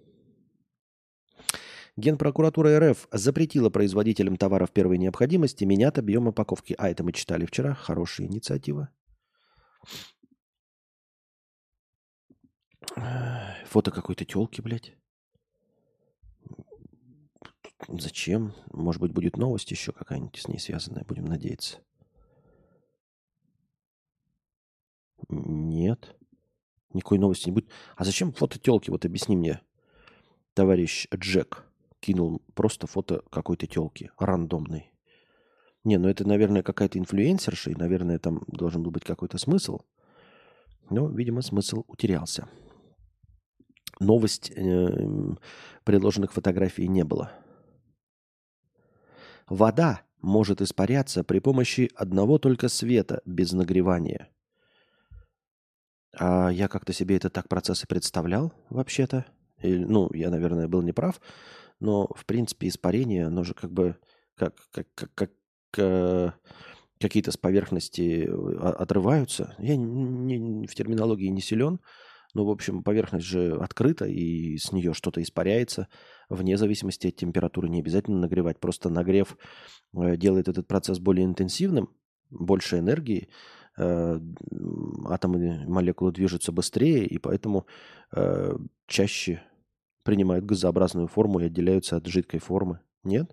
Генпрокуратура РФ запретила производителям товаров первой необходимости менять объем упаковки. А, это мы читали вчера. Хорошая инициатива. Фото какой-то тёлки, блядь. Зачем? Может быть, будет новость еще какая-нибудь с ней связанная, будем надеяться. Нет. Никакой новости не будет. А зачем фото тёлки? Вот объясни мне, товарищ Джек. Кинул просто фото какой-то тёлки, рандомной. Не, ну это, наверное, какая-то инфлюенсерша, и, наверное, там должен был быть какой-то смысл. Но, видимо, смысл утерялся. Новость э, предложенных фотографий не было. Вода может испаряться при помощи одного только света, без нагревания. А я как-то себе это так процессы представлял, вообще-то. И, ну, я, наверное, был неправ. Но, в принципе, испарение, оно же как бы... Как, как, как, как э, какие-то с поверхности а, отрываются. Я не, не- в терминологии не силен, но, в общем, поверхность же открыта, и с нее что-то испаряется вне зависимости от температуры. Не обязательно нагревать. Просто нагрев э, делает этот процесс более интенсивным, больше энергии, э, м, атомы, молекулы движутся быстрее, и поэтому э, чаще принимают газообразную форму и отделяются от жидкой формы. Нет?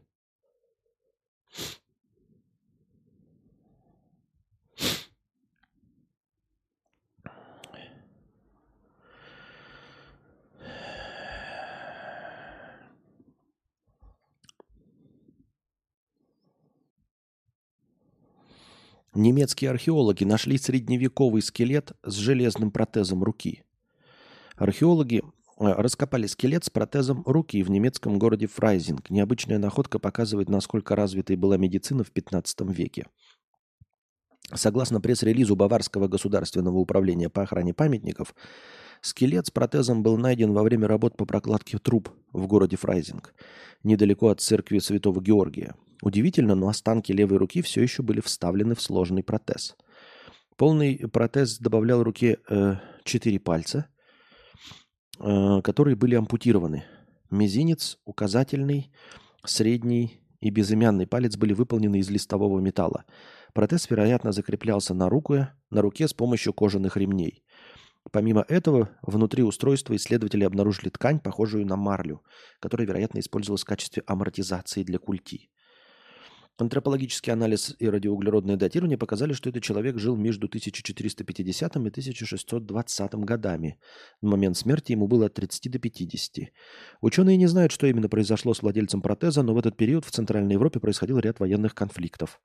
Немецкие археологи нашли средневековый скелет с железным протезом руки. Археологи э, раскопали скелет с протезом руки в немецком городе Фрайзинг. Необычная находка показывает, насколько развитой была медицина в пятнадцатом веке. Согласно пресс-релизу Баварского государственного управления по охране памятников, скелет с протезом был найден во время работ по прокладке труб в городе Фрайзинг, недалеко от церкви Святого Георгия. Удивительно, но останки левой руки все еще были вставлены в сложный протез. Полный протез добавлял руке э, четыре пальца, э, которые были ампутированы. Мизинец, указательный, средний и безымянный палец были выполнены из листового металла. Протез, вероятно, закреплялся на руке, на руке с помощью кожаных ремней. Помимо этого, внутри устройства исследователи обнаружили ткань, похожую на марлю, которая, вероятно, использовалась в качестве амортизации для культи. Антропологический анализ и радиоуглеродное датирование показали, что этот человек жил между тысяча четыреста пятидесятым и тысяча шестьсот двадцатым годами. На момент смерти ему было от тридцати до пятидесяти. Ученые не знают, что именно произошло с владельцем протеза, но в этот период в Центральной Европе происходил ряд военных конфликтов.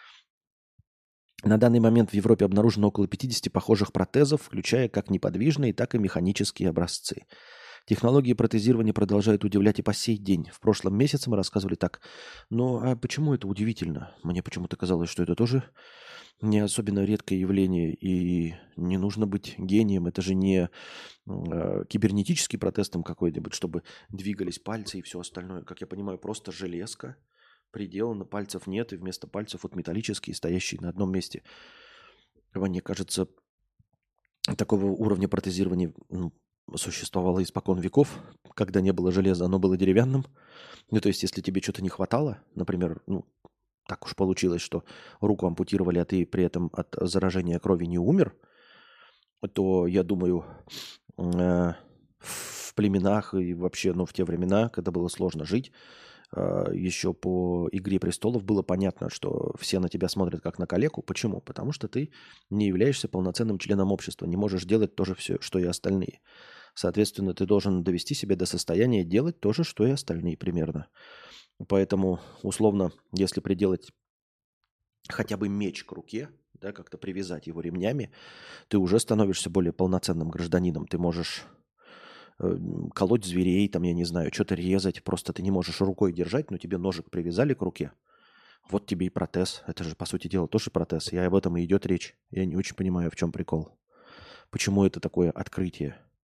На данный момент в Европе обнаружено около пятидесяти похожих протезов, включая как неподвижные, так и механические образцы. Технологии протезирования продолжают удивлять и по сей день. В прошлом месяце мы рассказывали так. Но а почему это удивительно? Мне почему-то казалось, что это тоже не особенно редкое явление, и не нужно быть гением. Это же не э, кибернетический протез там какой-нибудь, чтобы двигались пальцы и все остальное. Как я понимаю, просто железка приделана, пальцев нет, и вместо пальцев вот металлические, стоящие на одном месте. Мне кажется, такого уровня протезирования ну, существовало испокон веков, когда не было железа, оно было деревянным. Ну, то есть, если тебе что-то не хватало, например, ну, так уж получилось, что руку ампутировали, а ты при этом от заражения крови не умер, то, я думаю, э, в племенах и вообще, ну, в те времена, когда было сложно жить, э, еще по «Игре престолов» было понятно, что все на тебя смотрят как на калеку. Почему? Потому что ты не являешься полноценным членом общества, не можешь делать то же все, что и остальные. Соответственно, ты должен довести себя до состояния делать то же, что и остальные примерно. Поэтому, условно, если приделать хотя бы меч к руке, да, как-то привязать его ремнями, ты уже становишься более полноценным гражданином. Ты можешь э, колоть зверей, там, я не знаю, что-то резать, просто ты не можешь рукой держать, но тебе ножик привязали к руке. Вот тебе и протез. Это же, по сути дела, тоже протез. И об этом и идет речь. Я не очень понимаю, в чем прикол. Почему это такое открытие?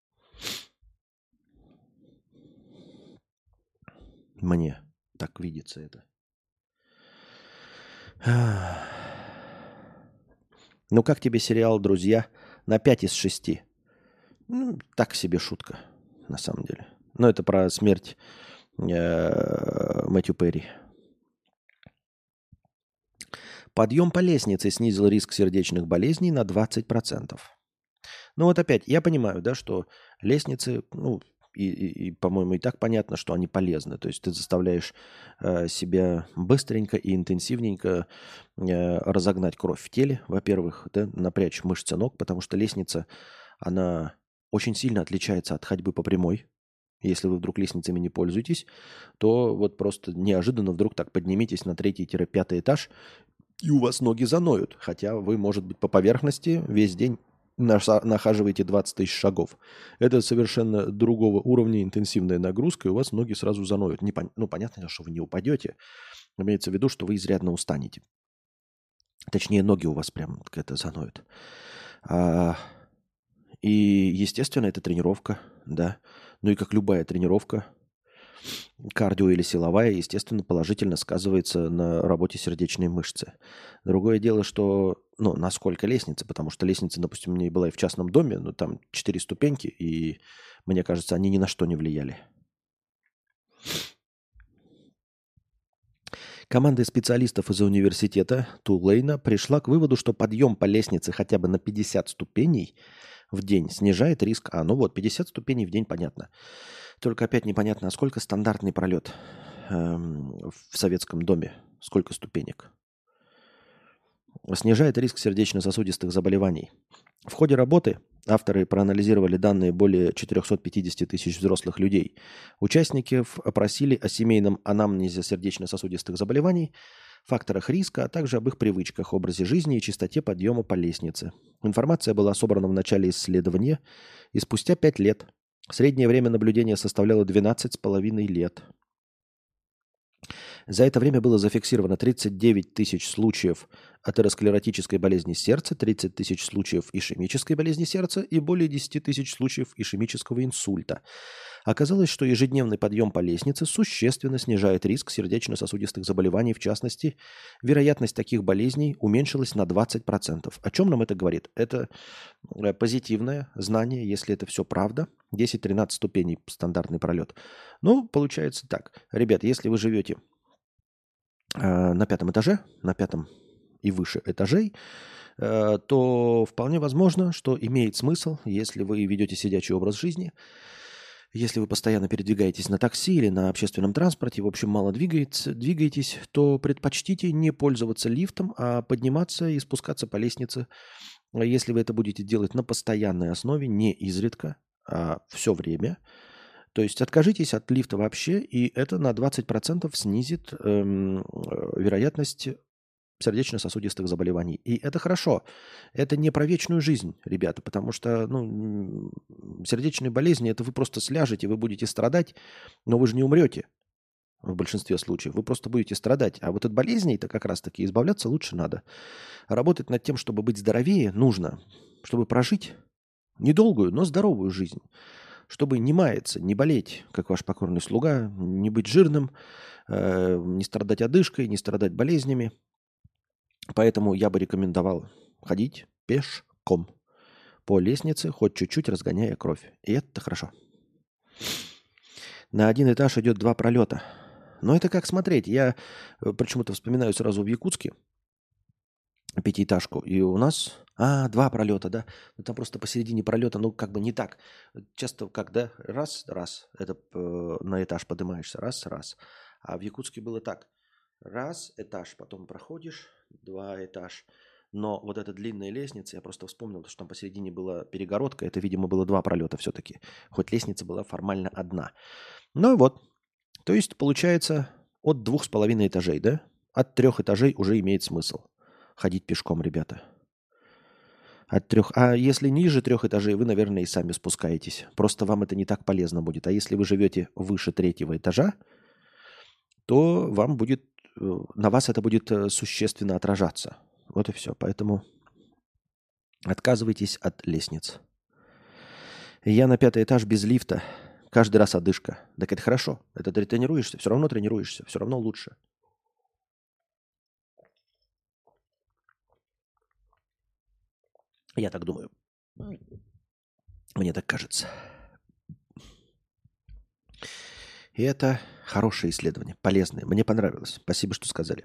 Мне так видится это. Ну, как тебе сериал «Друзья» на пять из шести? Ну, так себе шутка, на самом деле. Но это про смерть э, Мэтью Перри. Подъем по лестнице снизил риск сердечных болезней на двадцать процентов. Ну вот опять, я понимаю, да, что лестницы, ну, и, и- и, по-моему, и так понятно, что они полезны. То есть ты заставляешь э, себя быстренько и интенсивненько э, разогнать кровь в теле, во-первых, да, напрячь мышцы ног, потому что лестница, она очень сильно отличается от ходьбы по прямой. Если вы вдруг лестницами не пользуетесь, то вот просто неожиданно вдруг так поднимитесь на третий-пятый этаж, и у вас ноги заноют. Хотя вы, может быть, по поверхности весь день наса- нахаживаете двадцать тысяч шагов. Это совершенно другого уровня интенсивная нагрузка, и у вас ноги сразу заноют. Не пон- Ну, понятно, что вы не упадете. Имеется в виду, что вы изрядно устанете. Точнее, ноги у вас прям это заноют. А, и, естественно, это тренировка, да. Ну и как любая тренировка, кардио или силовая, естественно, положительно сказывается на работе сердечной мышцы. Другое дело, что, ну, насколько лестница, потому что лестница, допустим, у меня была и в частном доме, но там четыре ступеньки, и, мне кажется, они ни на что не влияли. Команда специалистов из университета Тулейна пришла к выводу, что подъем по лестнице хотя бы на пятьдесят ступеней в день снижает риск. А, ну вот, пятьдесят ступеней в день, понятно. Только опять непонятно, а сколько стандартный пролет эм, в советском доме? Сколько ступенек? Снижает риск сердечно-сосудистых заболеваний. В ходе работы авторы проанализировали данные более четыреста пятьдесят тысяч взрослых людей. Участников опросили о семейном анамнезе сердечно-сосудистых заболеваний, факторах риска, а также об их привычках, образе жизни и частоте подъема по лестнице. Информация была собрана в начале исследования, и спустя пять лет среднее время наблюдения составляло двенадцать с половиной лет. За это время было зафиксировано тридцать девять тысяч случаев атеросклеротической болезни сердца, тридцать тысяч случаев ишемической болезни сердца и более десять тысяч случаев ишемического инсульта. Оказалось, что ежедневный подъем по лестнице существенно снижает риск сердечно-сосудистых заболеваний, в частности, вероятность таких болезней уменьшилась на двадцать процентов. О чем нам это говорит? Это позитивное знание, если это все правда. десять-тринадцать ступеней стандартный пролет. Ну, получается так. Ребят, если вы живете на пятом этаже, на пятом и выше этажей, то вполне возможно, что имеет смысл, если вы ведете сидячий образ жизни, если вы постоянно передвигаетесь на такси или на общественном транспорте, в общем, мало двигаетесь, двигаетесь, то предпочтите не пользоваться лифтом, а подниматься и спускаться по лестнице. Если вы это будете делать на постоянной основе, не изредка, а все время, то есть откажитесь от лифта вообще, и это на двадцать процентов снизит эм, вероятность сердечно-сосудистых заболеваний. И это хорошо. Это не про вечную жизнь, ребята, потому что ну, сердечные болезни, это вы просто сляжете, вы будете страдать, но вы же не умрете в большинстве случаев. Вы просто будете страдать. А вот от болезней-то как раз-таки избавляться лучше надо. Работать над тем, чтобы быть здоровее, нужно, чтобы прожить недолгую, но здоровую жизнь. Чтобы не маяться, не болеть, как ваш покорный слуга, не быть жирным, э, не страдать одышкой, не страдать болезнями. Поэтому я бы рекомендовал ходить пешком по лестнице, хоть чуть-чуть разгоняя кровь. И это хорошо. На один этаж идет два пролета. Но это как смотреть. Я почему-то вспоминаю сразу в Якутске пятиэтажку. И у нас... А, два пролета, да? Ну, там просто посередине пролета, ну, как бы не так. Часто как, да? Раз, раз. Это э, на этаж поднимаешься. Раз, раз. А в Якутске было так. Раз, этаж, потом проходишь, два этаж. Но вот эта длинная лестница, я просто вспомнил, что там посередине была перегородка. Это, видимо, было два пролета все-таки. Хоть лестница была формально одна. Ну вот. То есть, получается, от двух с половиной этажей, да? От трех этажей уже имеет смысл ходить пешком, ребята. От трех. А если ниже трех этажей, вы, наверное, и сами спускаетесь. Просто вам это не так полезно будет. А если вы живете выше третьего этажа, то вам будет, на вас это будет существенно отражаться. Вот и все. Поэтому отказывайтесь от лестниц. Я на пятый этаж без лифта. Каждый раз одышка. Так это хорошо. Это ты тренируешься. Все равно тренируешься. Все равно лучше. Я так думаю. Мне так кажется. И это хорошее исследование, полезное. Мне понравилось. Спасибо, что сказали.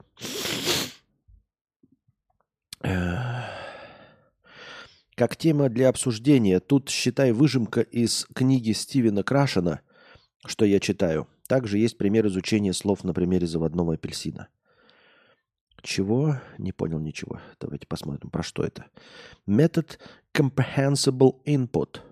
Как тема для обсуждения, тут, считай, выжимка из книги Стивена Крашена, что я читаю. Также есть пример изучения слов на примере заводного апельсина. Чего? Не понял ничего. Давайте посмотрим, про что это. Метод Comprehensible Input.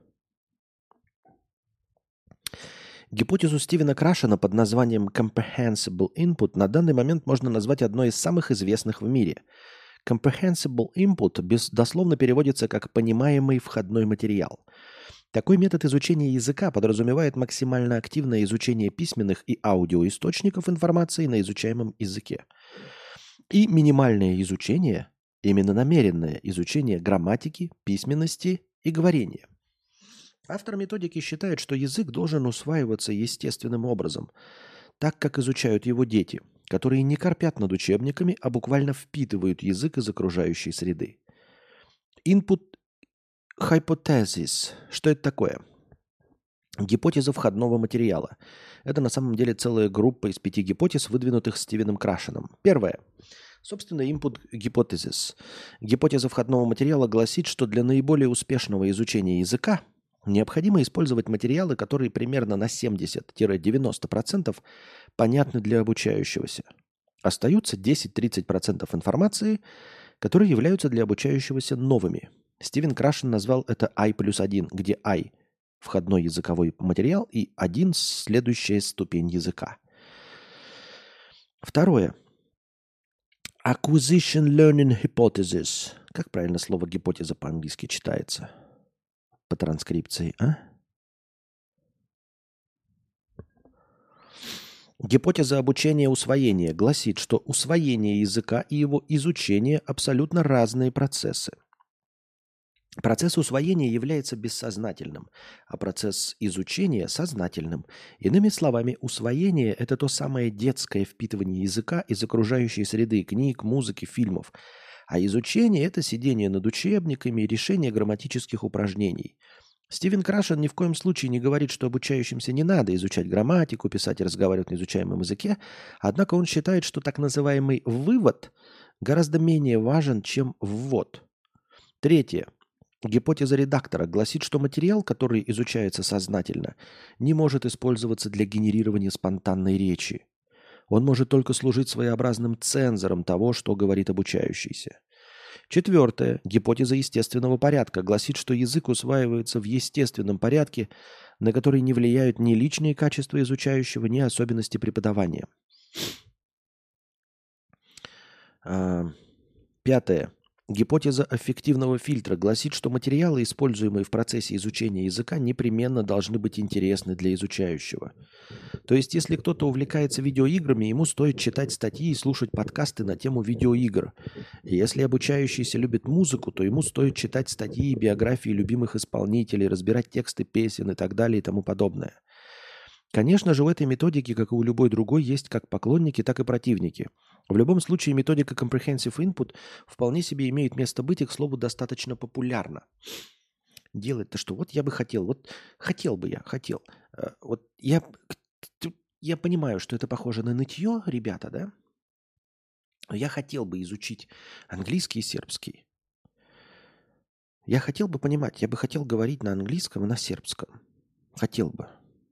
Гипотезу Стивена Крашена под названием Comprehensible Input на данный момент можно назвать одной из самых известных в мире. Comprehensible Input дословно переводится как «понимаемый входной материал». Такой метод изучения языка подразумевает максимально активное изучение письменных и аудиоисточников информации на изучаемом языке. И минимальное изучение, именно намеренное изучение грамматики, письменности и говорения. Автор методики считает, что язык должен усваиваться естественным образом, так как изучают его дети, которые не корпят над учебниками, а буквально впитывают язык из окружающей среды. Input hypothesis. Что это такое? Гипотеза входного материала. Это на самом деле целая группа из пяти гипотез, выдвинутых Стивеном Крашеном. Первое. Собственно, input hypothesis. Гипотеза входного материала гласит, что для наиболее успешного изучения языка необходимо использовать материалы, которые примерно на семьдесят-девяносто процентов понятны для обучающегося. Остаются десять-тридцать процентов информации, которые являются для обучающегося новыми. Стивен Крашен назвал это I плюс один, где I – входной языковой материал и один – следующая ступень языка. Второе. Acquisition Learning Hypothesis. Как правильно слово гипотеза по-английски читается? По транскрипции, а? Гипотеза обучения усвоения гласит, что усвоение языка и его изучение абсолютно разные процессы. Процесс усвоения является бессознательным, а процесс изучения – сознательным. Иными словами, усвоение – это то самое детское впитывание языка из окружающей среды, книг, музыки, фильмов. А изучение – это сидение над учебниками и решение грамматических упражнений. Стивен Крашен ни в коем случае не говорит, что обучающимся не надо изучать грамматику, писать и разговаривать на изучаемом языке, однако он считает, что так называемый вывод гораздо менее важен, чем ввод. Третье. Гипотеза редактора гласит, что материал, который изучается сознательно, не может использоваться для генерирования спонтанной речи. Он может только служить своеобразным цензором того, что говорит обучающийся. Четвертое. Гипотеза естественного порядка гласит, что язык усваивается в естественном порядке, на который не влияют ни личные качества изучающего, ни особенности преподавания. А, Пятое. Гипотеза аффективного фильтра гласит, что материалы, используемые в процессе изучения языка, непременно должны быть интересны для изучающего. То есть, если кто-то увлекается видеоиграми, ему стоит читать статьи и слушать подкасты на тему видеоигр. И если обучающийся любит музыку, то ему стоит читать статьи и биографии любимых исполнителей, разбирать тексты песен и так далее и тому подобное. Конечно же, в этой методике, как и у любой другой, есть как поклонники, так и противники. В любом случае, методика Comprehensive Input вполне себе имеет место быть и, к слову, достаточно популярна. Делать-то что? Вот я бы хотел, вот хотел бы я, хотел. Вот я, я понимаю, что это похоже на нытье, ребята, да? Я хотел бы изучить английский и сербский. Я хотел бы понимать, я бы хотел говорить на английском и на сербском. Хотел бы.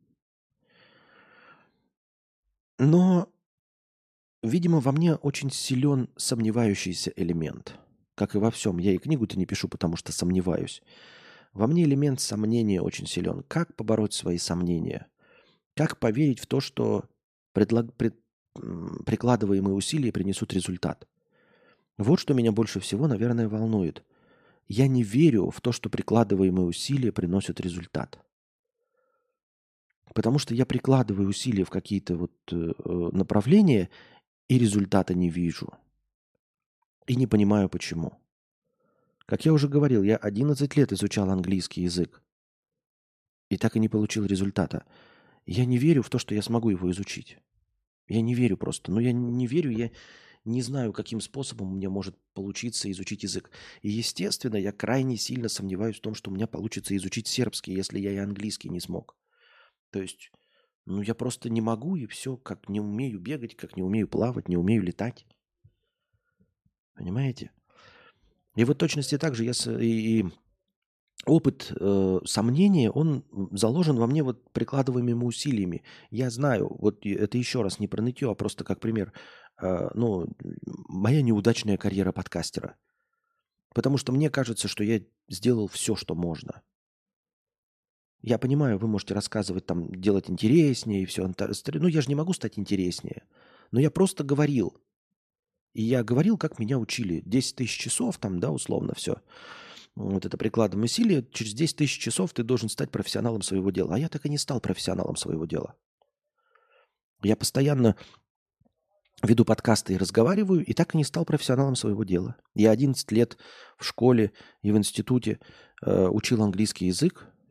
Но, видимо, во мне очень силен сомневающийся элемент. Как и во всем. Я и книгу-то не пишу, потому что сомневаюсь. Во мне элемент сомнения очень силен. Как побороть свои сомнения? Как поверить в то, что предлаг... пред... прикладываемые усилия принесут результат? Вот что меня больше всего, наверное, волнует. Я не верю в то, что прикладываемые усилия приносят результат. Потому что я прикладываю усилия в какие-то вот э, направления и результата не вижу. И не понимаю, почему. Как я уже говорил, я одиннадцать лет изучал английский язык. И так и не получил результата. Я не верю в то, что я смогу его изучить. Я не верю просто. Ну, я не верю, я не знаю, каким способом у меня может получиться изучить язык. И, естественно, я крайне сильно сомневаюсь в том, что у меня получится изучить сербский, если я и английский не смог. То есть, ну, я просто не могу, и все, как не умею бегать, как не умею плавать, не умею летать. Понимаете? И вот точности так же я с, и, и опыт э, сомнения, он заложен во мне вот прикладываемыми усилиями. Я знаю, вот это еще раз не про нытье, а просто как пример, э, ну, моя неудачная карьера подкастера. Потому что мне кажется, что я сделал все, что можно. Я понимаю, вы можете рассказывать, там, делать интереснее и все. Ну, я же не могу стать интереснее. Но я просто говорил. И я говорил, как меня учили. десять тысяч часов, там, да, условно все. Вот это прикладываем усилия. Через десять тысяч часов ты должен стать профессионалом своего дела. А я так и не стал профессионалом своего дела. Я постоянно веду подкасты и разговариваю, и так и не стал профессионалом своего дела. Я одиннадцать лет в школе и в институте э, учил английский язык.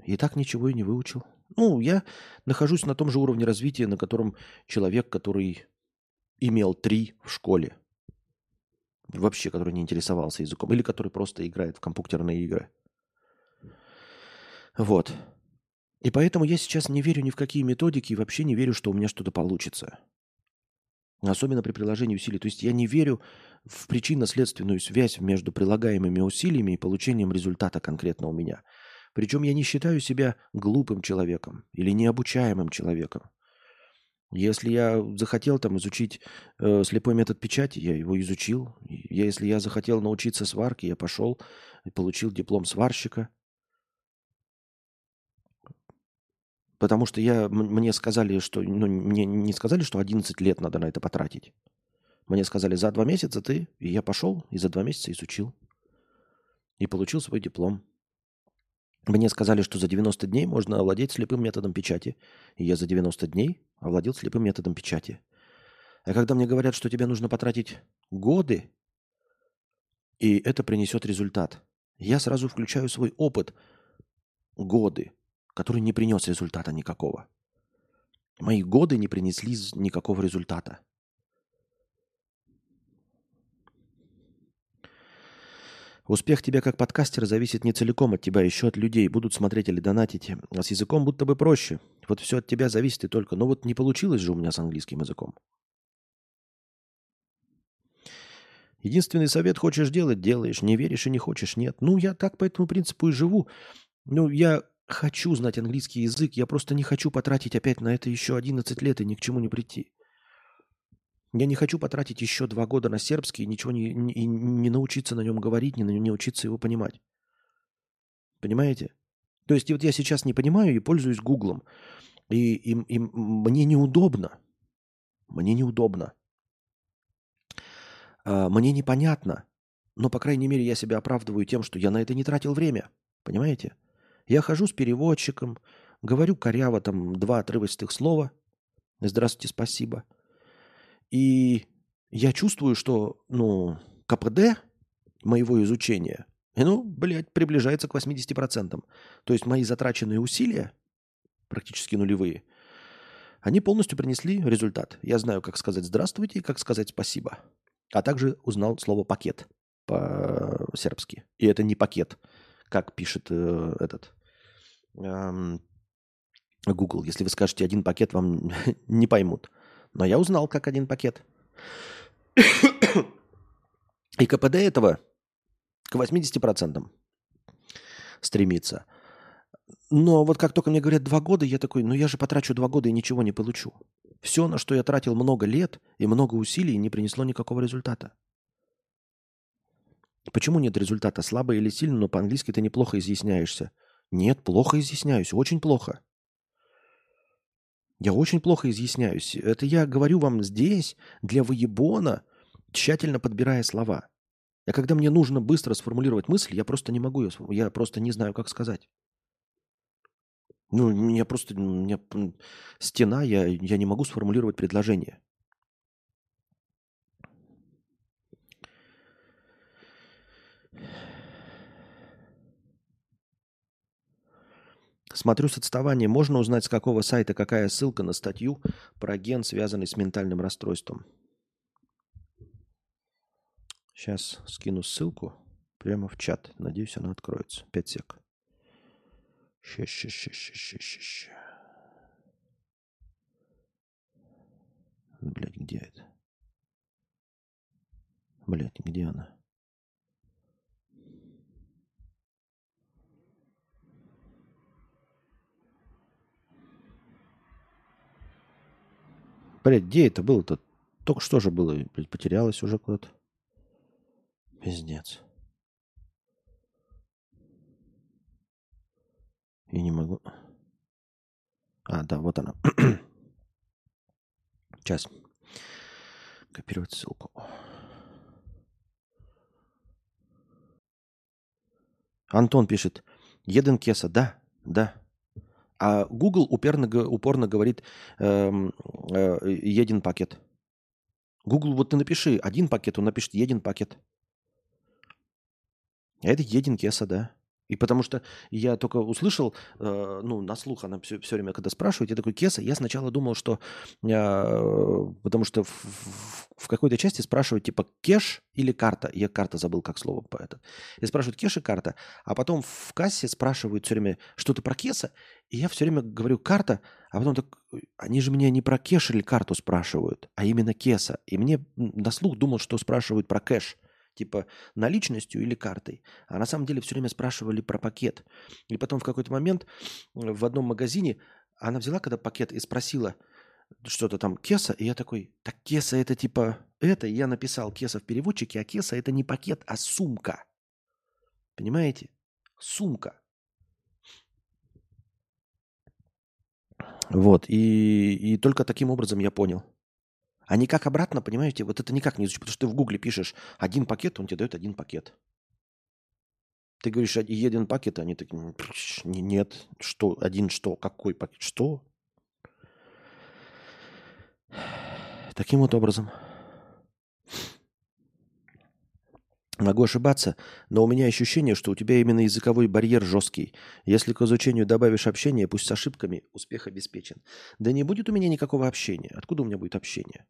И так ничего и не выучил. Ну, я нахожусь на том же уровне развития, на котором человек, который имел три в школе. Вообще, который не интересовался языком. Или который просто играет в компьютерные игры. Вот. И поэтому я сейчас не верю ни в какие методики и вообще не верю, что у меня что-то получится. Особенно при приложении усилий. То есть я не верю в причинно-следственную связь между прилагаемыми усилиями и получением результата конкретно у меня. Причем я не считаю себя глупым человеком или необучаемым человеком. Если я захотел там изучить э, слепой метод печати, я его изучил. Я, если я захотел научиться сварке, я пошел и получил диплом сварщика. Потому что я, мне сказали, что... Ну, мне не сказали, что одиннадцать лет надо на это потратить. Мне сказали, за два месяца ты... И я пошел, и за два месяца изучил. И получил свой диплом. Мне сказали, что за девяносто дней можно овладеть слепым методом печати. И я за девяносто дней овладел слепым методом печати. А когда мне говорят, что тебе нужно потратить годы, и это принесет результат, я сразу включаю свой опыт годы, который не принес результата никакого. Мои годы не принесли никакого результата. Успех тебя как подкастера зависит не целиком от тебя, еще от людей. Будут смотреть или донатить. А с языком будто бы проще. Вот все от тебя зависит и только. Но вот не получилось же у меня с английским языком. Единственный совет: хочешь делать — делаешь. Не веришь и не хочешь — нет. Ну, я так по этому принципу и живу. Ну, я хочу знать английский язык. Я просто не хочу потратить опять на это еще одиннадцать лет и ни к чему не прийти. Я не хочу потратить еще два года на сербский и ничего не, не, не научиться на нем говорить, не, не учиться его понимать. Понимаете? То есть вот я сейчас не понимаю и пользуюсь Гуглом. И, и, и мне неудобно. Мне неудобно. А, мне непонятно. Но, по крайней мере, я себя оправдываю тем, что я на это не тратил время. Понимаете? Я хожу с переводчиком, говорю коряво там два отрывистых слова. Здравствуйте, спасибо. И я чувствую, что, ну, КПД моего изучения, ну, блядь, приближается к восьмидесяти процентам. То есть мои затраченные усилия, практически нулевые, они полностью принесли результат. Я знаю, как сказать «здравствуйте» и как сказать «спасибо». А также узнал слово «пакет» по-сербски. И это не пакет, как пишет э, этот эм, Google. Если вы скажете один пакет, вам не поймут. Но я узнал, как один пакет. И КПД этого к восьмидесяти процентам стремится. Но вот как только мне говорят два года, я такой, ну я же потрачу два года и ничего не получу. Все, на что я тратил много лет и много усилий, не принесло никакого результата. Почему нет результата? Слабо или сильно, но по-английски ты неплохо изъясняешься. Нет, плохо изъясняюсь, очень плохо. Я очень плохо изъясняюсь. Это я говорю вам здесь для выебона, тщательно подбирая слова. А когда мне нужно быстро сформулировать мысль, я просто не могу ее, я просто не знаю, как сказать. Ну, у меня просто у меня стена, я, я не могу сформулировать предложение. Смотрю с отставанием. Можно узнать, с какого сайта какая ссылка на статью про ген, связанный с ментальным расстройством? Сейчас скину ссылку прямо в чат. Надеюсь, она откроется. Пять сек. Ща, ща, ща, ща, ща, ща, ща. Блядь, где это? Блядь, где она? Блядь, где это было-то? Только что же было, блядь, потерялось уже куда-то. Пиздец. Я не могу. А, да, вот она. Сейчас. Копировать ссылку. Антон пишет. Един кеса. Да, да. А Google упорно, упорно говорит эм, э, един пакет. Google, вот ты напиши один пакет, он напишет един пакет. А это един кеса, да. И потому что я только услышал, э, ну, на слух она все, все время, когда спрашивает, я такой, Кеса, я сначала думал, что, э, потому что в, в- в какой-то части спрашивают, типа, кеш или карта. Я карта забыл, как слово по это. И спрашивают, кеш и карта. А потом в кассе спрашивают все время что-то про Кеса, и я все время говорю, карта, а потом так, «Ой, они же меня не про кеш или карту спрашивают, а именно Кеса. И мне м, на слух думал, что спрашивают про кэш, типа, наличностью или картой. А на самом деле все время спрашивали про пакет. И потом в какой-то момент э, в одном магазине она взяла когда пакет и спросила что-то там кеса, и я такой, так кеса это типа это, и я написал кеса в переводчике, а кеса это не пакет, а сумка. Понимаете? Сумка. Вот, и, и только таким образом я понял. А никак обратно, понимаете, вот это никак не изучить, потому что ты в гугле пишешь один пакет, он тебе дает один пакет. Ты говоришь, «Оди- один пакет», они такие, «М, пш, не- нет, что, один что, какой пакет, что? Таким вот образом. Могу ошибаться, но у меня ощущение, что у тебя именно языковой барьер жесткий. Если к изучению добавишь общение, пусть с ошибками, успех обеспечен. Да не будет у меня никакого общения. Откуда у меня будет общение?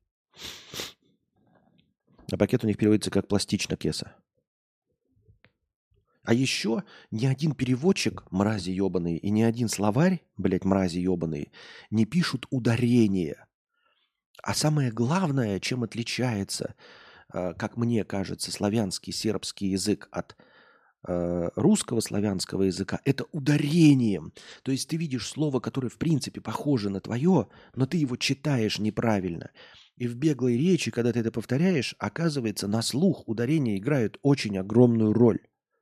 А пакет у них переводится как пластично кеса. А еще ни один переводчик, мрази ебаные, и ни один словарь, блядь, мрази ебаные, не пишут ударение. А самое главное, чем отличается, э, как мне кажется, славянский сербский язык от э, русского славянского языка, это ударением. То есть ты видишь слово, которое в принципе похоже на твое, но ты его читаешь неправильно. И в беглой речи, когда ты это повторяешь, оказывается, на слух ударения играют очень огромную роль.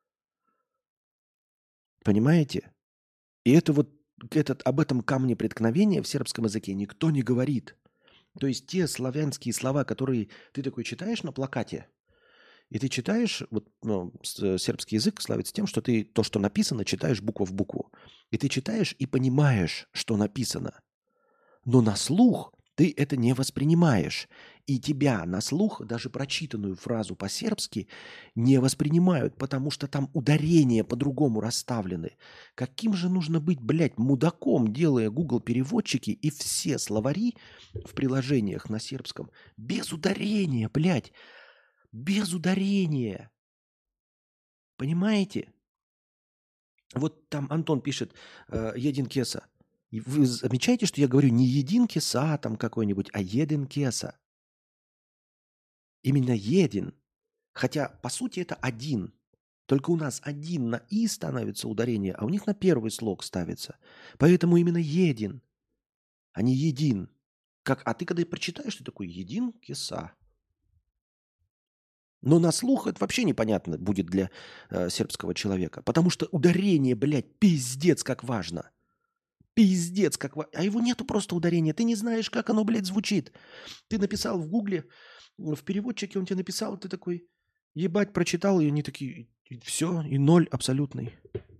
Понимаете? И это вот этот, об этом камне преткновения в сербском языке никто не говорит. То есть те славянские слова, которые ты такой читаешь на плакате, и ты читаешь, вот ну, с- сербский язык славится тем, что ты то, что написано, читаешь буква в букву. И ты читаешь и понимаешь, что написано. Но на слух ты это не воспринимаешь. И тебя на слух, даже прочитанную фразу по-сербски, не воспринимают, потому что там ударения по-другому расставлены. Каким же нужно быть, блядь, мудаком, делая Google переводчики и все словари в приложениях на сербском без ударения, блядь, без ударения. Понимаете? Вот там Антон пишет э, «Един кеса». И вы замечаете, что я говорю не «един кеса» там какой-нибудь, а «един кеса». Именно «един». Хотя, по сути, это «один». Только у нас «один» на «и» становится ударение, а у них на первый слог ставится. Поэтому именно «един», а не «един». Как, а ты когда прочитаешь, ты такой «един кеса». Но на слух это вообще непонятно будет для э, сербского человека. Потому что ударение, блядь, пиздец как важно. Пиздец, как... ва- А его нету просто ударения. Ты не знаешь, как оно, блядь, звучит. Ты написал в гугле, в переводчике он тебе написал, ты такой, ебать, прочитал, и они такие, все, и ноль абсолютный.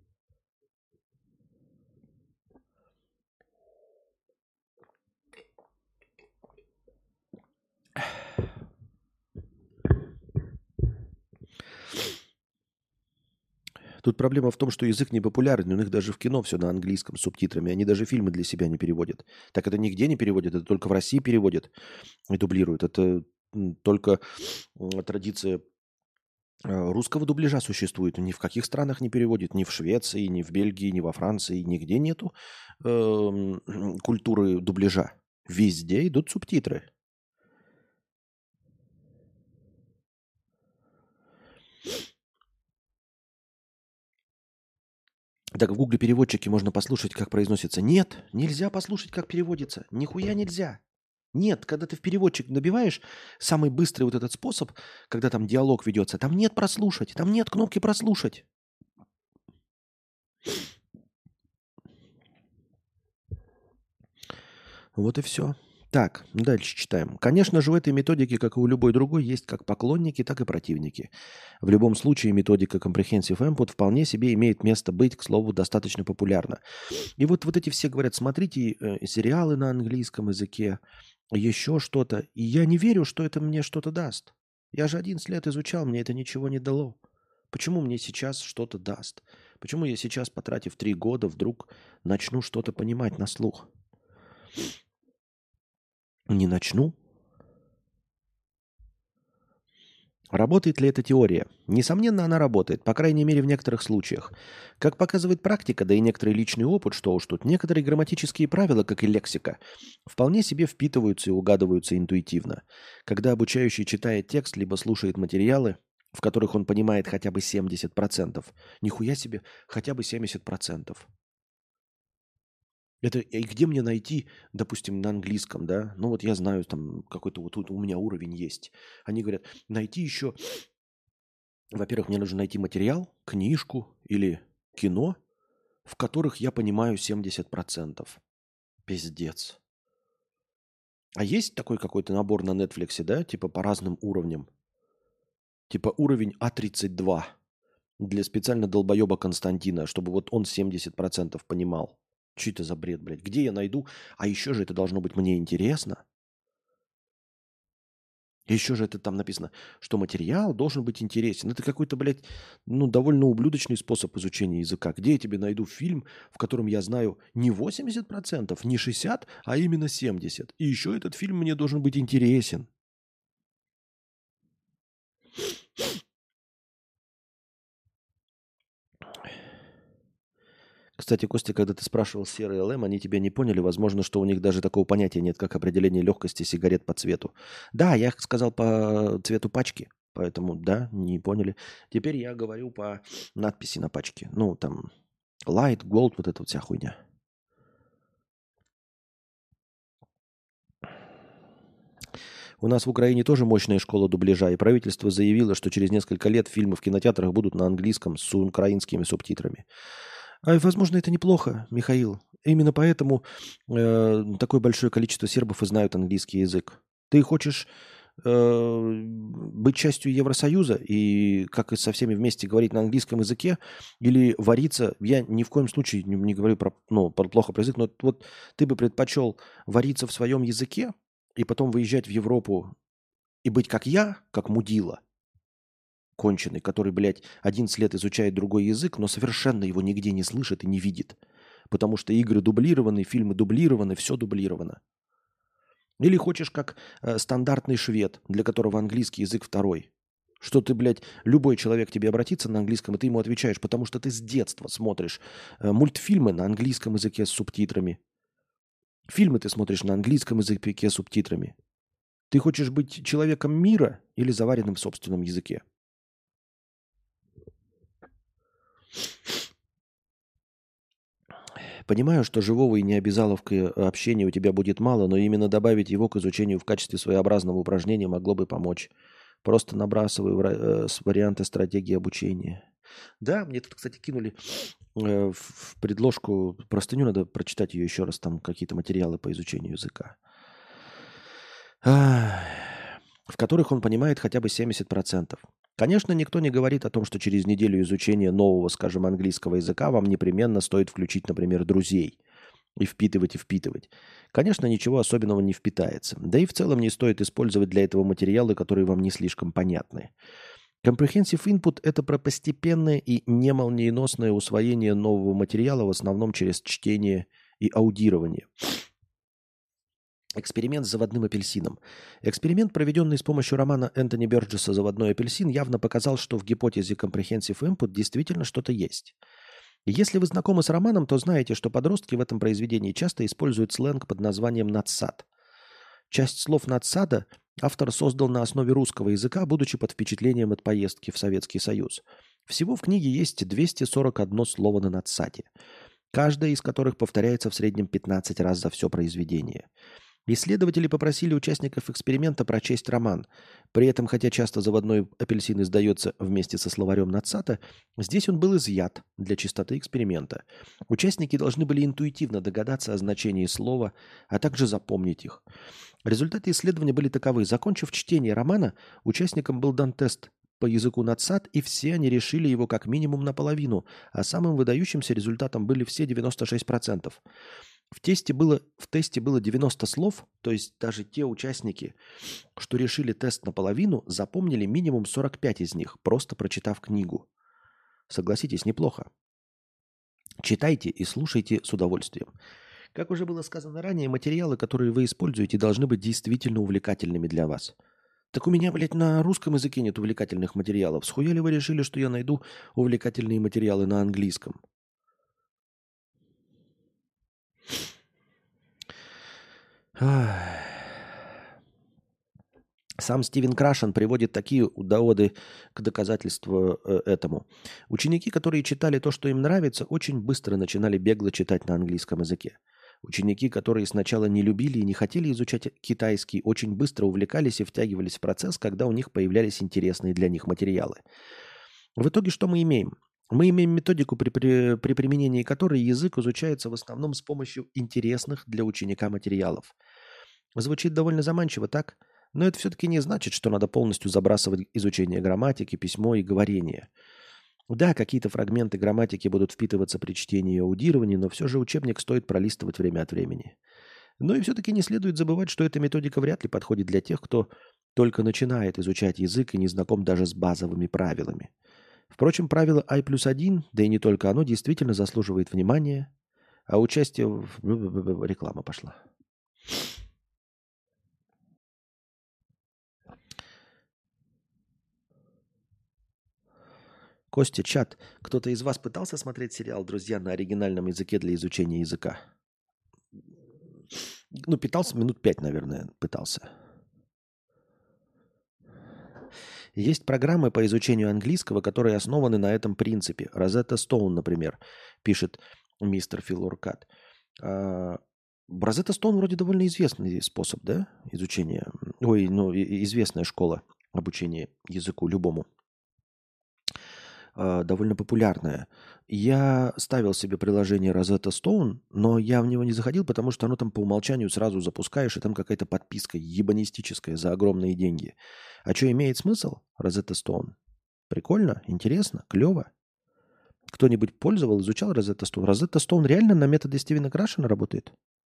Тут проблема в том, что язык не популярен, у них даже в кино все на английском с субтитрами, они даже фильмы для себя не переводят. Так это нигде не переводят, это только в России переводят и дублируют. Это м, только м, традиция э, русского дубляжа существует. Ни в каких странах не переводят, ни в Швеции, ни в Бельгии, ни во Франции, нигде нету эм, культуры дубляжа. Везде идут субтитры. Так в гугле переводчике можно послушать, как произносится. Нет, нельзя послушать, как переводится. Нихуя нельзя. Нет, когда ты в переводчик набиваешь, самый быстрый вот этот способ, когда там диалог ведется, там нет прослушать, там нет кнопки прослушать. Вот и все. Так, дальше читаем. Конечно же, в этой методике, как и у любой другой, есть как поклонники, так и противники. В любом случае, методика Comprehensive Input вполне себе имеет место быть, к слову, достаточно популярна. И вот, вот эти все говорят, смотрите э, сериалы на английском языке, еще что-то. И я не верю, что это мне что-то даст. Я же одиннадцать лет изучал, мне это ничего не дало. Почему мне сейчас что-то даст? Почему я сейчас, потратив три года, вдруг начну что-то понимать на слух? Не начну? Работает ли эта теория? Несомненно, она работает, по крайней мере, в некоторых случаях. Как показывает практика, да и некоторый личный опыт, что уж тут, некоторые грамматические правила, как и лексика, вполне себе впитываются и угадываются интуитивно. Когда обучающий читает текст, либо слушает материалы, в которых он понимает хотя бы семьдесят процентов. Нихуя себе, хотя бы семьдесят процентов. Это и где мне найти, допустим, на английском, да? Ну вот я знаю, там какой-то вот тут у меня уровень есть. Они говорят, найти еще, во-первых, мне нужно найти материал, книжку или кино, в которых я понимаю семьдесят процентов. Пиздец. А есть такой какой-то набор на Netflix, да, типа по разным уровням? Типа уровень А тридцать два для специально долбоеба Константина, чтобы вот он семьдесят процентов понимал. Что это за бред, блядь? Где я найду? А еще же это должно быть мне интересно. Еще же это там написано, что материал должен быть интересен. Это какой-то, блядь, ну, довольно ублюдочный способ изучения языка. Где я тебе найду фильм, в котором я знаю не восемьдесят процентов, не шестьдесят процентов, а именно семьдесят процентов. И еще этот фильм мне должен быть интересен. Кстати, Костя, когда ты спрашивал серый эл эм, они тебя не поняли. Возможно, что у них даже такого понятия нет, как определение легкости сигарет по цвету. Да, я сказал по цвету пачки, поэтому да, не поняли. Теперь я говорю по надписи на пачке. Ну, там, light, gold, вот эта вот вся хуйня. У нас в Украине тоже мощная школа дубляжа, и правительство заявило, что через несколько лет фильмы в кинотеатрах будут на английском с украинскими субтитрами. А, возможно, это неплохо, Михаил. Именно поэтому э, такое большое количество сербов и знают английский язык. Ты хочешь э, быть частью Евросоюза и как и со всеми вместе говорить на английском языке или вариться? Я ни в коем случае не, не говорю про, ну, про плохо про язык, но вот ты бы предпочел вариться в своем языке и потом выезжать в Европу и быть как я, как мудила, конченый, который, блядь, одиннадцать лет изучает другой язык, но совершенно его нигде не слышит и не видит. Потому что игры дублированы, фильмы дублированы, все дублировано. Или хочешь как э, стандартный швед, для которого английский язык второй. Что ты, блядь, любой человек к тебе обратится на английском, и ты ему отвечаешь, потому что ты с детства смотришь э, мультфильмы на английском языке с субтитрами. Фильмы ты смотришь на английском языке с субтитрами. Ты хочешь быть человеком мира или заваренным в собственном языке? Понимаю, что живого и необязаловка общения у тебя будет мало, но именно добавить его к изучению в качестве своеобразного упражнения могло бы помочь. Просто набрасываю вра- э, с- варианты стратегии обучения. Да, мне тут, кстати, кинули э, в в предложку простыню, надо прочитать ее еще раз, там какие-то материалы по изучению языка, Ах, в которых он понимает хотя бы семьдесят процентов. Конечно, никто не говорит о том, что через неделю изучения нового, скажем, английского языка вам непременно стоит включить, например, друзей и впитывать и впитывать. Конечно, ничего особенного не впитается. Да и в целом не стоит использовать для этого материалы, которые вам не слишком понятны. Comprehensive input – это про постепенное и немолниеносное усвоение нового материала, в основном через чтение и аудирование. Эксперимент с заводным апельсином. Эксперимент, проведенный с помощью романа Энтони Бёрджеса «Заводной апельсин», явно показал, что в гипотезе Comprehensive Input действительно что-то есть. И если вы знакомы с романом, то знаете, что подростки в этом произведении часто используют сленг под названием «надсад». Часть слов надсада автор создал на основе русского языка, будучи под впечатлением от поездки в Советский Союз. Всего в книге есть двести сорок одно слово на надсаде, каждое из которых повторяется в среднем пятнадцать раз за все произведение. Исследователи попросили участников эксперимента прочесть роман. При этом, хотя часто заводной апельсин издается вместе со словарем Нацата, здесь он был изъят для чистоты эксперимента. Участники должны были интуитивно догадаться о значении слова, а также запомнить их. Результаты исследования были таковы. Закончив чтение романа, участникам был дан тест по языку Нацат, и все они решили его как минимум наполовину, а самым выдающимся результатом были все девяносто шесть процентов. В тесте было, в тесте было девяносто слов, то есть даже те участники, что решили тест наполовину, запомнили минимум сорок пять из них, просто прочитав книгу. Согласитесь, неплохо. Читайте и слушайте с удовольствием. Как уже было сказано ранее, материалы, которые вы используете, должны быть действительно увлекательными для вас. Так у меня, блядь, на русском языке нет увлекательных материалов. Схуяли вы решили, что я найду увлекательные материалы на английском? Сам Стивен Крашен приводит такие доводы к доказательству э, этому. Ученики, которые читали то, что им нравится, очень быстро начинали бегло читать на английском языке. Ученики, которые сначала не любили и не хотели изучать китайский, очень быстро увлекались и втягивались в процесс, когда у них появлялись интересные для них материалы. В итоге что мы имеем? Мы имеем методику, при, при, при применении которой язык изучается в основном с помощью интересных для ученика материалов. Звучит довольно заманчиво, так? Но это все-таки не значит, что надо полностью забрасывать изучение грамматики, письмо и говорение. Да, какие-то фрагменты грамматики будут впитываться при чтении и аудировании, но все же учебник стоит пролистывать время от времени. Но и все-таки не следует забывать, что эта методика вряд ли подходит для тех, кто только начинает изучать язык и не знаком даже с базовыми правилами. Впрочем, правило I плюс один, да и не только оно, действительно заслуживает внимания, а участие в... Реклама пошла. Костя, чат, кто-то из вас пытался смотреть сериал «Друзья» на оригинальном языке для изучения языка? Ну, пытался минут пять, наверное, пытался. Есть программы по изучению английского, которые основаны на этом принципе. Розетта Стоун, например, пишет мистер Филуркат. Розетта Стоун вроде довольно известный способ, да, изучения. Ой, ну, известная школа обучения языку любому. Довольно популярная. Я ставил себе приложение Rosetta Stone, но я в него не заходил, потому что оно там по умолчанию сразу запускаешь, и там какая-то подписка ебанистическая за огромные деньги. А что, имеет смысл Rosetta Stone? Прикольно, интересно, клево. Кто-нибудь пользовал, изучал Rosetta Stone? Rosetta Stone реально на методе Стивена Крашена работает?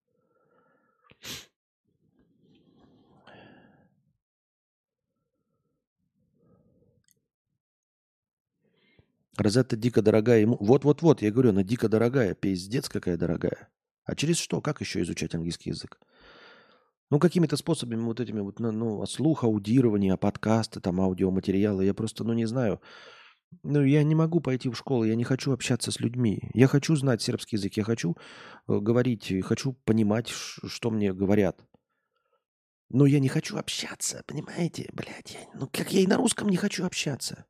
Розетта дико дорогая ему. Вот-вот-вот, я говорю, она дико дорогая, пиздец какая дорогая. А через что? Как еще изучать английский язык? Ну, какими-то способами вот этими вот, ну, ну, слух, аудирование, подкасты, там, аудиоматериалы. Я просто, ну, не знаю. Ну, я не могу пойти в школу, я не хочу общаться с людьми. Я хочу знать сербский язык, я хочу э, говорить, хочу понимать, ш- что мне говорят. Но я не хочу общаться, понимаете? Блядь, я, ну как я и на русском не хочу общаться.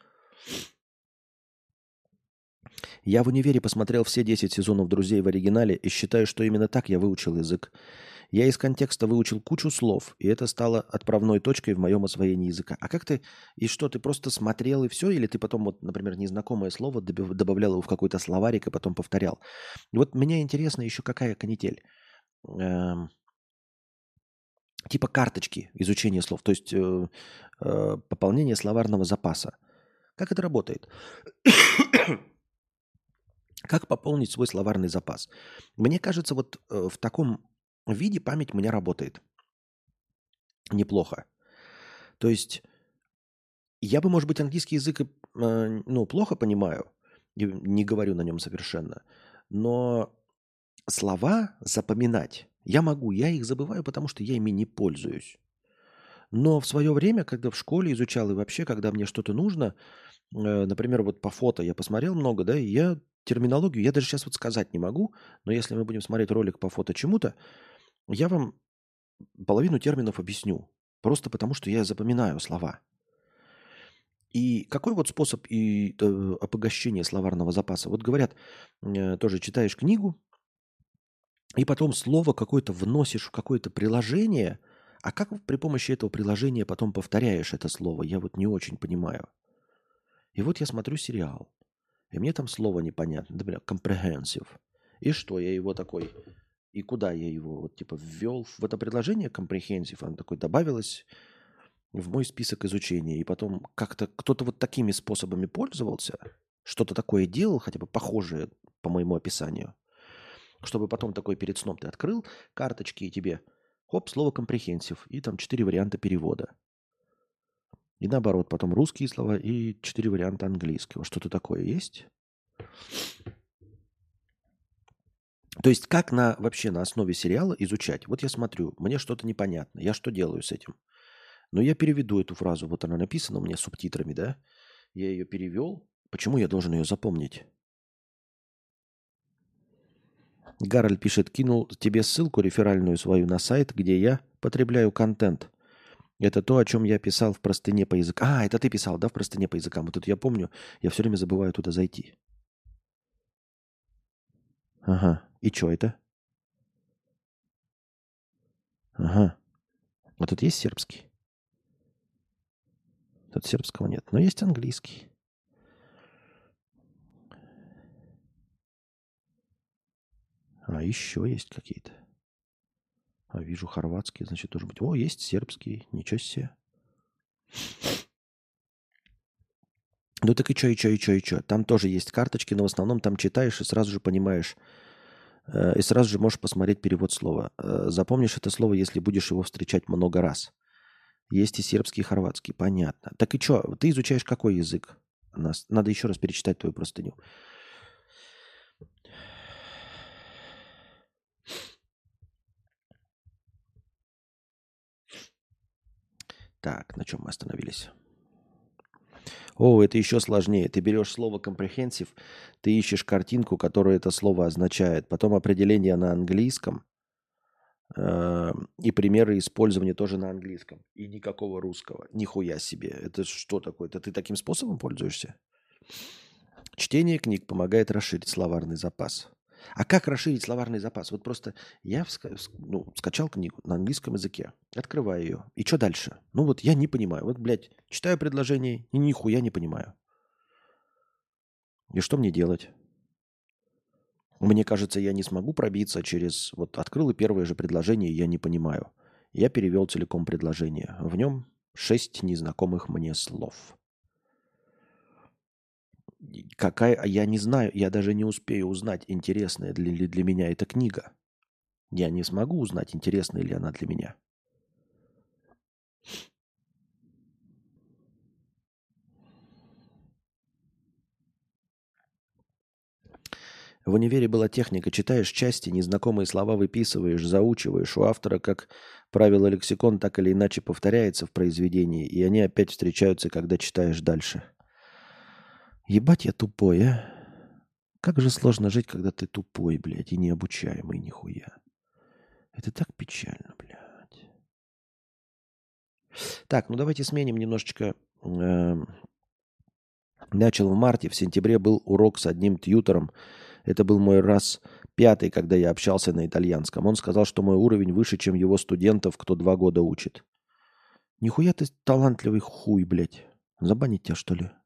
Я в универе посмотрел все десять сезонов «Друзей» в оригинале и считаю, что именно так я выучил язык. Я из контекста выучил кучу слов, и это стало отправной точкой в моем освоении языка. А как ты, и что, ты просто смотрел и все, или ты потом, вот, например, незнакомое слово добав- добавлял его в какой-то словарик и потом повторял? И вот меня интересно еще какая канитель. Эм, типа карточки изучения слов, то есть э, э, пополнение словарного запаса. Как это работает? Как пополнить свой словарный запас? Мне кажется, вот э, в таком виде память у меня работает неплохо. То есть я бы, может быть, английский язык, э, ну, плохо понимаю, и не говорю на нем совершенно, но слова запоминать я могу, я их забываю, потому что я ими не пользуюсь. Но в свое время, когда в школе изучал и вообще, когда мне что-то нужно, э, например, вот по фото я посмотрел много, да, и я терминологию, я даже сейчас вот сказать не могу, но если мы будем смотреть ролик по фото чему-то, я вам половину терминов объясню, просто потому что я запоминаю слова. И какой вот способ и э, обогащения словарного запаса? Вот говорят, э, тоже читаешь книгу, и потом слово какое-то вносишь в какое-то приложение, а как при помощи этого приложения потом повторяешь это слово? Я вот не очень понимаю. И вот я смотрю сериал, и мне там слово непонятно, например, comprehensive. И что, я его такой, и куда я его вот типа ввел в это предложение comprehensive, оно такое добавилось в мой список изучения, и потом как-то кто-то вот такими способами пользовался, что-то такое делал, хотя бы похожее по моему описанию, чтобы потом такой перед сном ты открыл карточки и тебе, хоп, слово comprehensive, и там четыре варианта перевода. И наоборот, потом русские слова и четыре варианта английского. Что-то такое есть? То есть как на, вообще на основе сериала изучать? Вот я смотрю, мне что-то непонятно. Я что делаю с этим? Но я переведу эту фразу. Вот она написана у меня субтитрами, да? Я ее перевел. Почему я должен ее запомнить? Гарольд пишет, кинул тебе ссылку реферальную свою на сайт, где я потребляю контент. Это то, о чем я писал в простыне по языкам. А, это ты писал, да, в простыне по языкам. Вот это я помню, я все время забываю туда зайти. Ага. И что это? Ага. А тут есть сербский? Тут сербского нет, но есть английский. А еще есть какие-то. А, вижу хорватский, значит, должен быть. О, есть сербский. Ничего себе. Ну так и что, и что, и что, и что. Там тоже есть карточки, но в основном там читаешь и сразу же понимаешь. Э, и сразу же можешь посмотреть перевод слова. Э, запомнишь это слово, если будешь его встречать много раз. Есть и сербский, и хорватский. Понятно. Так и что, ты изучаешь какой язык? Нас- Надо еще раз перечитать твою простыню. Так, на чем мы остановились? О, это еще сложнее. Ты берешь слово comprehensive, ты ищешь картинку, которую это слово означает, потом определение на английском э, и примеры использования тоже на английском. И никакого русского. Нихуя себе. Это что такое? Это ты таким способом пользуешься? Чтение книг помогает расширить словарный запас. А как расширить словарный запас? Вот просто я вска- вс- ну, скачал книгу на английском языке, открываю ее. И что дальше? Ну вот я не понимаю. Вот, блядь, читаю предложение и нихуя не понимаю. И что мне делать? Мне кажется, я не смогу пробиться через... Вот открыл и первое же предложение, и я не понимаю. Я перевел целиком предложение. В нем шесть незнакомых мне слов. И Какая... а Я не знаю, я даже не успею узнать, интересная ли ли для меня эта книга. Я не смогу узнать, интересная ли она для меня. В универе была техника. Читаешь части, незнакомые слова выписываешь, заучиваешь. У автора как правило лексикон так или иначе повторяется в произведении, и они опять встречаются, когда читаешь дальше. Ебать я тупой, а? Как же сложно жить, когда ты тупой, блядь, и необучаемый нихуя. Это так печально, блядь. Так, ну давайте сменим немножечко. эм, Начал в марте, в сентябре был урок с одним тьютором. Это был мой раз пятый, когда я общался на итальянском. Он сказал, что мой уровень выше, чем его студентов, кто два года учит. Нихуя ты талантливый хуй, блядь. Забанить тебя, что ли?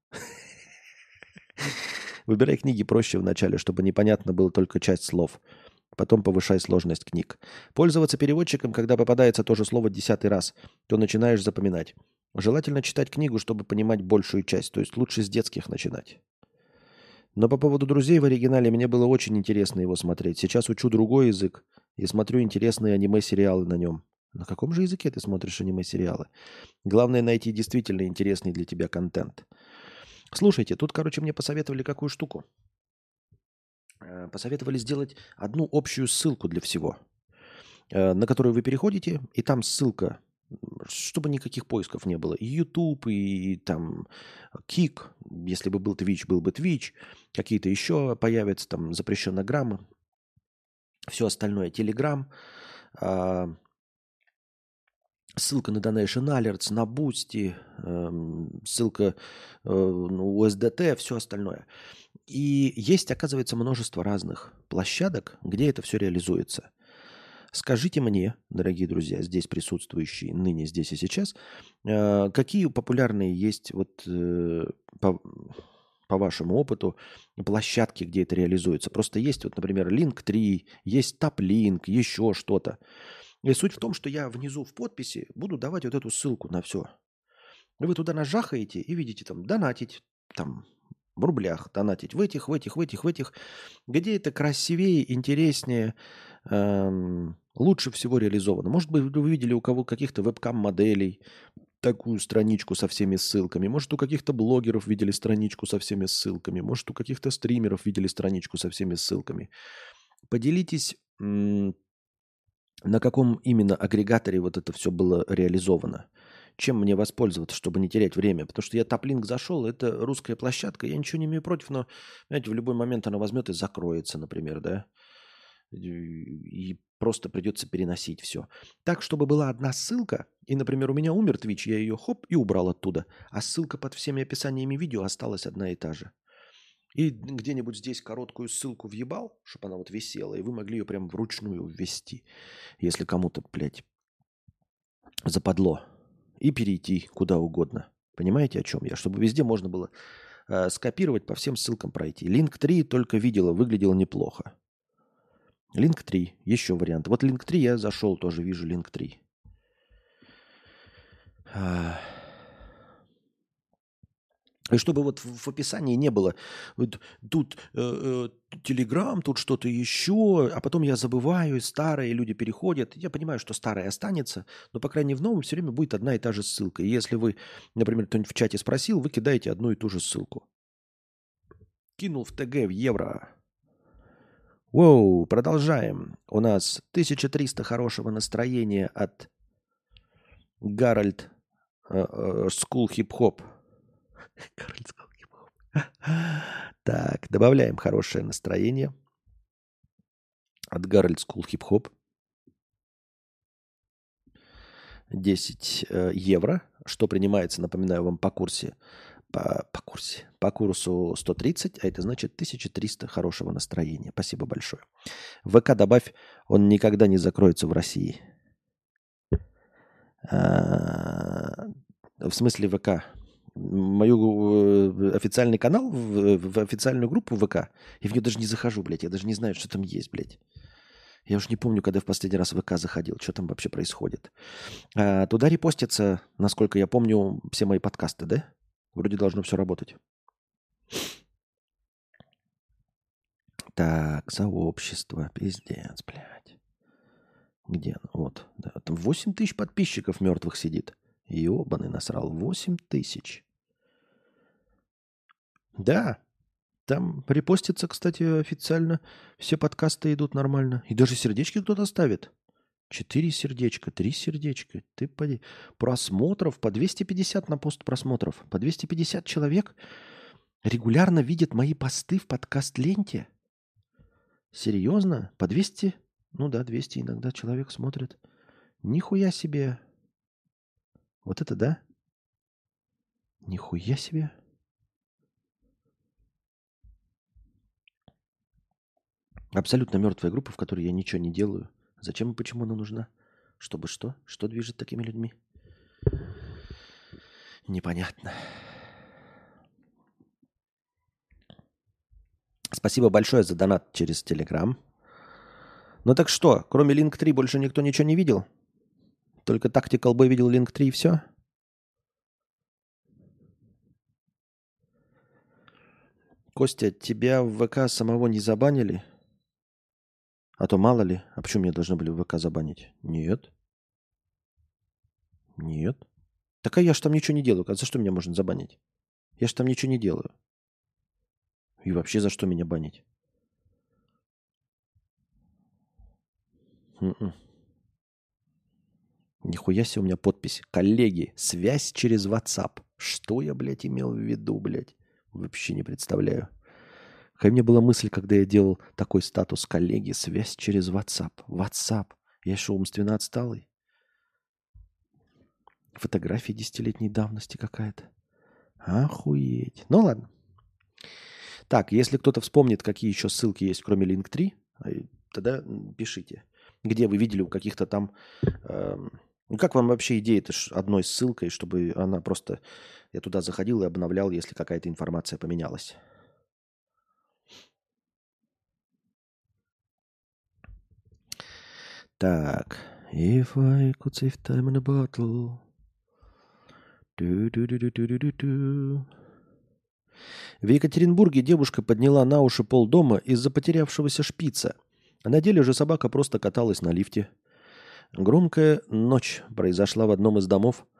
Выбирай книги проще вначале, чтобы непонятно было только часть слов. Потом повышай сложность книг. Пользоваться переводчиком, когда попадается то же слово десятый раз, то начинаешь запоминать. Желательно читать книгу, чтобы понимать большую часть. То есть лучше с детских начинать. Но по поводу друзей в оригинале мне было очень интересно его смотреть. Сейчас учу другой язык и смотрю интересные аниме-сериалы на нем. На каком же языке ты смотришь аниме-сериалы? Главное найти действительно интересный для тебя контент. Слушайте, тут, короче, мне посоветовали какую штуку. Э, Посоветовали сделать одну общую ссылку для всего, э, на которую вы переходите, и там ссылка, м, чтобы никаких поисков не было. И YouTube, и там Кик, если бы был Twitch, был бы Twitch, какие-то еще появятся, там запрещенограммы, все остальное, Telegram, а, ссылка на Donation Alerts, на Boosty, эм, ссылка э, на U S D T, все остальное. И есть, оказывается, множество разных площадок, где это все реализуется. Скажите мне, дорогие друзья, здесь присутствующие, ныне, здесь и сейчас, э, какие популярные есть вот э, по, по вашему опыту площадки, где это реализуется? Просто есть вот, например, линк три, есть TapLink, еще что-то. И суть в том, что я внизу в подписи буду давать вот эту ссылку на все. И вы туда нажахаете и видите там донатить, там в рублях донатить, в этих, в этих, в этих, в этих, где это красивее, интереснее, эм, лучше всего реализовано. Может быть, вы видели у кого каких-то вебкам-моделей, такую страничку со всеми ссылками. Может, у каких-то блогеров видели страничку со всеми ссылками. Может, у каких-то стримеров видели страничку со всеми ссылками. Поделитесь, м, на каком именно агрегаторе вот это все было реализовано. Чем мне воспользоваться, чтобы не терять время? Потому что я топлинк зашел, это русская площадка, я ничего не имею против, но, знаете, в любой момент она возьмет и закроется, например, да? И просто придется переносить все. Так, чтобы была одна ссылка, и, например, у меня умер Twitch, я ее хоп и убрал оттуда, а ссылка под всеми описаниями видео осталась одна и та же. И где-нибудь здесь короткую ссылку въебал, чтобы она вот висела, и вы могли ее прям вручную ввести, если кому-то, блядь, западло, и перейти куда угодно. Понимаете, о чем я? Чтобы везде можно было э, скопировать, по всем ссылкам пройти. Линк три только видела, выглядело неплохо. Линк три, еще вариант. Вот Линк три я зашел, тоже вижу Линк три. И чтобы вот в, в описании не было вот тут Телеграм, э, тут что-то еще, а потом я забываю, старые люди переходят. Я понимаю, что старое останется, но, по крайней мере, в новом все время будет одна и та же ссылка. И если вы, например, кто-нибудь в чате спросил, вы кидаете одну и ту же ссылку. Кинул в ТГ в евро. Воу, продолжаем. У нас тысяча триста хорошего настроения от Гарольд Скул Хип-Хоп. Гарольд Скул Хип-Хоп. Так, добавляем хорошее настроение от Гарольд Скул Хип-Хоп. десять э, евро, что принимается, напоминаю вам, по курсе, по, по курсе, по курсу сто тридцать, а это значит тысяча триста хорошего настроения. Спасибо большое. ВК добавь, он никогда не закроется в России. А, в смысле ВК? Мою официальный канал, в, в официальную группу ВК. Я в нее даже не захожу, блядь. Я даже не знаю, что там есть, блядь. Я уж не помню, когда в последний раз в ВК заходил. Что там вообще происходит. А, туда репостятся, насколько я помню, все мои подкасты, да? Вроде должно все работать. Так, сообщество. Пиздец, блядь. Где оно? Вот. Да, там восемь тысяч подписчиков мертвых сидит. Ёбаный насрал. восемь тысяч. Да. Там репостится, кстати, официально. Все подкасты идут нормально. И даже сердечки кто-то ставит. Четыре сердечка, три сердечка. Ты поди. Просмотров по двести пятьдесят на пост просмотров. По двести пятьдесят человек регулярно видят мои посты в подкаст-ленте. Серьезно? По двести? Ну да, двести иногда человек смотрит. Нихуя себе. Вот это да? Нихуя себе. Абсолютно мертвая группа, в которой я ничего не делаю. Зачем и почему она нужна? Чтобы что? Что движет такими людьми? Непонятно. Спасибо большое за донат через Телеграм. Ну так что, кроме Линк три больше никто ничего не видел? Только Tactical Boy видел Линк три и все? Костя, тебя в ВК самого не забанили? А то мало ли. А почему меня должны были в ВК забанить? Нет. Нет. Так а я ж там ничего не делаю. А за что меня можно забанить? Я ж там ничего не делаю. И вообще за что меня банить? М-м. Нихуя себе у меня подпись. Коллеги, связь через WhatsApp. Что я, блядь, имел в виду, блядь? Вообще не представляю. Какая мне была мысль, когда я делал такой статус коллеги, связь через WhatsApp. WhatsApp. Я что, умственно отсталый? Фотография десятилетней давности какая-то. Охуеть. Ну ладно. Так, если кто-то вспомнит, какие еще ссылки есть, кроме Линк три, тогда пишите. Где вы видели у каких-то там... Э, ну, как вам вообще идея-то одной ссылкой, чтобы она просто... Я туда заходил и обновлял, если какая-то информация поменялась. Так. If I could save time in a bottle. Ду-ду-ду-ду-ду-ду-ду. В Екатеринбурге девушка подняла на уши полдома из-за потерявшегося шпица. А на деле же собака просто каталась на лифте. Громкая ночь произошла в одном из домов.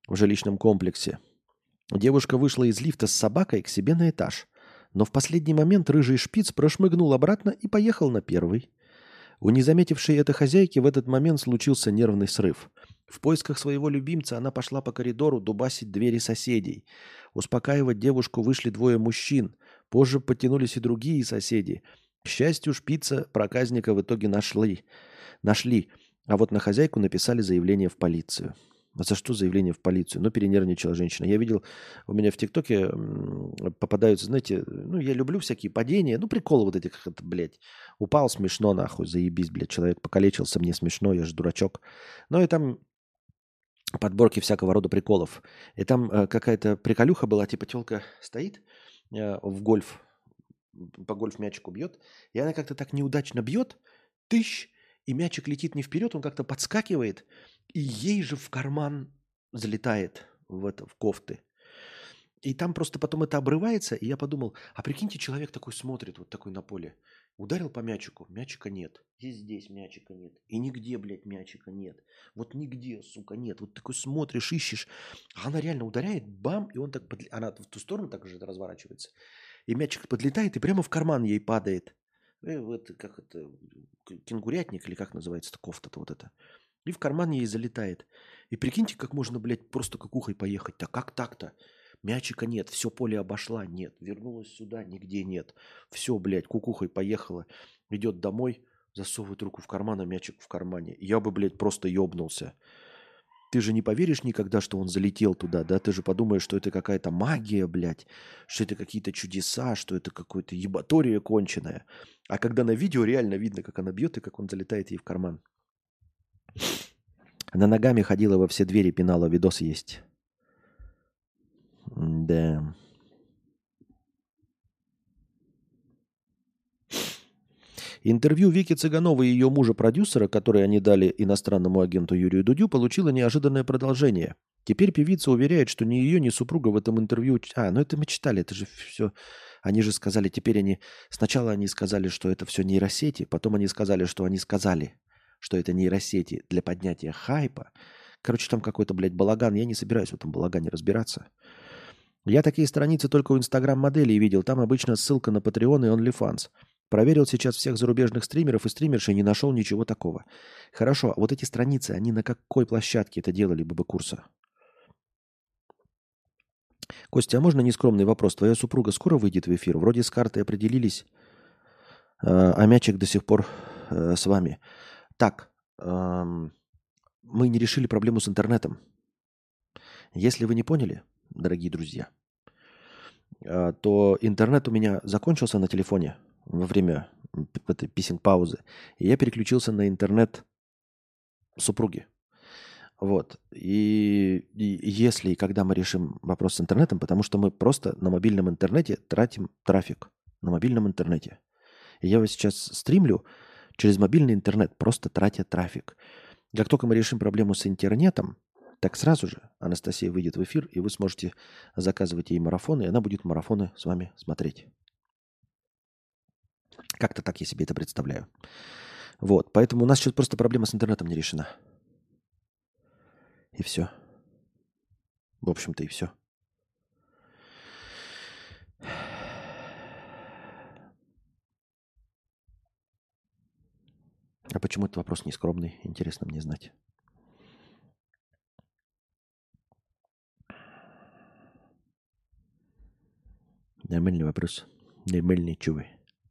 в жилищном комплексе. Девушка вышла из лифта с собакой к себе на этаж. Но в последний момент рыжий шпиц прошмыгнул обратно и поехал на первый. У незаметившей это хозяйки в этот момент случился нервный срыв. В поисках своего любимца она пошла по коридору дубасить двери соседей. Успокаивать девушку вышли двое мужчин. Позже подтянулись и другие соседи. К счастью, шпица проказника в итоге нашли. Нашли. А вот на хозяйку написали заявление в полицию. А за что заявление в полицию? Ну, перенервничала женщина. Я видел, у меня в ТикТоке попадаются, знаете, ну, я люблю всякие падения. Ну, приколы вот эти, как это, блядь. Упал, смешно, нахуй, заебись, блядь. Человек покалечился, мне смешно, я же дурачок. Ну, и там подборки всякого рода приколов. И там э, какая-то приколюха была, типа телка стоит э, в гольф, по гольф-мячику бьет, и она как-то так неудачно бьет, тыщ, и мячик летит не вперед, он как-то подскакивает, и ей же в карман залетает в, это, в кофты. И там просто потом это обрывается, и я подумал, а прикиньте, человек такой смотрит, вот такой на поле, ударил по мячику, мячика нет, и здесь мячика нет, и нигде, блядь, мячика нет, вот нигде, сука, нет, вот такой смотришь, ищешь, а она реально ударяет, бам, и он так, подл... она в ту сторону так же разворачивается, и мячик подлетает, и прямо в карман ей падает, и вот как это, кенгурятник, или как называется-то, кофта-то вот это, и в карман ей залетает, и прикиньте, как можно, блядь, просто кукухой поехать, да как так-то? Мячика нет, все поле обошла, нет. Вернулась сюда, нигде нет. Все, блядь, кукухой поехала. Идет домой, засовывает руку в карман, а мячик в кармане. Я бы, блядь, просто ебнулся. Ты же не поверишь никогда, что он залетел туда, да? Ты же подумаешь, что это какая-то магия, блядь, что это какие-то чудеса, что это какое-то ебатория конченая. А когда на видео реально видно, как она бьет и как он залетает ей в карман. Она ногами ходила во все двери, пинала, видос есть. Да. Интервью Вики Цыгановой и ее мужа-продюсера, которое они дали иностранному агенту Юрию Дудю, получило неожиданное продолжение. Теперь певица уверяет, что ни ее, ни супруга в этом интервью... А, ну это мы читали, это же все... Они же сказали, теперь они... Сначала они сказали, что это все нейросети, потом они сказали, что они сказали, что это нейросети для поднятия хайпа. Короче, там какой-то, блядь, балаган. Я не собираюсь в этом балагане разбираться. Я такие страницы только у инстаграм-моделей видел. Там обычно ссылка на Patreon и OnlyFans. Проверил сейчас всех зарубежных стримеров и стримерш и не нашел ничего такого. Хорошо, а вот эти страницы, они на какой площадке это делали, ББ-курса? Костя, а можно нескромный вопрос? Твоя супруга скоро выйдет в эфир? Вроде с картой определились, а мячик до сих пор с вами. Так, мы не решили проблему с интернетом. Если вы не поняли, дорогие друзья, то интернет у меня закончился на телефоне во время этой писинг-паузы, и я переключился на интернет супруги. Вот. И, и если и когда мы решим вопрос с интернетом, потому что мы просто на мобильном интернете тратим трафик. На мобильном интернете. И я вот сейчас стримлю через мобильный интернет, просто тратя трафик. Как только мы решим проблему с интернетом, так сразу же Анастасия выйдет в эфир, и вы сможете заказывать ей марафоны, и она будет марафоны с вами смотреть. Как-то так я себе это представляю. Вот, поэтому у нас сейчас просто проблема с интернетом не решена. И все. В общем-то, и все. А почему этот вопрос не скромный? Интересно мне знать. Нормальный вопрос. Нормальный чувы.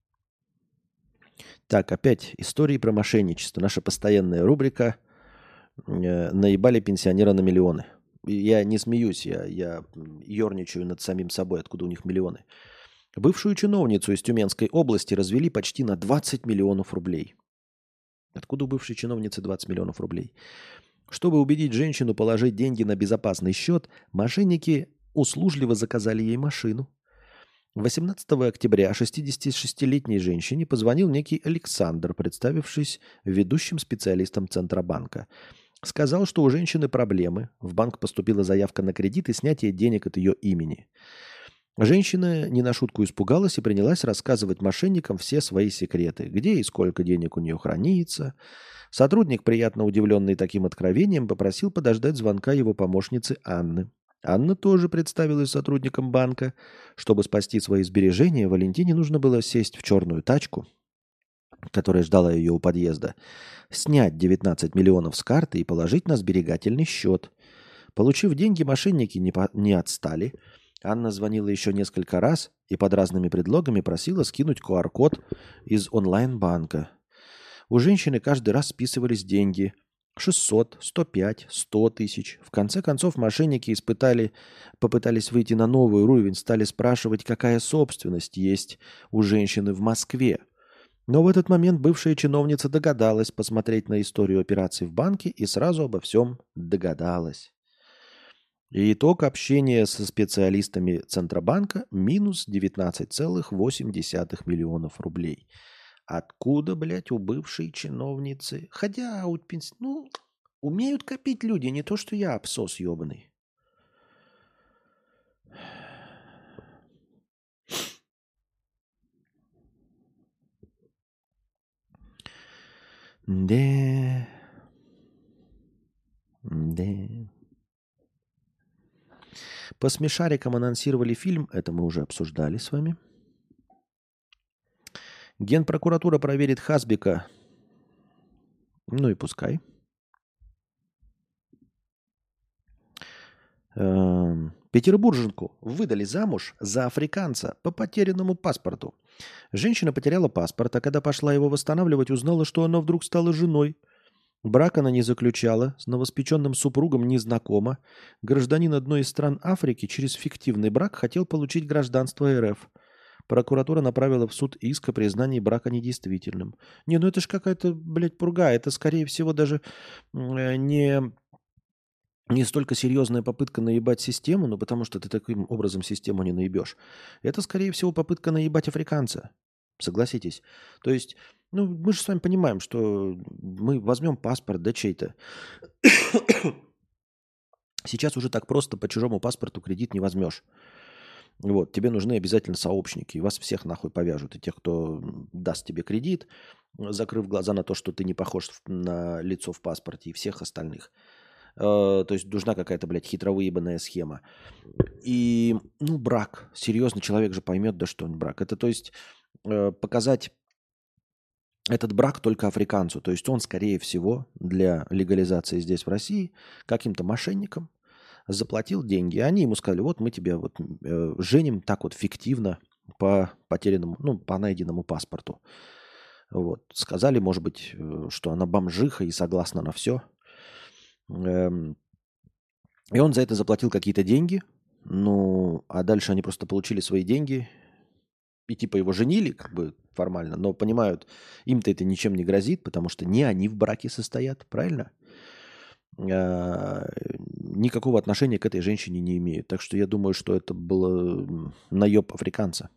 Так, опять истории про мошенничество. Наша постоянная рубрика э, «Наебали пенсионера на миллионы». Я не смеюсь, я, я ерничаю над самим собой, откуда у них миллионы. Бывшую чиновницу из Тюменской области развели почти на двадцать миллионов рублей. Откуда у бывшей чиновницы двадцать миллионов рублей? Чтобы убедить женщину положить деньги на безопасный счет, мошенники услужливо заказали ей машину. восемнадцатого октября шестидесятишестилетней женщине позвонил некий Александр, представившись ведущим специалистом Центробанка. Сказал, что у женщины проблемы. В банк поступила заявка на кредит и снятие денег от ее имени. Женщина не на шутку испугалась и принялась рассказывать мошенникам все свои секреты, где и сколько денег у нее хранится. Сотрудник, приятно удивленный таким откровением, попросил подождать звонка его помощницы Анны. Анна тоже представилась сотрудником банка. Чтобы спасти свои сбережения, Валентине нужно было сесть в черную тачку, которая ждала ее у подъезда, снять девятнадцать миллионов с карты и положить на сберегательный счет. Получив деньги, мошенники не, по- не отстали. Анна звонила еще несколько раз и под разными предлогами просила скинуть ку ар-код из онлайн-банка. У женщины каждый раз списывались деньги. шестьсот, сто пять, сто тысяч. В конце концов, мошенники испытали, попытались выйти на новый уровень, стали спрашивать, какая собственность есть у женщины в Москве. Но в этот момент бывшая чиновница догадалась посмотреть на историю операций в банке и сразу обо всем догадалась. И итог общения со специалистами Центробанка – минус девятнадцать целых восемь десятых миллионов рублей. Откуда, блядь, у бывшей чиновницы? Хотя у пенс... ну, умеют копить люди, не то что я, абсос ебаный. Да. Да. По смешарикам анонсировали фильм, это мы уже обсуждали с вами. Генпрокуратура проверит Хасбика. Ну и пускай. Эм, Петербурженку выдали замуж за африканца по потерянному паспорту. Женщина потеряла паспорт, а когда пошла его восстанавливать, узнала, что она вдруг стала женой. Брак она не заключала, с новоспеченным супругом не знакома. Гражданин одной из стран Африки через фиктивный брак хотел получить гражданство эр эф. Прокуратура направила в суд иск о признании брака недействительным. Не, ну это ж какая-то, блядь, пурга. Это, скорее всего, даже э, не, не столько серьезная попытка наебать систему, ну потому что ты таким образом систему не наебешь. Это, скорее всего, попытка наебать африканца. Согласитесь. То есть, ну, мы же с вами понимаем, что мы возьмем паспорт, да чей-то. Сейчас уже так просто по чужому паспорту кредит не возьмешь. Вот, тебе нужны обязательно сообщники. И вас всех нахуй повяжут. И тех, кто даст тебе кредит, закрыв глаза на то, что ты не похож на лицо в паспорте, и всех остальных. Э, то есть нужна какая-то, блядь, хитро выебанная схема. И, ну, брак. Серьезно, человек же поймет, да что он брак. Это, то есть, э, показать этот брак только африканцу. То есть он, скорее всего, для легализации здесь, в России, каким-то мошенникам заплатил деньги. Они ему сказали, вот мы тебя вот э, женим так вот фиктивно по потерянному, ну, по найденному паспорту. Вот. Сказали, может быть, э, что она бомжиха и согласна на все. Эм, и он за это заплатил какие-то деньги. Ну, а дальше они просто получили свои деньги и типа его женили, как бы формально, но понимают, им-то это ничем не грозит, потому что не они в браке состоят, правильно? А, никакого отношения к этой женщине не имеют. Так что я думаю, что это было м, наеб африканца.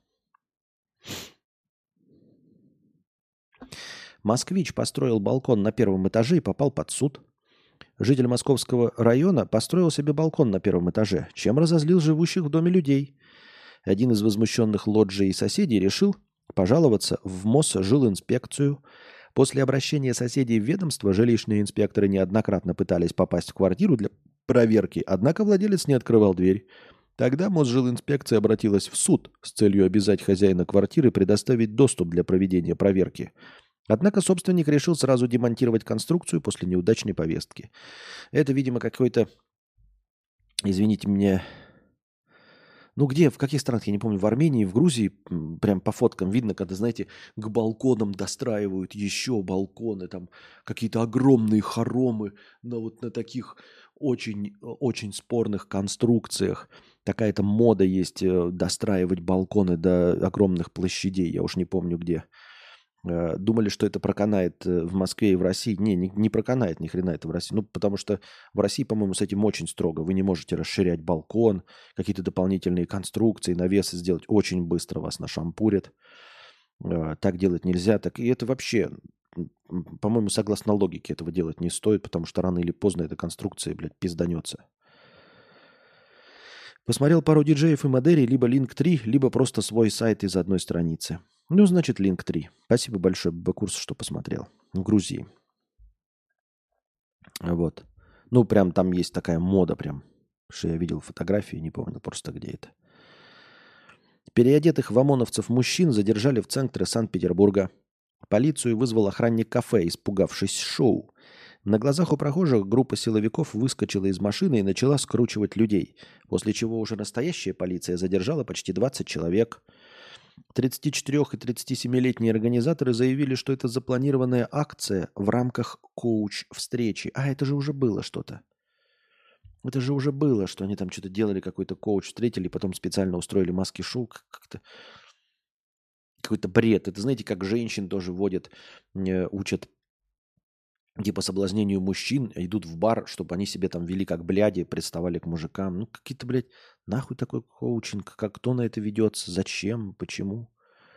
Москвич построил балкон на первом этаже и попал под суд. Житель московского района построил себе балкон на первом этаже, чем разозлил живущих в доме людей. Один из возмущенных лоджий и соседей решил пожаловаться в Мосжилинспекцию. После обращения соседей в ведомство жилищные инспекторы неоднократно пытались попасть в квартиру для проверки, однако владелец не открывал дверь. Тогда Мосжилинспекция обратилась в суд с целью обязать хозяина квартиры предоставить доступ для проведения проверки. Однако собственник решил сразу демонтировать конструкцию после неудачной повестки. Это, видимо, какой-то, извините меня, ну где, в каких странах, я не помню, в Армении, в Грузии, м, прям по фоткам видно, когда, знаете, к балконам достраивают еще балконы, там какие-то огромные хоромы на вот на таких очень, очень спорных конструкциях. Такая-то мода есть э, достраивать балконы до огромных площадей, я уж не помню где. Э, Думали, что это проканает э, в Москве и в России. Не, не, не проканает ни хрена это в России. Ну, потому что в России, по-моему, с этим очень строго. Вы не можете расширять балкон, какие-то дополнительные конструкции, навесы сделать. Очень быстро вас нашампурят. Э, Так делать нельзя. Так и это вообще, м, м, по-моему, согласно логике этого делать не стоит, потому что рано или поздно эта конструкция, блядь, пизданется. Посмотрел пару диджеев и моделей, либо линк три, либо просто свой сайт из одной страницы. Ну, значит, линк три. Спасибо большое, Бакурс, что посмотрел. В Грузии. Вот. Ну, прям там есть такая мода прям, что я видел фотографии, не помню просто где это. Переодетых в ОМОНовцев мужчин задержали в центре Санкт-Петербурга. Полицию вызвал охранник кафе, испугавшись шоу. На глазах у прохожих группа силовиков выскочила из машины и начала скручивать людей, после чего уже настоящая полиция задержала почти двадцать человек. тридцатичетырё- и тридцатисемилетние организаторы заявили, что это запланированная акция в рамках коуч-встречи. А, это же уже было что-то. Это же уже было, что они там что-то делали, какой-то коуч встретили, потом специально устроили маски-шоу. Как-то какой-то бред. Это, знаете, как женщин тоже водят, э, учат типа соблазнению мужчин, идут в бар, чтобы они себе там вели как бляди, приставали к мужикам. Ну, какие-то, блядь, нахуй такой коучинг? Как кто на это ведется? Зачем? Почему?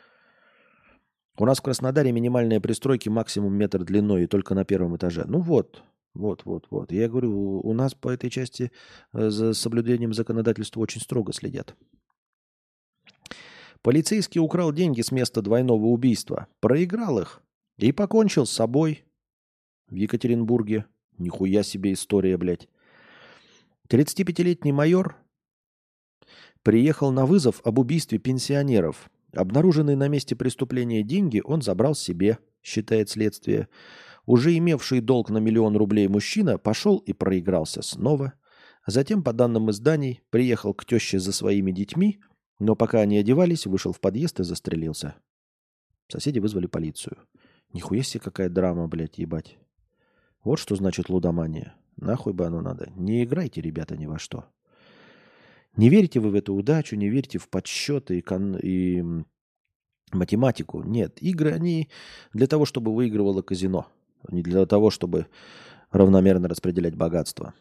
У нас в Краснодаре минимальные пристройки максимум метр длиной и только на первом этаже. Ну вот, вот, вот, вот. Я говорю, у, у нас по этой части э, за соблюдением законодательства очень строго следят. Полицейский украл деньги с места двойного убийства, проиграл их и покончил с собой в Екатеринбурге. Нихуя себе история, блядь. тридцатипятилетний майор приехал на вызов об убийстве пенсионеров. Обнаруженные на месте преступления деньги он забрал себе, считает следствие. Уже имевший долг на миллион рублей мужчина пошел и проигрался снова. Затем, по данным изданий, приехал к теще за своими детьми, но пока они одевались, вышел в подъезд и застрелился. Соседи вызвали полицию. Нихуя себе какая драма, блядь, ебать. Вот что значит лудомания. Нахуй бы оно надо. Не играйте, ребята, ни во что. Не верите вы в эту удачу, не верите в подсчеты и, кон... и математику. Нет, игры, они для того, чтобы выигрывало казино. Не для того, чтобы равномерно распределять богатство.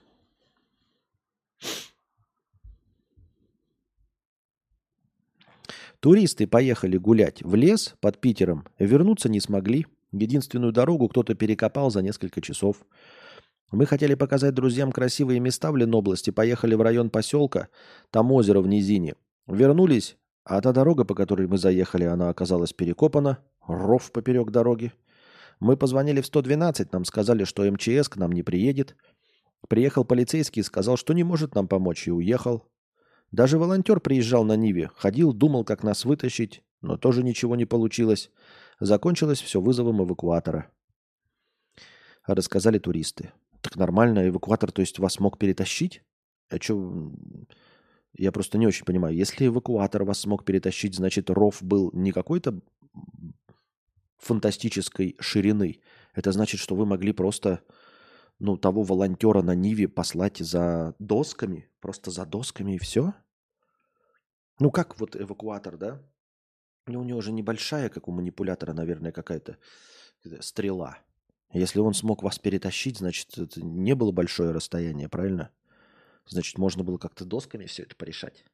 Туристы поехали гулять в лес под Питером, вернуться не смогли. Единственную дорогу кто-то перекопал за несколько часов. Мы хотели показать друзьям красивые места в Ленобласти, поехали в район поселка, там озеро в низине. Вернулись, а та дорога, по которой мы заехали, она оказалась перекопана, ров поперек дороги. Мы позвонили в сто двенадцать, нам сказали, что эм че эс к нам не приедет. Приехал полицейский и сказал, что не может нам помочь, и уехал. Даже волонтер приезжал на Ниве, ходил, думал, как нас вытащить, но тоже ничего не получилось. Закончилось все вызовом эвакуатора. Рассказали туристы. Так нормально, эвакуатор, то есть вас мог перетащить? А что? Я просто не очень понимаю. Если эвакуатор вас смог перетащить, значит, ров был не какой-то фантастической ширины. Это значит, что вы могли просто, ну, того волонтера на Ниве послать за досками, просто за досками и все? Ну, как вот эвакуатор, да? Ну, у него же небольшая, как у манипулятора, наверное, какая-то стрела. Если он смог вас перетащить, значит, это не было большое расстояние, правильно? Значит, можно было как-то досками все это порешать.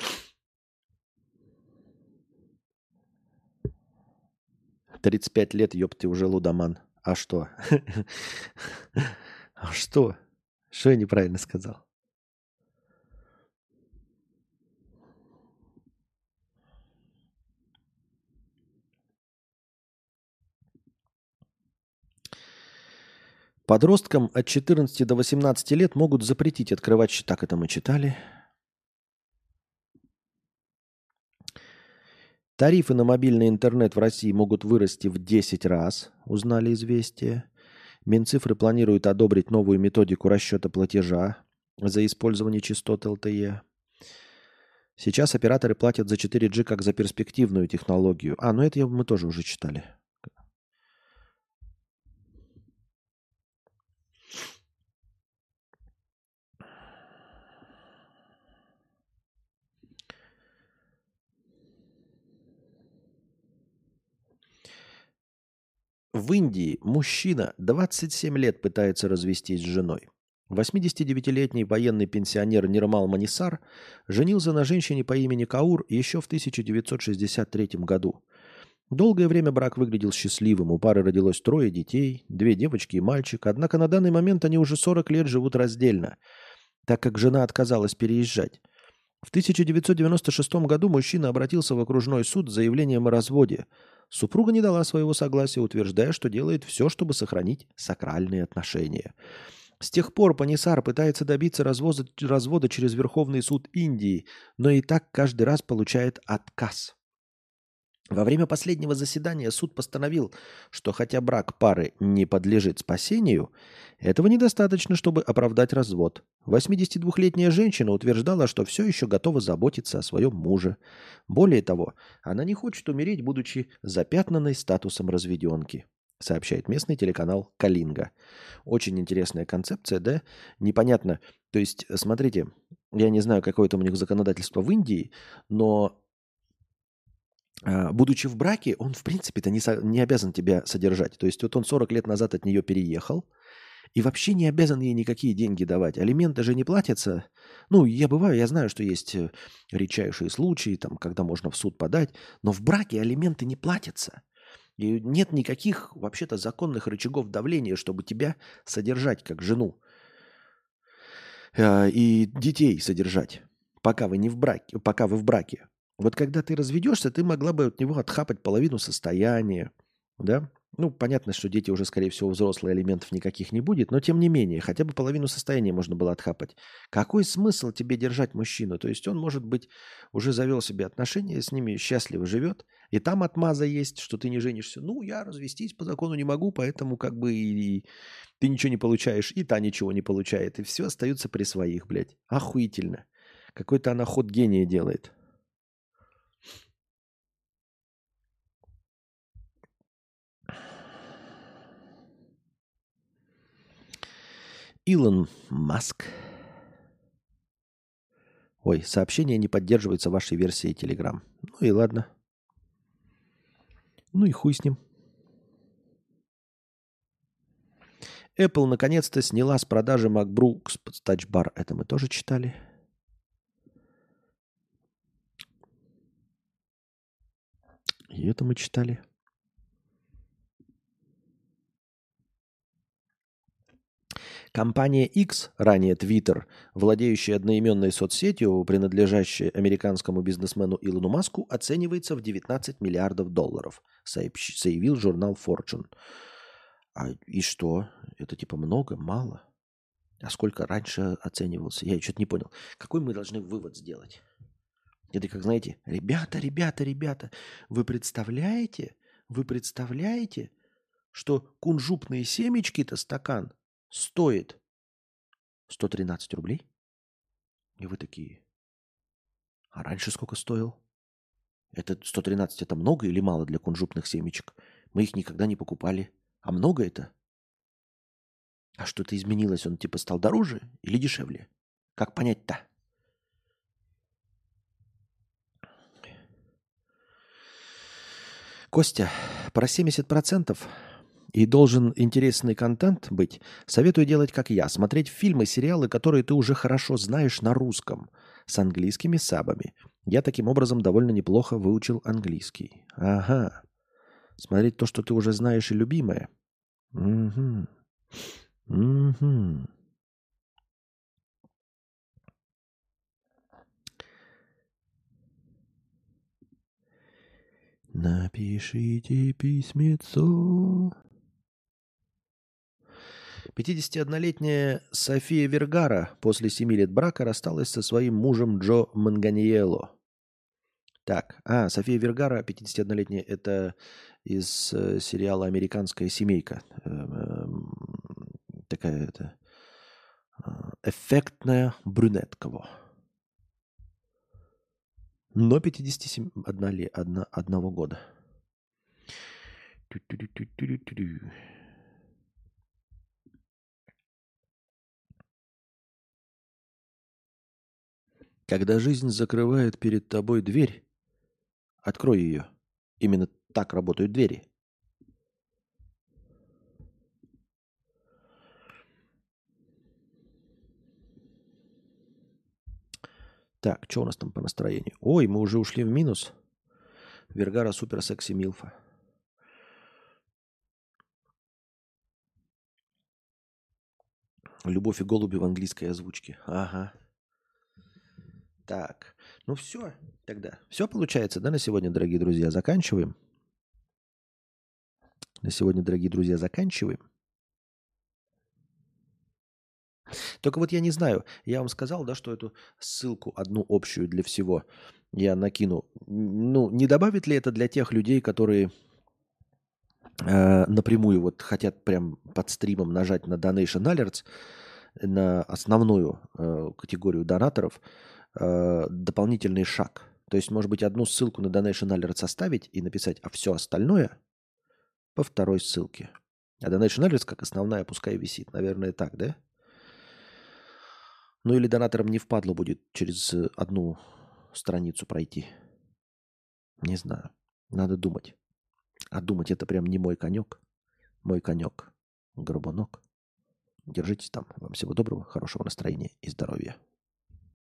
тридцать пять лет, ёб, ты уже лудоман. А что? А что? Что я неправильно сказал? Подросткам от четырнадцати до восемнадцати лет могут запретить открывать счета. Так это мы читали. Тарифы на мобильный интернет в России могут вырасти в десять раз, узнали известия. Минцифры планируют одобрить новую методику расчета платежа за использование частот эл тэ е. Сейчас операторы платят за четыре джи как за перспективную технологию. А, ну это мы тоже уже читали. В Индии мужчина двадцать семь лет пытается развестись с женой. восьмидесятидевятилетний военный пенсионер Нирмал Манисар женился на женщине по имени Каур еще в тысяча девятьсот шестьдесят третьем году. Долгое время брак выглядел счастливым. У пары родилось трое детей, две девочки и мальчик. Однако на данный момент они уже сорок лет живут раздельно, так как жена отказалась переезжать. В тысяча девятьсот девяносто шестом году мужчина обратился в окружной суд с заявлением о разводе. Супруга не дала своего согласия, утверждая, что делает все, чтобы сохранить сакральные отношения. С тех пор Панисар пытается добиться развоза- развода через Верховный суд Индии, но и так каждый раз получает отказ. Во время последнего заседания суд постановил, что хотя брак пары не подлежит спасению, этого недостаточно, чтобы оправдать развод. восьмидесятидвухлетняя женщина утверждала, что все еще готова заботиться о своем муже. Более того, она не хочет умереть, будучи запятнанной статусом разведенки, сообщает местный телеканал Калинга. Очень интересная концепция, да? Непонятно. То есть, смотрите, я не знаю, какое там у них законодательство в Индии, но а, будучи в браке, он, в принципе-то, не, со- не обязан тебя содержать. То есть вот он сорок лет назад от нее переехал и вообще не обязан ей никакие деньги давать. Алименты же не платятся. Ну, я бываю, я знаю, что есть э, редчайшие случаи, там, когда можно в суд подать, но в браке алименты не платятся. И нет никаких вообще-то законных рычагов давления, чтобы тебя содержать как жену э, и детей содержать, пока вы не в браке, пока вы в браке. Вот когда ты разведешься, ты могла бы от него отхапать половину состояния, да? Ну, понятно, что дети уже, скорее всего, взрослые, алиментов никаких не будет, но тем не менее, хотя бы половину состояния можно было отхапать. Какой смысл тебе держать мужчину? То есть он, может быть, уже завел себе отношения с ними, счастливо живет, и там отмаза есть, что ты не женишься. Ну, я развестись по закону не могу, поэтому как бы и ты ничего не получаешь, и та ничего не получает. И все остаются при своих, блядь. Охуительно. Какой-то она ход гения делает. Илон Маск. Ой, сообщение не поддерживается вашей версией Telegram. Ну и ладно. Ну и хуй с ним. Apple наконец-то сняла с продажи MacBook Touch Bar. Это мы тоже читали. И это мы читали. Компания X, ранее Twitter, владеющая одноименной соцсетью, принадлежащая американскому бизнесмену Илону Маску, оценивается в девятнадцать миллиардов долларов, сообщ- заявил журнал Fortune. А и что? Это типа много, мало? А сколько раньше оценивался? Я что-то не понял. Какой мы должны вывод сделать? Это как, знаете, ребята, ребята, ребята, вы представляете, вы представляете, что кунжутные семечки-то стакан стоит сто тринадцать рублей? И вы такие, а раньше сколько стоил? Это сто тринадцать это много или мало для кунжутных семечек? Мы их никогда не покупали. А много это? А что-то изменилось? Он типа стал дороже или дешевле? Как понять-то? Костя, про семьдесят процентов и должен интересный контент быть. Советую делать, как я. Смотреть фильмы, сериалы, которые ты уже хорошо знаешь на русском, с английскими сабами. Я таким образом довольно неплохо выучил английский. Ага. Смотреть то, что ты уже знаешь и любимое. Угу. Угу. Напишите письмецо. пятидесятиоднолетняя София Вергара после семи лет брака рассталась со своим мужем Джо Манганиело. Так, а, София Вергара, пятидесятиоднолетняя, это из э, сериала «Американская семейка». Эм, эм, такая это э, эффектная брюнетка. Во. Но пятьдесят семь одна ле- одна- одного года. Тю-тю-тю-тю-тю-тю. Когда жизнь закрывает перед тобой дверь, открой ее. Именно так работают двери. Так, что у нас там по настроению? Ой, мы уже ушли в минус. Вергара супер секси Милфа. Любовь и голуби в английской озвучке. Ага. Так, ну все тогда. Все получается, да, на сегодня, дорогие друзья? Заканчиваем. На сегодня, дорогие друзья, заканчиваем. Только вот я не знаю, я вам сказал, да, что эту ссылку одну общую для всего я накину. Ну, не добавит ли это для тех людей, которые э, напрямую вот хотят прям под стримом нажать на Donation Alerts, на основную э, категорию донаторов, э, дополнительный шаг. То есть, может быть, одну ссылку на Donation Alerts оставить и написать, а все остальное по второй ссылке. А Donation Alerts как основная пускай висит. Наверное, так, да? Ну или донаторам не впадло будет через э, одну страницу пройти. Не знаю. Надо думать. А думать это прям не мой конек. Мой конек. Горбунок. Держитесь там. Вам всего доброго, хорошего настроения и здоровья.